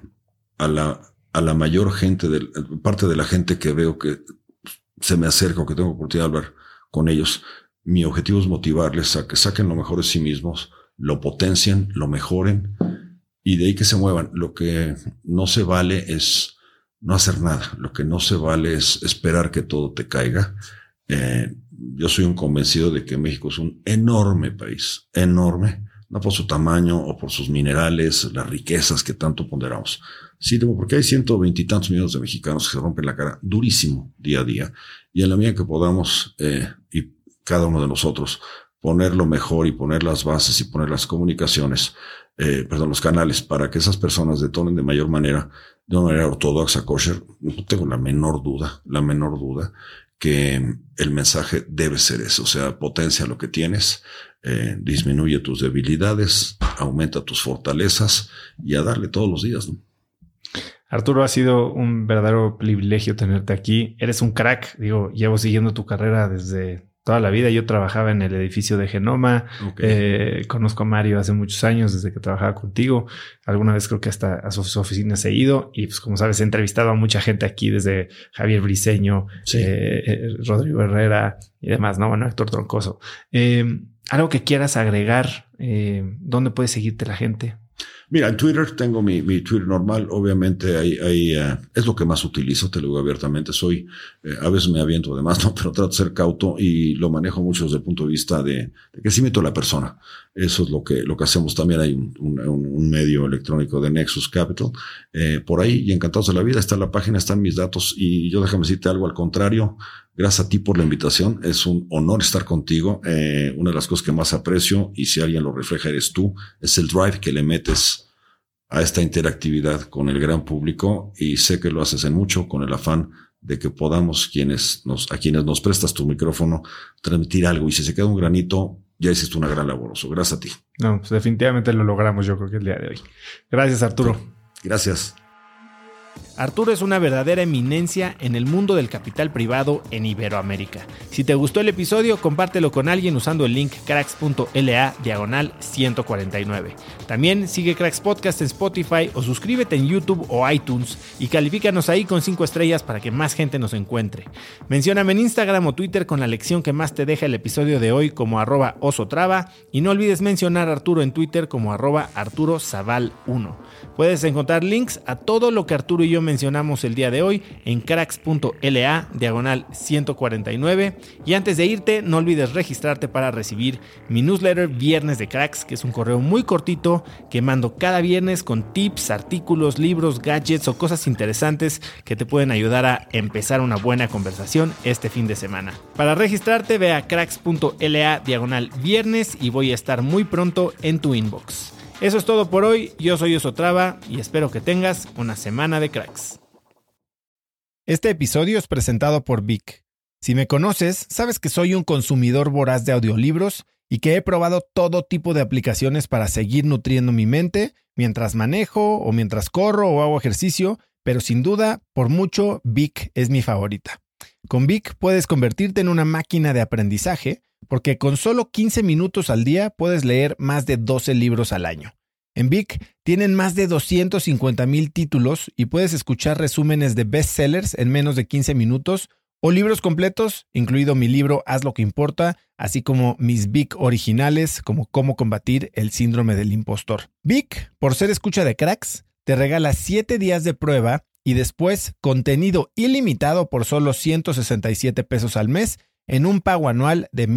la mayor gente, parte de la gente que veo que se me acerca o que tengo oportunidad de hablar con ellos, mi objetivo es motivarles a que saquen lo mejor de sí mismos, lo potencien, lo mejoren y de ahí que se muevan. Lo que no se vale es no hacer nada. Lo que no se vale es esperar que todo te caiga. Yo soy un convencido de que México es un enorme país, enorme, no por su tamaño o por sus minerales, las riquezas que tanto ponderamos, sino porque hay 120 y tantos millones de mexicanos que se rompen la cara durísimo día a día. Y en la medida que podamos, y cada uno de nosotros, poner lo mejor y poner las bases y poner las comunicaciones, los canales para que esas personas detonen de una manera ortodoxa, kosher, no tengo la menor duda que el mensaje debe ser eso. O sea, potencia lo que tienes, disminuye tus debilidades, aumenta tus fortalezas y a darle todos los días, ¿no? Arturo, ha sido un verdadero privilegio tenerte aquí. Eres un crack. Llevo siguiendo tu carrera desde toda la vida. Yo trabajaba en el edificio de Genoma. Okay. Conozco a Mario hace muchos años, desde que trabajaba contigo. Alguna vez creo que hasta a sus oficinas he ido. Y pues, como sabes, he entrevistado a mucha gente aquí, desde Javier Briceño, sí, Rodrigo Herrera y demás, ¿no? Bueno, Héctor Troncoso. Algo que quieras agregar, ¿dónde puede seguirte la gente? Mira, en Twitter tengo mi Twitter normal. Obviamente es lo que más utilizo, te lo digo abiertamente. A veces me aviento de más, ¿no? Pero trato de ser cauto y lo manejo mucho desde el punto de vista de crecimiento de la persona. Eso es lo que hacemos. También hay un medio electrónico de Nexus Capital. Por ahí, y encantados de la vida, está la página, están mis datos. Y yo déjame decirte algo al contrario. Gracias a ti por la invitación. Es un honor estar contigo. Una de las cosas que más aprecio, y si alguien lo refleja eres tú, es el drive que le metes a esta interactividad con el gran público, y sé que lo haces en mucho con el afán de que podamos, a quienes nos prestas tu micrófono, transmitir algo. Y si se queda un granito, ya hiciste una gran labor. Gracias a ti. No, pues definitivamente lo logramos, yo creo que el día de hoy. Gracias, Arturo. Gracias. Arturo es una verdadera eminencia en el mundo del capital privado en Iberoamérica. Si te gustó el episodio, compártelo con alguien usando el link cracks.la/149. También sigue Cracks Podcast en Spotify o suscríbete en YouTube o iTunes y califícanos ahí con 5 estrellas para que más gente nos encuentre. Mencióname en Instagram o Twitter con la lección que más te deja el episodio de hoy como @osotrava, y no olvides mencionar a Arturo en Twitter como @ArturoZaval1. Puedes encontrar links a todo lo que Arturo y yo mencionamos el día de hoy en cracks.la/149. Y antes de irte, no olvides registrarte para recibir mi newsletter Viernes de Cracks, que es un correo muy cortito que mando cada viernes con tips, artículos, libros, gadgets o cosas interesantes que te pueden ayudar a empezar una buena conversación este fin de semana. Para registrarte, ve a cracks.la/viernes y voy a estar muy pronto en tu inbox. Eso es todo por hoy. Yo soy Oso Traba y espero que tengas una semana de cracks. Este episodio es presentado por Vic. Si me conoces, sabes que soy un consumidor voraz de audiolibros y que he probado todo tipo de aplicaciones para seguir nutriendo mi mente mientras manejo o mientras corro o hago ejercicio, pero sin duda, por mucho, Vic es mi favorita. Con Vic puedes convertirte en una máquina de aprendizaje porque con solo 15 minutos al día puedes leer más de 12 libros al año. En Vic tienen más de 250,000 títulos y puedes escuchar resúmenes de bestsellers en menos de 15 minutos o libros completos, incluido mi libro Haz lo que importa, así como mis Vic originales como Cómo combatir el síndrome del impostor. Vic, por ser escucha de Cracks, te regala 7 días de prueba y después contenido ilimitado por solo $167 al mes en un pago anual de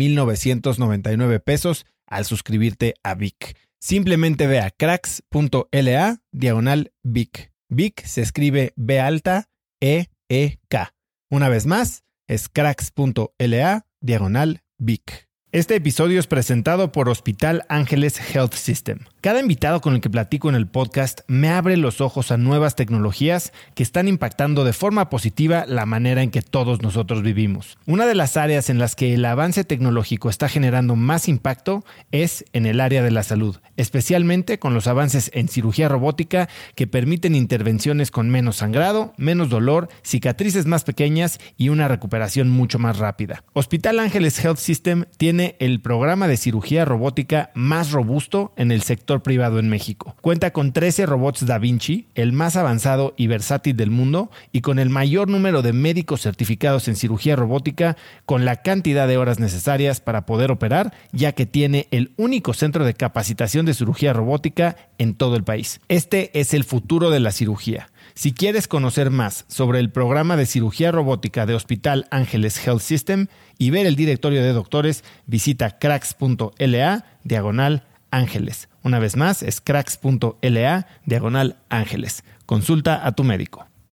$1,999 al suscribirte a Vic. Simplemente ve a cracks.la/Vic. Vic se escribe B-alta-E-E-K. Una vez más, es cracks.la/Vic. Este episodio es presentado por Hospital Ángeles Health System. Cada invitado con el que platico en el podcast me abre los ojos a nuevas tecnologías que están impactando de forma positiva la manera en que todos nosotros vivimos. Una de las áreas en las que el avance tecnológico está generando más impacto es en el área de la salud, especialmente con los avances en cirugía robótica que permiten intervenciones con menos sangrado, menos dolor, cicatrices más pequeñas y una recuperación mucho más rápida. Hospital Ángeles Health System tiene el programa de cirugía robótica más robusto en el sector privado en México. Cuenta con 13 robots Da Vinci, el más avanzado y versátil del mundo, y con el mayor número de médicos certificados en cirugía robótica, con la cantidad de horas necesarias para poder operar, ya que tiene el único centro de capacitación de cirugía robótica en todo el país. Este es el futuro de la cirugía. Si quieres conocer más sobre el programa de cirugía robótica de Hospital Ángeles Health System y ver el directorio de doctores, visita cracks.la/Ángeles. Una vez más, es cracks.la/Ángeles. Consulta a tu médico.